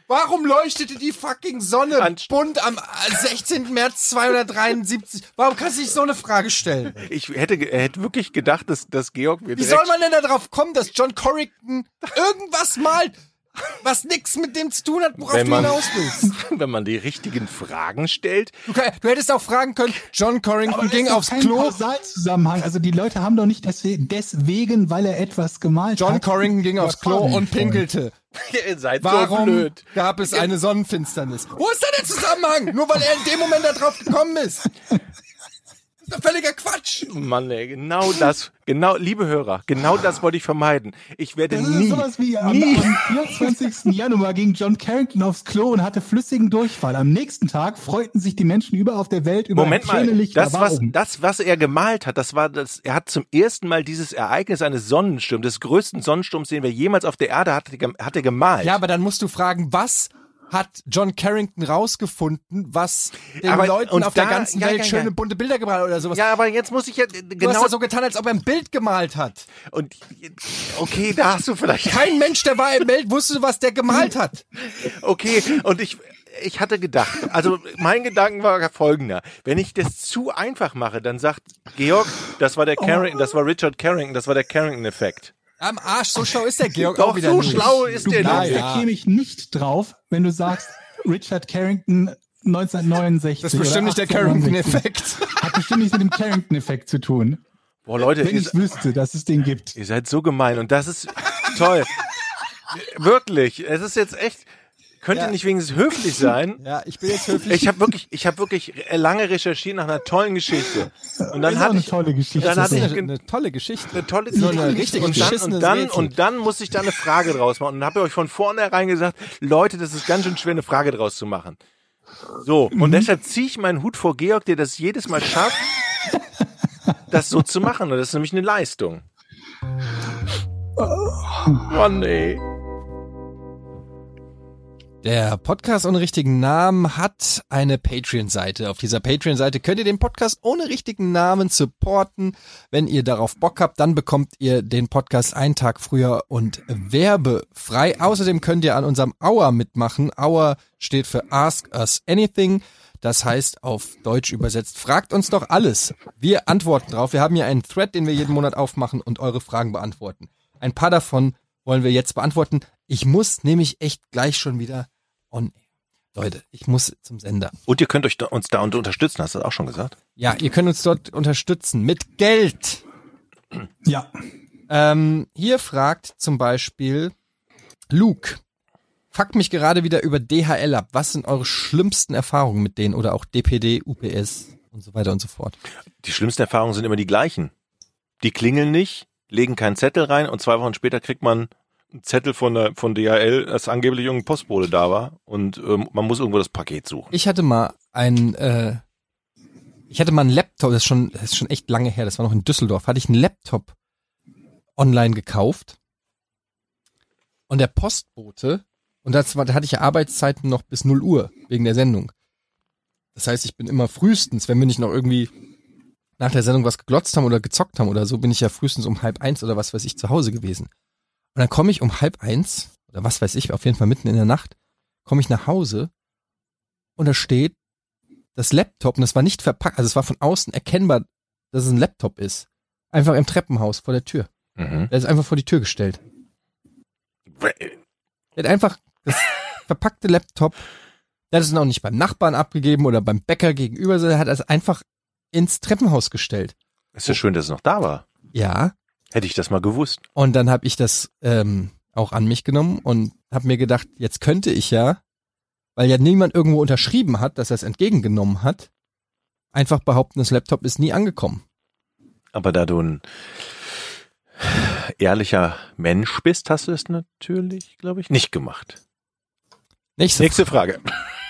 Warum leuchtete die fucking Sonne An- bunt am sechzehnten März zweihundertdreiundsiebzig? Warum kannst du nicht so eine Frage stellen? Ich hätte, ge- hätte wirklich gedacht, dass, dass Georg mir Wie direkt... soll man denn da drauf kommen, dass John Corrington irgendwas malt, was nix mit dem zu tun hat, worauf Wenn du man- hinaus willst? wenn man die richtigen Fragen stellt. Du, kann- du hättest auch fragen können, John Corrington ging aufs kein Klo. Kausalzusammenhang. Also die Leute haben doch nicht deswegen, deswegen weil er etwas gemalt John hat. Corrington ging aufs Klo überfahren und wollen. pinkelte. Ihr seid so Warum blöd. gab es eine Sonnenfinsternis? Wo ist da der Zusammenhang? Nur weil er in dem Moment da drauf gekommen ist. Das ist doch völliger Quatsch. Mann, ey, genau das, genau, liebe Hörer, genau das wollte ich vermeiden. Ich werde Das nie, ist sowas wie am, nie, am vierundzwanzigsten Januar ging John Carrington aufs Klo und hatte flüssigen Durchfall. Am nächsten Tag freuten sich die Menschen überall auf der Welt über Moment schöne mal, Lichter. das was, Warum? das, was er gemalt hat, das war das, er hat zum ersten Mal dieses Ereignis eines Sonnensturms, des größten Sonnensturms, den wir jemals auf der Erde hatten, hat er gemalt. Ja, aber dann musst du fragen, was hat John Carrington rausgefunden, was den Aber- Leuten und auf der da- ganzen ja, Welt ja, ja. schöne bunte Bilder gemalt oder sowas? Ja, aber jetzt muss ich ja, Du hast genau, ja so getan, als ob er ein Bild gemalt hat. und, okay, da hast du vielleicht, Kein Mensch, der war im Bild, wusste, was der gemalt hat. okay, und ich, ich hatte gedacht, also mein Gedanken war folgender, wenn ich das zu einfach mache, dann sagt Georg, das war der Carrington, das war Richard Carrington, das war der Carrington-Effekt. Am Arsch, so schlau ist der Georg Doch, auch wieder so nicht. schlau ist Du der glaubst, nicht. da käme ich nicht drauf, wenn du sagst, Richard Carrington neunzehnhundertneunundsechzig. Das ist bestimmt oder nicht der achtzehnhundertneunundsechzig. Carrington-Effekt. Hat bestimmt nichts mit dem Carrington-Effekt zu tun. Boah, Leute, Wenn ihr, ich wüsste, dass es den gibt. ihr seid so gemein und das ist toll. Wirklich, es ist jetzt echt, könnt ihr Ja. nicht wenigstens höflich sein? Ja, ich bin jetzt höflich. Ich habe wirklich, ich habe wirklich lange recherchiert nach einer tollen Geschichte. Und dann ist auch hatte eine ich, tolle Geschichte. dann hatte eine, ich eine tolle Geschichte. eine tolle So eine Geschichte. richtig und dann, beschissenes und dann, Rätsel. und dann musste ich da eine Frage draus machen und habe euch von vornherein gesagt, Leute, das ist ganz schön schwer, eine Frage draus zu machen. So, und deshalb ziehe ich meinen Hut vor Georg, der das jedes Mal schafft, das so zu machen. Und das ist nämlich eine Leistung. Mann, ey. Der Podcast ohne richtigen Namen hat eine Patreon-Seite. Auf dieser Patreon-Seite könnt ihr den Podcast ohne richtigen Namen supporten. Wenn ihr darauf Bock habt, dann bekommt ihr den Podcast einen Tag früher und werbefrei. Außerdem könnt ihr an unserem Hour mitmachen. Hour steht für Ask Us Anything. Das heißt auf Deutsch übersetzt, fragt uns doch alles. Wir antworten drauf. Wir haben hier einen Thread, den wir jeden Monat aufmachen und eure Fragen beantworten. Ein paar davon wollen wir jetzt beantworten. Ich muss nämlich echt gleich schon wieder on air. Leute, ich muss zum Sender. Und ihr könnt euch da, uns da unterstützen, hast du das auch schon gesagt? Ja, ihr könnt uns dort unterstützen mit Geld. Ja. Ähm, hier fragt zum Beispiel Luke. Fuckt mich gerade wieder über D H L ab. Was sind eure schlimmsten Erfahrungen mit denen oder auch D P D, U P S und so weiter und so fort? Die schlimmsten Erfahrungen sind immer die gleichen. Die klingeln nicht, legen keinen Zettel rein und zwei Wochen später kriegt man einen Zettel von der von D H L, dass angeblich irgendein Postbote da war und ähm, man muss irgendwo das Paket suchen. Ich hatte mal ein, äh, ich hatte mal einen Laptop, das ist schon, das ist schon echt lange her, das war noch in Düsseldorf, hatte ich einen Laptop online gekauft und der Postbote, und das war, da hatte ich ja Arbeitszeiten noch bis null Uhr wegen der Sendung. Das heißt, ich bin immer frühestens, wenn wir nicht noch irgendwie nach der Sendung was geglotzt haben oder gezockt haben oder so, bin ich ja frühestens um halb eins oder was weiß ich zu Hause gewesen. Und dann komme ich um halb eins, oder was weiß ich, auf jeden Fall mitten in der Nacht, komme ich nach Hause und da steht das Laptop, und das war nicht verpackt, also es war von außen erkennbar, dass es ein Laptop ist. Einfach im Treppenhaus vor der Tür. Mhm. Der ist einfach vor die Tür gestellt. Der hat einfach das verpackte Laptop, der hat es noch nicht beim Nachbarn abgegeben oder beim Bäcker gegenüber, sondern er hat es einfach ins Treppenhaus gestellt. Ist ja schön, dass es noch da war. Ja. Hätte ich das mal gewusst. Und dann habe ich das ähm, auch an mich genommen und habe mir gedacht, jetzt könnte ich ja, weil ja niemand irgendwo unterschrieben hat, dass er es entgegengenommen hat, einfach behaupten, das Laptop ist nie angekommen. Aber da du ein ehrlicher Mensch bist, hast du es natürlich, glaube ich, nicht gemacht. Nächste, Nächste Frage.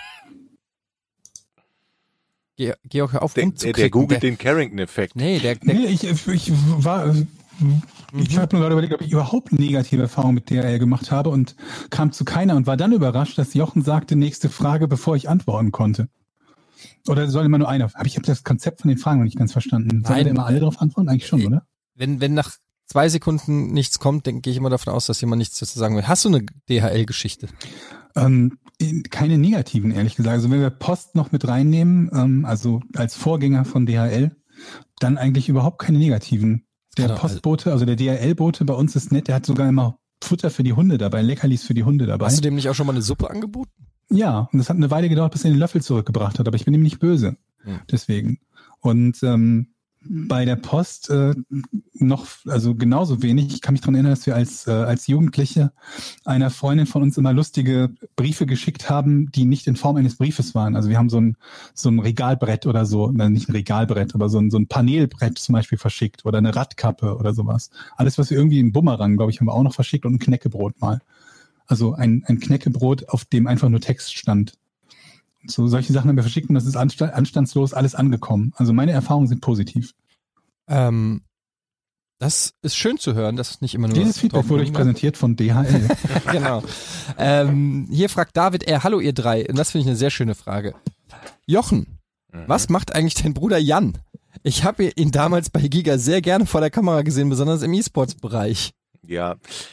Ge Georg, hör auf Der, der, rumzukriegen. der googelt den Carrington-Effekt. Nee, der, der Nee, ich, ich war, ich habe nur gerade überlegt, ob ich überhaupt negative Erfahrungen mit D H L gemacht habe und kam zu keiner und war dann überrascht, dass Jochen sagte, nächste Frage, bevor ich antworten konnte. Oder soll immer nur einer? Habe ich hab das Konzept von den Fragen noch nicht ganz verstanden. Sollen Nein. da immer alle drauf antworten? Eigentlich schon, oder? wenn, wenn nach zwei Sekunden nichts kommt, dann gehe ich immer davon aus, dass jemand nichts dazu sagen will. Hast du eine D H L-Geschichte? Ähm, keine negativen, ehrlich gesagt. Also wenn wir Post noch mit reinnehmen, ähm, also als Vorgänger von D H L, dann eigentlich überhaupt keine negativen. Der Genau. Postbote, also der D H L-Bote bei uns ist nett, der hat sogar immer Futter für die Hunde dabei, Leckerlis für die Hunde dabei. Hast du dem nicht auch schon mal eine Suppe angeboten? Ja, und das hat eine Weile gedauert, bis er den Löffel zurückgebracht hat, aber ich bin ihm nicht böse. Hm. Deswegen. Und ähm, bei der Post äh, noch, also genauso wenig. Ich kann mich daran erinnern, dass wir als äh, als Jugendliche einer Freundin von uns immer lustige Briefe geschickt haben, die nicht in Form eines Briefes waren. Also wir haben so ein so ein Regalbrett oder so, nein, nicht ein Regalbrett, aber so ein so ein Panelbrett zum Beispiel verschickt oder eine Radkappe oder sowas. Alles, was wir irgendwie in Bumerang, glaube ich, haben wir auch noch verschickt und ein Knäckebrot mal. Also ein ein Knäckebrot, auf dem einfach nur Text stand. So solche Sachen haben wir verschickt und das ist anstand, anstandslos alles angekommen. Also meine Erfahrungen sind positiv. Ähm, das ist schön zu hören, dass es nicht immer nur Dieses Feedback drauf wurde euch rumgeht. präsentiert von D H L. Genau. Ähm, hier fragt David R. Hallo ihr drei. Und das finde ich eine sehr schöne Frage. Jochen, Mhm. was macht eigentlich dein Bruder Jan? Ich habe ihn damals bei Giga sehr gerne vor der Kamera gesehen, besonders im E-Sports-Bereich. Ja,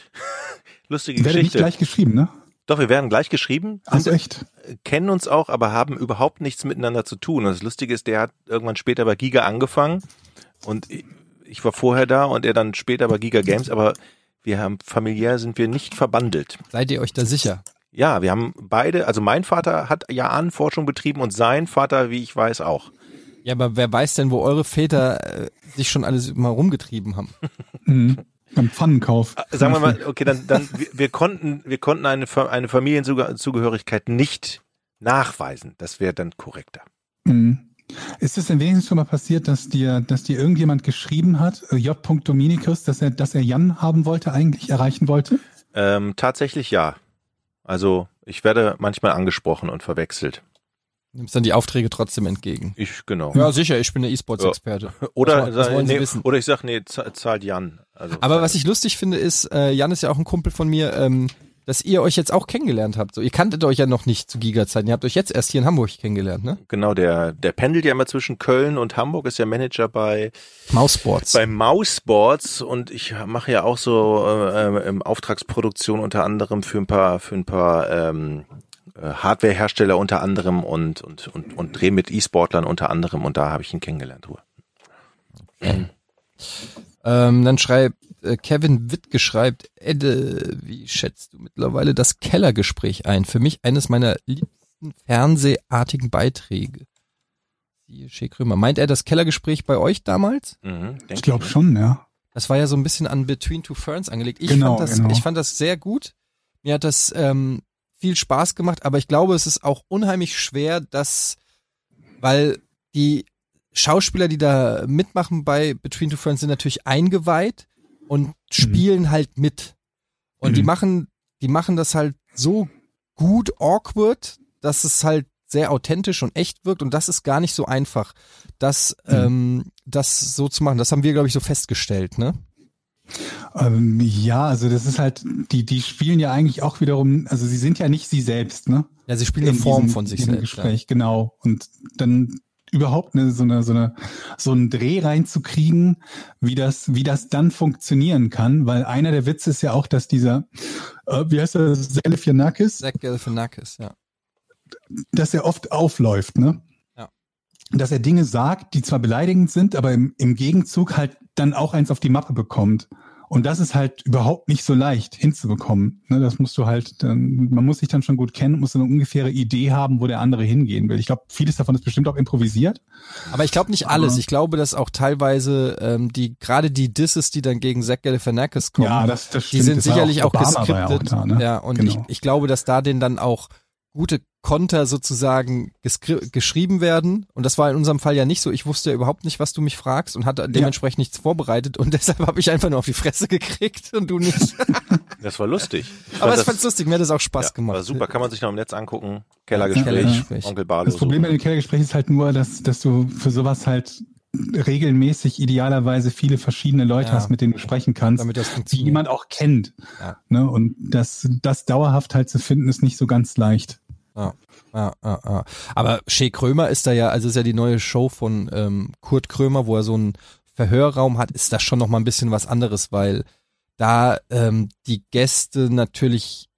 lustige Werde nicht Geschichte. gleich geschrieben, ne? Doch, wir werden gleich geschrieben, Also echt. kennen uns auch, aber haben überhaupt nichts miteinander zu tun. Und das Lustige ist, der hat irgendwann später bei Giga angefangen und ich war vorher da und er dann später bei Giga Games, aber wir haben familiär sind wir nicht verbandelt. Seid ihr euch da sicher? Ja, wir haben beide, also mein Vater hat ja Ahnenforschung betrieben und sein Vater, wie ich weiß, auch. Ja, aber wer weiß denn, wo eure Väter äh, sich schon alles mal rumgetrieben haben? Mhm. Beim Pfannenkauf. Sagen wir mal, okay, dann, dann wir, wir konnten, wir konnten eine, Fa- eine Familienzugehörigkeit nicht nachweisen. Das wäre dann korrekter. Mhm. Ist es denn wenigstens schon mal passiert, dass dir, dass dir irgendjemand geschrieben hat, äh, J. Dominikus, dass er, dass er Jan haben wollte, eigentlich erreichen wollte? Ähm, tatsächlich ja. Also ich werde manchmal angesprochen und verwechselt. Nimmst dann die Aufträge trotzdem entgegen? Ich, genau. Ja, sicher, ich bin der E-Sports-Experte. Oder, Was, was wollen Sie nee, wissen? oder ich sag, nee, z- zahlt Jan. Also, Aber was ich lustig finde, ist, äh, Jan ist ja auch ein Kumpel von mir, ähm, dass ihr euch jetzt auch kennengelernt habt. So, ihr kanntet euch ja noch nicht zu Giga-Zeiten. Ihr habt euch jetzt erst hier in Hamburg kennengelernt, ne? Genau, der, der pendelt ja immer zwischen Köln und Hamburg, ist ja Manager bei, Mousesports. bei Mousesports und ich mache ja auch so äh, ähm, Auftragsproduktion unter anderem für ein paar, für ein paar ähm, Hardware-Hersteller unter anderem und, und, und, und drehe mit E-Sportlern unter anderem und da habe ich ihn kennengelernt. Ähm, dann schreibt äh, Kevin Wittke schreibt, Edde, wie schätzt du mittlerweile das Kellergespräch ein? Für mich eines meiner liebsten fernsehartigen Beiträge. Siehe Shea Krömer. Meint er das Kellergespräch bei euch damals? Mhm, Ich glaube schon, ja. Das war ja so ein bisschen an Between Two Ferns angelegt. Ich, Genau, fand, das, genau. ich fand das sehr gut. Mir hat das ähm, viel Spaß gemacht, aber ich glaube, es ist auch unheimlich schwer, dass, weil die Schauspieler, die da mitmachen bei Between Two Ferns, sind natürlich eingeweiht und spielen halt mit. Und Mhm. die machen, die machen das halt so gut awkward, dass es halt sehr authentisch und echt wirkt und das ist gar nicht so einfach, das, Mhm. ähm, das so zu machen. Das haben wir, glaube ich, so festgestellt, ne? Ähm, ja, also das ist halt, die, die spielen ja eigentlich auch wiederum, also sie sind ja nicht sie selbst, ne? Ja, sie spielen eine In Form diesem- von sich diesem selbst. Gespräch, genau. Und dann überhaupt eine, so eine, so eine, so einen Dreh reinzukriegen, wie das, wie das dann funktionieren kann, weil einer der Witze ist ja auch, dass dieser, äh, wie heißt er, Galifianakis, Zach Galifianakis, ja. dass er oft aufläuft, ne? Ja. Dass er Dinge sagt, die zwar beleidigend sind, aber im, im Gegenzug halt dann auch eins auf die Mappe bekommt. Und das ist halt überhaupt nicht so leicht hinzubekommen. Ne, das musst du halt, dann, man muss sich dann schon gut kennen, muss so eine ungefähre Idee haben, wo der andere hingehen will. Ich glaube, vieles davon ist bestimmt auch improvisiert. Aber ich glaube nicht alles. Aber- Ich glaube, dass auch teilweise ähm, die, gerade die Disses, die dann gegen Zach Galifianakis kommen, Ja, das, das die stimmt. sind Das war sicherlich auch, Obama war ja geskriptet. auch da, ne? Ja, und Genau. ich, ich glaube, dass da denen dann auch gute Konter sozusagen geskri- geschrieben werden. Und das war in unserem Fall ja nicht so. Ich wusste ja überhaupt nicht, was du mich fragst und hatte dementsprechend nichts vorbereitet und deshalb habe ich einfach nur auf die Fresse gekriegt und du nicht. Das war lustig. Ich Aber fand ich fand's lustig, mir hat das auch Spaß ja, gemacht. War super, kann man sich noch im Netz angucken. Kellergespräch, Kellergespräch. Onkel Barlo. Das Problem bei den Kellergesprächen ist halt nur, dass, dass du für sowas halt regelmäßig idealerweise viele verschiedene Leute Ja. hast, mit denen du sprechen kannst, Damit das die funktioniert. jemand auch kennt. Ja. Ne? Und das, das dauerhaft halt zu finden, ist nicht so ganz leicht. Ja, ja, ja, ja. Aber Shea Krömer ist da ja, also ist ja die neue Show von ähm, Kurt Krömer, wo er so einen Verhörraum hat, ist das schon noch mal ein bisschen was anderes, weil da ähm, die Gäste natürlich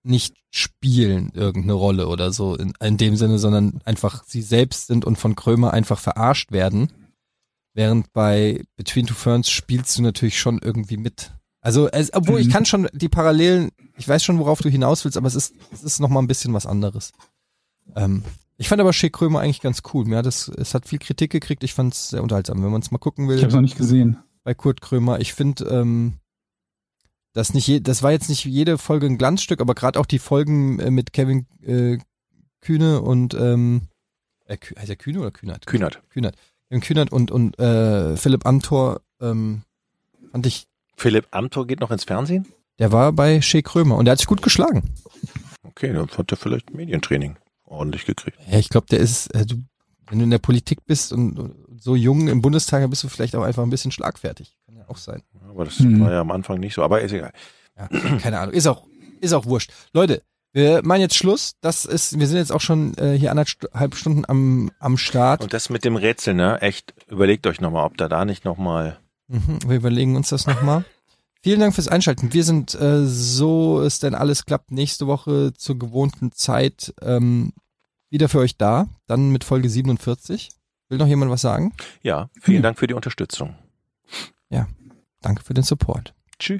nicht spielen irgendeine Rolle oder so in, in dem Sinne, sondern einfach sie selbst sind und von Krömer einfach verarscht werden. Während bei Between Two Ferns spielst du natürlich schon irgendwie mit. Also, es, obwohl mhm. ich kann schon die Parallelen, ich weiß schon, worauf du hinaus willst, aber es ist, es ist nochmal ein bisschen was anderes. Ähm, ich fand aber Shea Krömer eigentlich ganz cool. Mir hat es, es hat viel Kritik gekriegt, ich fand es sehr unterhaltsam. Wenn man es mal gucken will. Ich habe es noch nicht gesehen. Bei Kurt Krömer. Ich finde, ähm, das nicht je, das war jetzt nicht jede Folge ein Glanzstück, aber gerade auch die Folgen äh, mit Kevin äh, Kühne und ähm, äh, heißt er Kühne oder Kühnert? Kühnert. Kühnert. Kevin Kühnert und und äh, Philipp Amthor ähm, fand ich. Philipp Amthor geht noch ins Fernsehen? Der war bei Shea Krömer und der hat sich gut geschlagen. Okay, dann hat er vielleicht Medientraining ordentlich gekriegt. Ja, ich glaube, der ist, äh, du, wenn du in der Politik bist und, und so jung im Bundestag, dann bist du vielleicht auch einfach ein bisschen schlagfertig. Kann ja auch sein. Aber das hm. war ja am Anfang nicht so, aber ist egal. Ja, keine Ahnung, ist auch, ist auch wurscht. Leute, wir machen jetzt Schluss. Das ist, wir sind jetzt auch schon äh, hier anderthalb Stunden am, am Start. Und das mit dem Rätsel, ne? Echt, überlegt euch nochmal, ob da da nicht nochmal... Mhm, wir überlegen uns das nochmal. Vielen Dank fürs Einschalten. Wir sind, äh, so es denn alles klappt, nächste Woche zur gewohnten Zeit ähm, wieder für euch da. Dann mit Folge siebenundvierzig. Will noch jemand was sagen? Ja, vielen Dank für die Unterstützung. Ja, danke für den Support. Tschüss.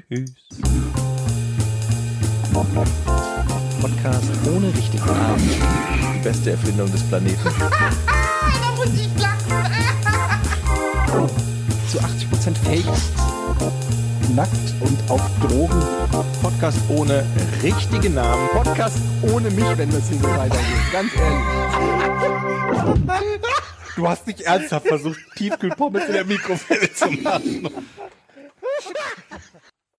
Podcast ohne richtigen Namen. Die beste Erfindung des Planeten. Da muss ich lachen. Zu achtzig Prozent Fake. Nackt und auf Drogen. Podcast ohne richtigen Namen. Podcast ohne mich, wenn das hier so weitergeht. Ganz ehrlich. Du hast nicht ernsthaft versucht, Tiefkühlpommes in der Mikrowelle zu machen.